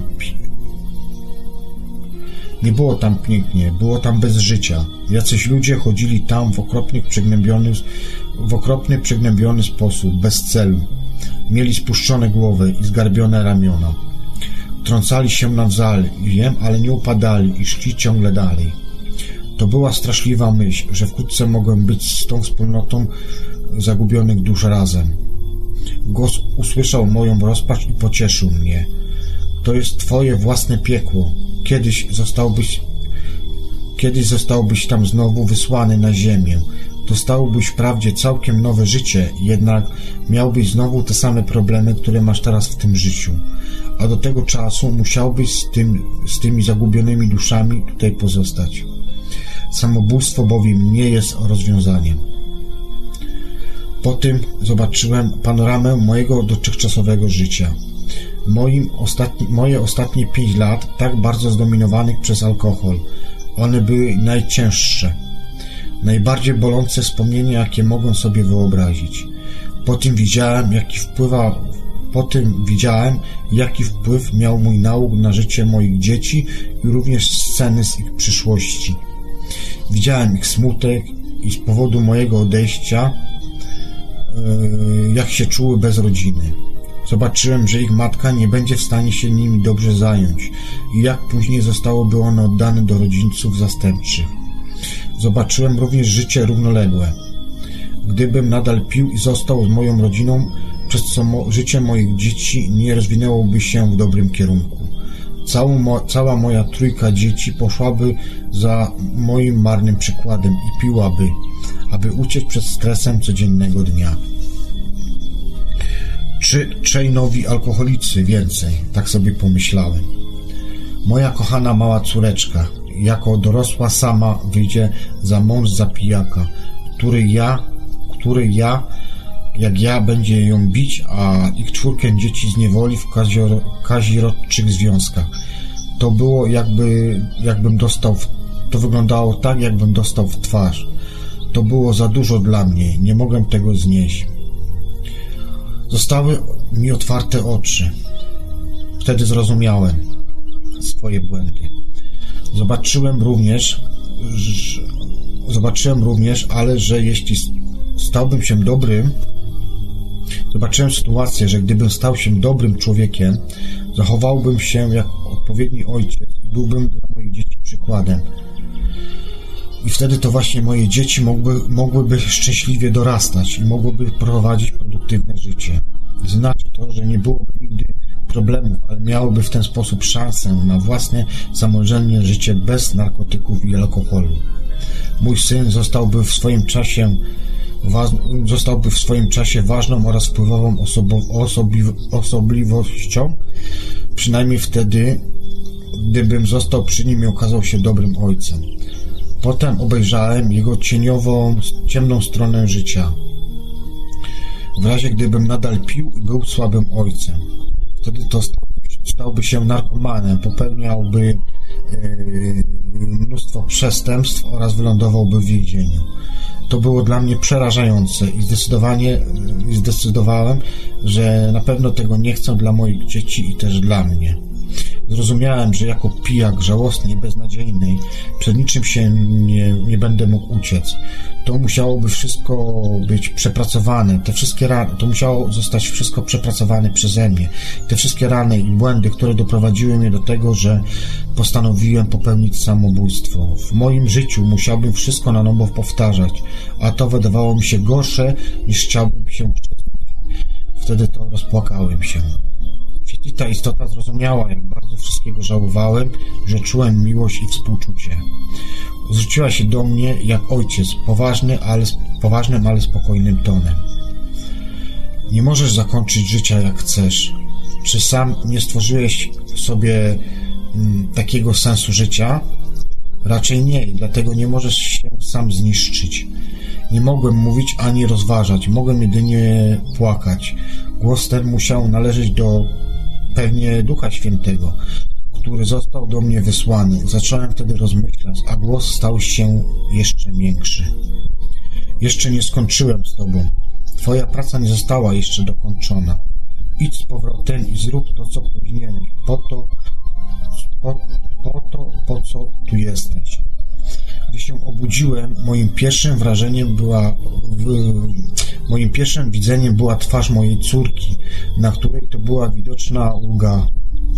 Speaker 2: Nie było tam pięknie, było tam bez życia. Jacyś ludzie chodzili tam w okropny, przygnębiony, w okropny, przygnębiony sposób, bez celu. Mieli spuszczone głowy i zgarbione ramiona. Trącali się nawzajem, ale nie upadali i szli ciągle dalej. To była straszliwa myśl, że wkrótce mogłem być z tą wspólnotą zagubionych dusz razem. Głos usłyszał moją rozpacz i pocieszył mnie. To jest twoje własne piekło. Kiedyś zostałbyś, kiedyś zostałbyś tam znowu wysłany na ziemię. Dostałbyś wprawdzie całkiem nowe życie, jednak miałbyś znowu te same problemy, które masz teraz w tym życiu. A do tego czasu musiałbyś z, tym, z tymi zagubionymi duszami tutaj pozostać. Samobójstwo bowiem nie jest rozwiązaniem. Po tym zobaczyłem panoramę mojego dotychczasowego życia. Moim ostatni, moje ostatnie pięć lat tak bardzo zdominowanych przez alkohol. One były najcięższe. Najbardziej bolące wspomnienie, jakie mogłem sobie wyobrazić. Po tym widziałem, jaki wpływa, po tym widziałem, jaki wpływ miał mój nauk na życie moich dzieci i również sceny z ich przyszłości. Widziałem ich smutek i z powodu mojego odejścia, yy, jak się czuły bez rodziny. Zobaczyłem, że ich matka nie będzie w stanie się nimi dobrze zająć i jak później zostałoby one oddane do rodziców zastępczych. Zobaczyłem również życie równoległe. Gdybym nadal pił i został z moją rodziną, przez co mo- życie moich dzieci nie rozwinęłoby się w dobrym kierunku. Całą mo- cała moja trójka dzieci poszłaby za moim marnym przykładem i piłaby, aby uciec przed stresem codziennego dnia. Czy trzej nowi alkoholicy więcej, tak sobie pomyślałem. Moja kochana mała córeczka, jako dorosła sama wyjdzie za mąż za pijaka, który ja, który ja, jak ja, będzie ją bić, a ich czwórkę dzieci zniewoli w kazior, kazirodczych związkach. To było jakby, jakbym dostał, w, to wyglądało tak, jakbym dostał w twarz. To było za dużo dla mnie, nie mogłem tego znieść. Zostały mi otwarte oczy. Wtedy zrozumiałem swoje błędy. Zobaczyłem również, że, zobaczyłem również, ale że jeśli stałbym się dobrym, zobaczyłem sytuację, że gdybym stał się dobrym człowiekiem, zachowałbym się jak odpowiedni ojciec i byłbym dla moich dzieci przykładem. I wtedy to właśnie moje dzieci mogły, mogłyby szczęśliwie dorastać i mogłyby prowadzić produktywne życie. Znaczy to, że nie byłoby nigdy problemów, ale miałyby w ten sposób szansę na własne, samodzielne życie bez narkotyków i alkoholu. Mój syn zostałby w swoim czasie zostałby w swoim czasie ważną oraz wpływową osobo, osobi, osobliwością, przynajmniej wtedy, gdybym został przy nim i okazał się dobrym ojcem. Potem obejrzałem jego cieniową, ciemną stronę życia. W razie gdybym nadal pił i był słabym ojcem, wtedy to stałby się narkomanem, popełniałby yy, mnóstwo przestępstw oraz wylądowałby w więzieniu. To było dla mnie przerażające i zdecydowanie i zdecydowałem, że na pewno tego nie chcę dla moich dzieci i też dla mnie. Zrozumiałem, że jako pijak żałosny i beznadziejny przed niczym się nie, nie będę mógł uciec. To musiałoby wszystko być przepracowane, te wszystkie rany, to musiało zostać wszystko przepracowane przeze mnie. Te wszystkie rany i błędy, które doprowadziły mnie do tego, że postanowiłem popełnić samobójstwo. W moim życiu musiałbym wszystko na nowo powtarzać, a to wydawało mi się gorsze, niż chciałbym się przyznać. Wtedy to rozpłakałem się. Ta istota zrozumiała, jak bardzo wszystkiego żałowałem, że czułem miłość i współczucie. Zwróciła się do mnie jak ojciec, poważny, ale, poważnym, ale spokojnym tonem. Nie możesz zakończyć życia jak chcesz. Czy sam nie stworzyłeś sobie m, takiego sensu życia? Raczej nie, i dlatego nie możesz się sam zniszczyć. Nie mogłem mówić ani rozważać, mogłem jedynie płakać. Głos ten musiał należeć do pewnie Ducha Świętego, który został do mnie wysłany. Zacząłem wtedy rozmyślać, a głos stał się jeszcze większy. Jeszcze nie skończyłem z tobą. Twoja praca nie została jeszcze dokończona. Idź z powrotem i zrób to, co powinieneś. Po to, po, po to, po co tu jesteś. Gdy się obudziłem, moim pierwszym wrażeniem była, w, moim pierwszym widzeniem była twarz mojej córki, na której to była widoczna ulga.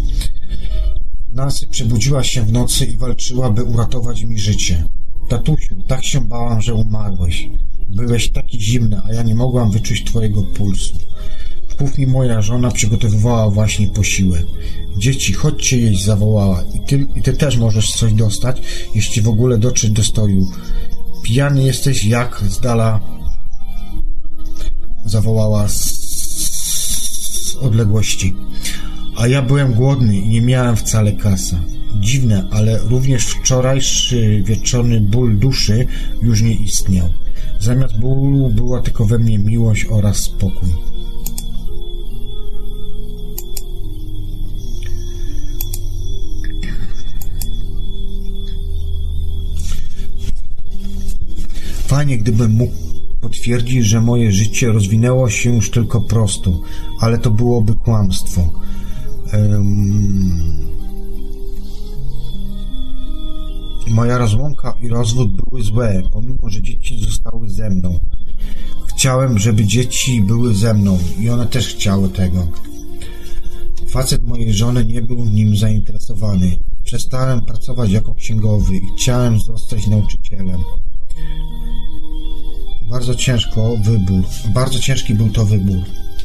Speaker 2: Nancy przebudziła się w nocy i walczyła, by uratować mi życie. Tatusiu, tak się bałam, że umarłeś. Byłeś taki zimny, a ja nie mogłam wyczuć twojego pulsu. W kuchni moja żona przygotowywała właśnie posiłek. Dzieci, chodźcie jeść, zawołała. I ty, i ty też możesz coś dostać, jeśli w ogóle dotrzeć do stołu. Pijany jesteś jak z dala, zawołała z, z odległości. A ja byłem głodny i nie miałem wcale kasa. Dziwne, ale również wczorajszy wieczorny ból duszy już nie istniał. Zamiast bólu była tylko we mnie miłość oraz spokój. Fajnie, gdybym mógł potwierdzić, że moje życie rozwinęło się już tylko prosto, ale to byłoby kłamstwo. Um, moja rozłąka i rozwód były złe, pomimo że dzieci zostały ze mną. Chciałem, żeby dzieci były ze mną i one też chciały tego. Facet mojej żony nie był nim zainteresowany. Przestałem pracować jako księgowy i chciałem zostać nauczycielem. Bardzo ciężko wybór, bardzo ciężki był to wybór.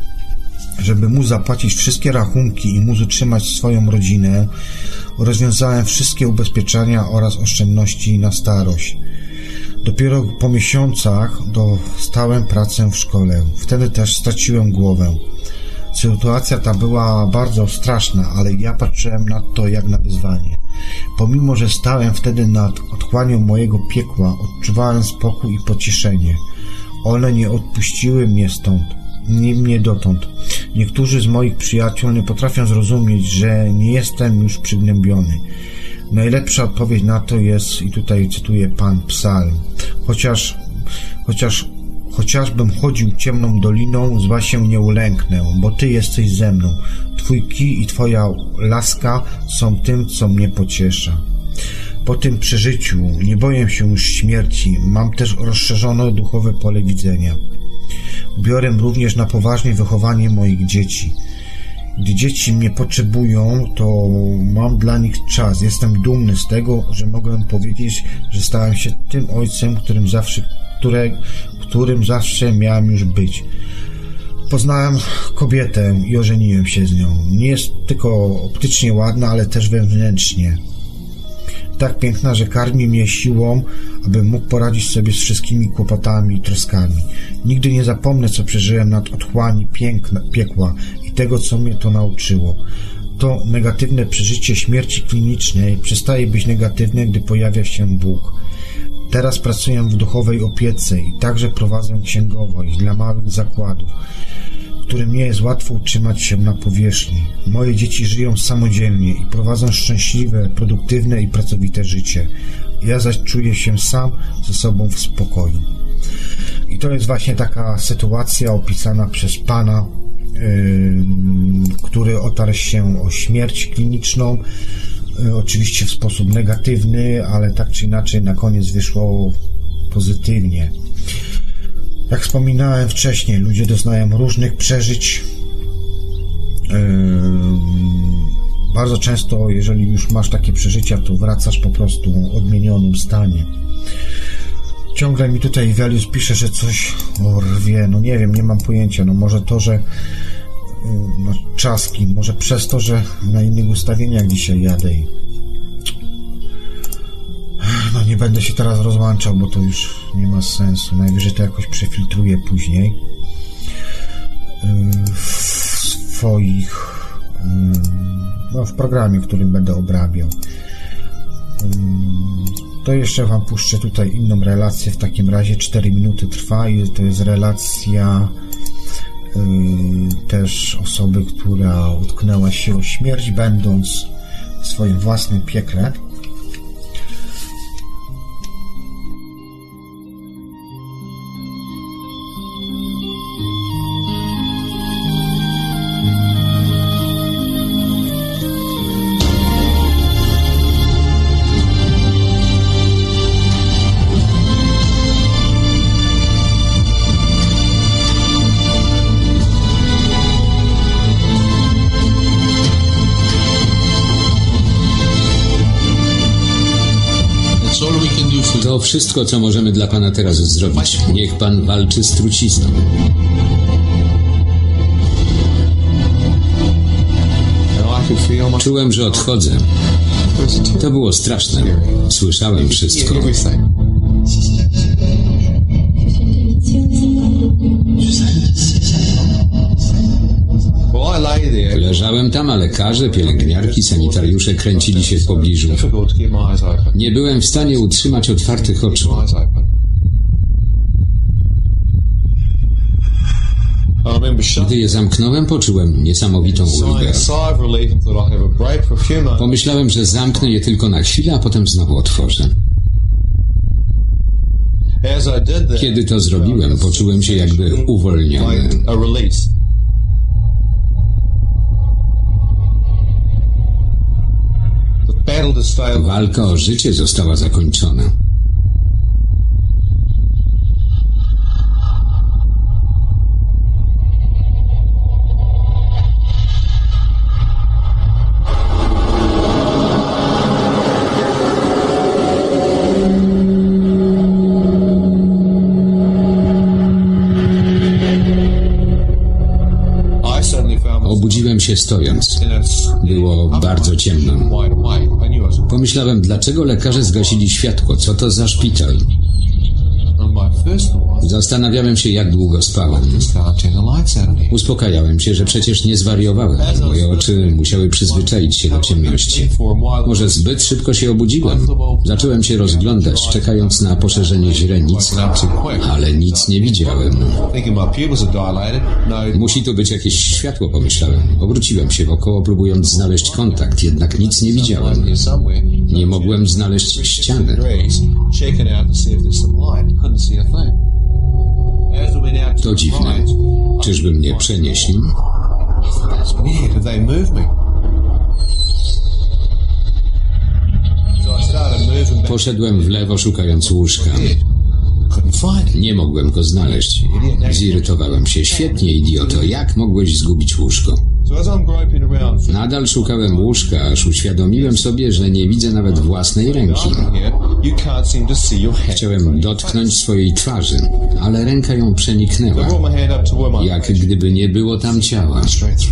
Speaker 2: Żeby mu zapłacić wszystkie rachunki i mu utrzymać swoją rodzinę, rozwiązałem wszystkie ubezpieczenia oraz oszczędności na starość. Dopiero po miesiącach dostałem pracę w szkole. Wtedy też straciłem głowę. Sytuacja ta była bardzo straszna, ale ja patrzyłem na to jak na wyzwanie. Pomimo że stałem wtedy nad otchłanią mojego piekła, odczuwałem spokój i pocieszenie. One nie odpuściły mnie stąd, nie mnie dotąd. Niektórzy z moich przyjaciół nie potrafią zrozumieć, że nie jestem już przygnębiony. Najlepsza odpowiedź na to jest, i tutaj cytuję pan Psalm, chociaż, chociaż, chociażbym chodził ciemną doliną, zła się nie ulęknę, bo Ty jesteś ze mną. Twój kij i Twoja laska są tym, co mnie pociesza. Po tym przeżyciu nie boję się już śmierci, mam też rozszerzone duchowe pole widzenia. Biorę również na poważnie wychowanie moich dzieci. Gdy dzieci mnie potrzebują, to mam dla nich czas. Jestem dumny z tego, że mogę powiedzieć, że stałem się tym ojcem, którym zawsze, które, którym zawsze miałem już być. Poznałem kobietę i ożeniłem się z nią. Nie jest tylko optycznie ładna, ale też wewnętrznie. Tak piękna, że karmi mnie siłą, abym mógł poradzić sobie z wszystkimi kłopotami i troskami. Nigdy nie zapomnę, co przeżyłem nad otchłani piękna, piekła i tego, co mnie to nauczyło. To negatywne przeżycie śmierci klinicznej przestaje być negatywne, gdy pojawia się Bóg. Teraz pracuję w duchowej opiece i także prowadzę księgowość dla małych zakładów, którym nie jest łatwo utrzymać się na powierzchni. Moje dzieci żyją samodzielnie i prowadzą szczęśliwe, produktywne i pracowite życie. Ja zaś czuję się sam ze sobą w spokoju. I to jest właśnie taka sytuacja opisana przez pana, yy, który otarł się o śmierć kliniczną, yy, oczywiście w sposób negatywny, ale tak czy inaczej na koniec wyszło pozytywnie. Jak wspominałem wcześniej, ludzie doznają różnych przeżyć. Yy, bardzo często, jeżeli już masz takie przeżycia, to wracasz po prostu w odmienionym stanie. Ciągle mi tutaj Velius pisze, że coś rwie. No nie wiem, nie mam pojęcia. No może to, że yy, no, czaski, może przez to, że na innych ustawieniach dzisiaj jadę. No nie będę się teraz rozłączał, bo to już nie ma sensu. Najwyżej to jakoś przefiltruję później w swoich, no w programie, którym będę obrabiał. To jeszcze wam puszczę tutaj inną relację. W takim razie cztery minuty trwa i to jest relacja też osoby, która utknęła się o śmierć, będąc w swoim własnym piekle.
Speaker 10: To wszystko, co możemy dla Pana teraz zrobić. Niech Pan walczy z trucizną. Czułem, że odchodzę. To było straszne. Słyszałem wszystko. Leżałem tam, a lekarze, pielęgniarki, sanitariusze kręcili się w pobliżu. Nie byłem w stanie utrzymać otwartych oczu. Gdy je zamknąłem, poczułem niesamowitą ulgę. Pomyślałem, że zamknę je tylko na chwilę, a potem znowu otworzę. Kiedy to zrobiłem, poczułem się jakby uwolniony. Walka o życie została zakończona. Obudziłem się stojąc. Było bardzo ciemno. Pomyślałem, dlaczego lekarze zgasili światło? Co to za szpital? Zastanawiałem się, jak długo spałem. Uspokajałem się, że przecież nie zwariowałem. Moje oczy musiały przyzwyczaić się do ciemności. Może zbyt szybko się obudziłem. Zacząłem się rozglądać, czekając na poszerzenie źrenic, ale nic nie widziałem. Musi tu być jakieś światło, pomyślałem. Obróciłem się wokoło, próbując znaleźć kontakt, jednak nic nie widziałem. Nie mogłem znaleźć ściany. To dziwne. Czyżby mnie przenieśli? Poszedłem w lewo, szukając łóżka. Nie mogłem go znaleźć. Zirytowałem się. Świetnie, idioto. Jak mogłeś zgubić łóżko? Nadal szukałem łóżka, aż uświadomiłem sobie, że nie widzę nawet własnej ręki. Chciałem dotknąć swojej twarzy, ale ręka ją przeniknęła, jak gdyby nie było tam ciała.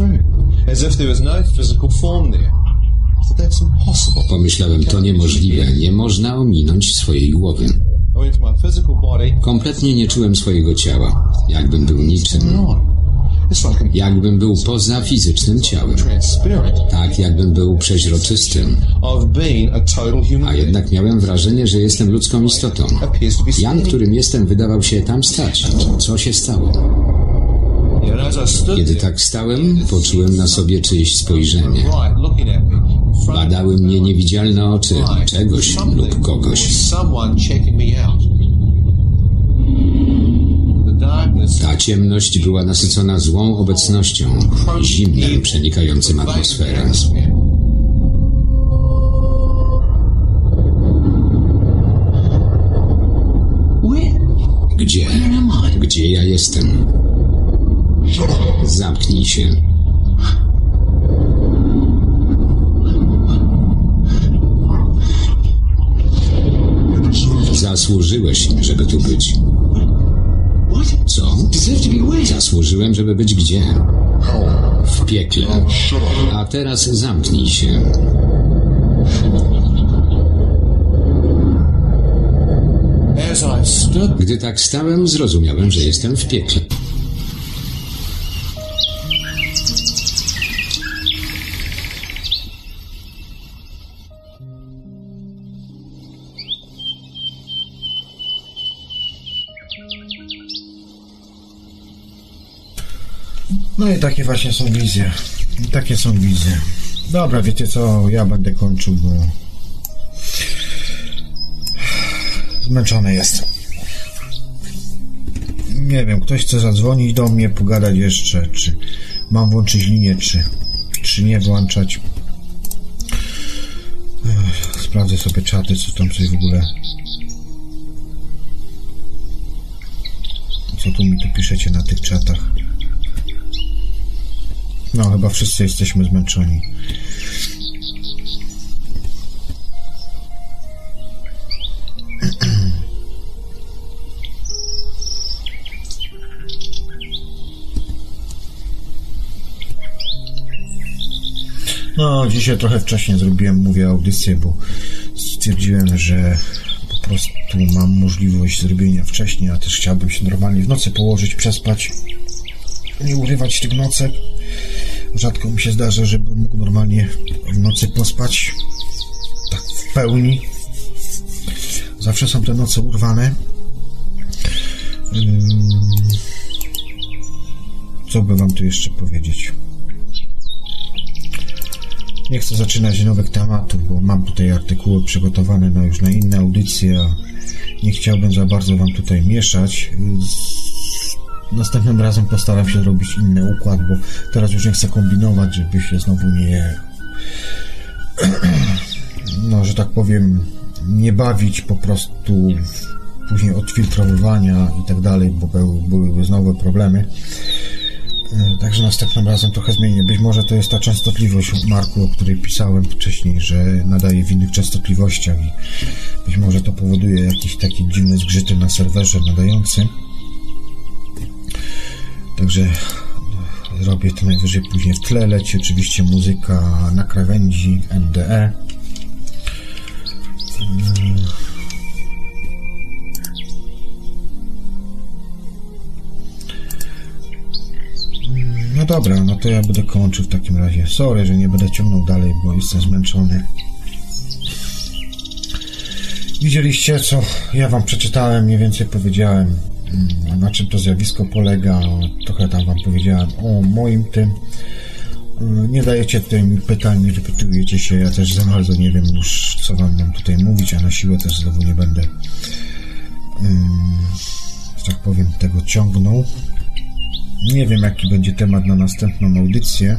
Speaker 10: Pomyślałem, to niemożliwe, nie można ominąć swojej głowy. Kompletnie nie czułem swojego ciała, jakbym był niczym. Jakbym był poza fizycznym ciałem. Tak, jakbym był przeźroczystym. A jednak miałem wrażenie, że jestem ludzką istotą. Jan, którym jestem, wydawał się tam stać. Co się stało? Kiedy tak stałem, poczułem na sobie czyjeś spojrzenie. Badały mnie niewidzialne oczy czegoś lub kogoś. Ta ciemność była nasycona złą obecnością, zimnem przenikającym atmosferę. Gdzie? Gdzie ja jestem? Zamknij się. Zasłużyłeś, żeby tu być. Co? Zasłużyłem, żeby być gdzie? W piekle. A teraz zamknij się. Gdy tak stałem, zrozumiałem, że jestem w piekle.
Speaker 2: No i takie właśnie są wizje. I takie są wizje. Dobra, wiecie co, ja będę kończył, bo zmęczony jestem. Nie wiem, ktoś chce zadzwonić do mnie, pogadać jeszcze, czy mam włączyć linię, czy, czy nie włączać. Sprawdzę sobie czaty, co tam sobie w ogóle... Co tu mi tu piszecie na tych czatach. No, chyba wszyscy jesteśmy zmęczeni. No, dzisiaj trochę wcześniej zrobiłem, mówię, audycję, bo stwierdziłem, że po prostu mam możliwość zrobienia wcześniej, a też chciałbym się normalnie w nocy położyć, przespać, nie urywać tych nocek. Rzadko mi się zdarza, żebym mógł normalnie w nocy pospać tak w pełni. Zawsze są te noce urwane. Co by wam tu jeszcze powiedzieć? Nie chcę zaczynać nowych tematów, bo mam tutaj artykuły przygotowane na już na inne audycje, a Nie chciałbym za bardzo wam tutaj mieszać. Następnym razem postaram się zrobić inny układ, bo teraz już nie chcę kombinować, żeby się znowu nie... no, że tak powiem, nie bawić po prostu później odfiltrowywania i tak dalej, bo były, byłyby znowu problemy. Także następnym razem trochę zmienię. Być może to jest ta częstotliwość, Marku, o której pisałem wcześniej, że nadaje w innych częstotliwościach i być może to powoduje jakieś takie dziwne zgrzyty na serwerze nadającym. Także zrobię to najwyżej później w tle. Leci oczywiście muzyka na krawędzi M D E. No dobra, no to ja będę kończył w takim razie. Sorry, że nie będę ciągnął dalej, bo jestem zmęczony. Widzieliście, co ja wam przeczytałem, mniej więcej powiedziałem, na czym to zjawisko polega. Trochę tam wam powiedziałem o moim tym. Nie dajecie tutaj mi pytań, nie wypytujecie się. Ja też za bardzo nie wiem już, co wam mam tutaj mówić, a na siłę też znowu nie będę, że tak powiem, tego ciągnął. Nie wiem, jaki będzie temat na następną audycję.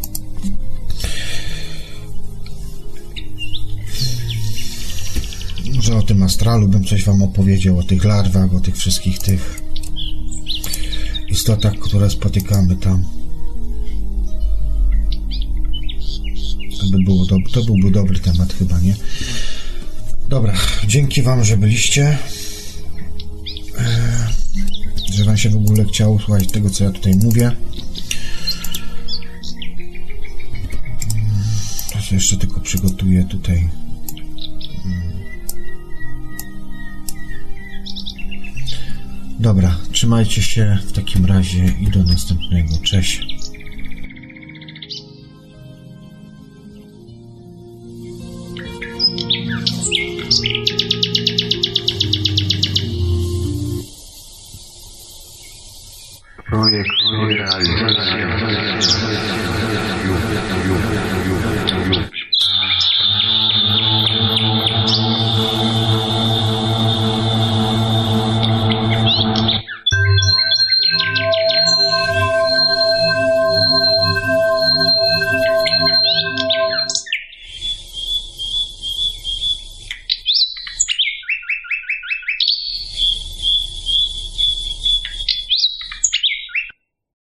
Speaker 2: Może o tym astralu bym coś wam opowiedział, o tych larwach, o tych wszystkich tych istotach, które spotykamy tam. To by było do... to byłby dobry temat chyba, nie? Dobra, dzięki wam, że byliście. Że wam się w ogóle chciało słuchać tego, co ja tutaj mówię. Teraz jeszcze tylko przygotuję tutaj. Dobra, trzymajcie się w takim razie i do następnego. Cześć.
Speaker 1: Projekt realizacja.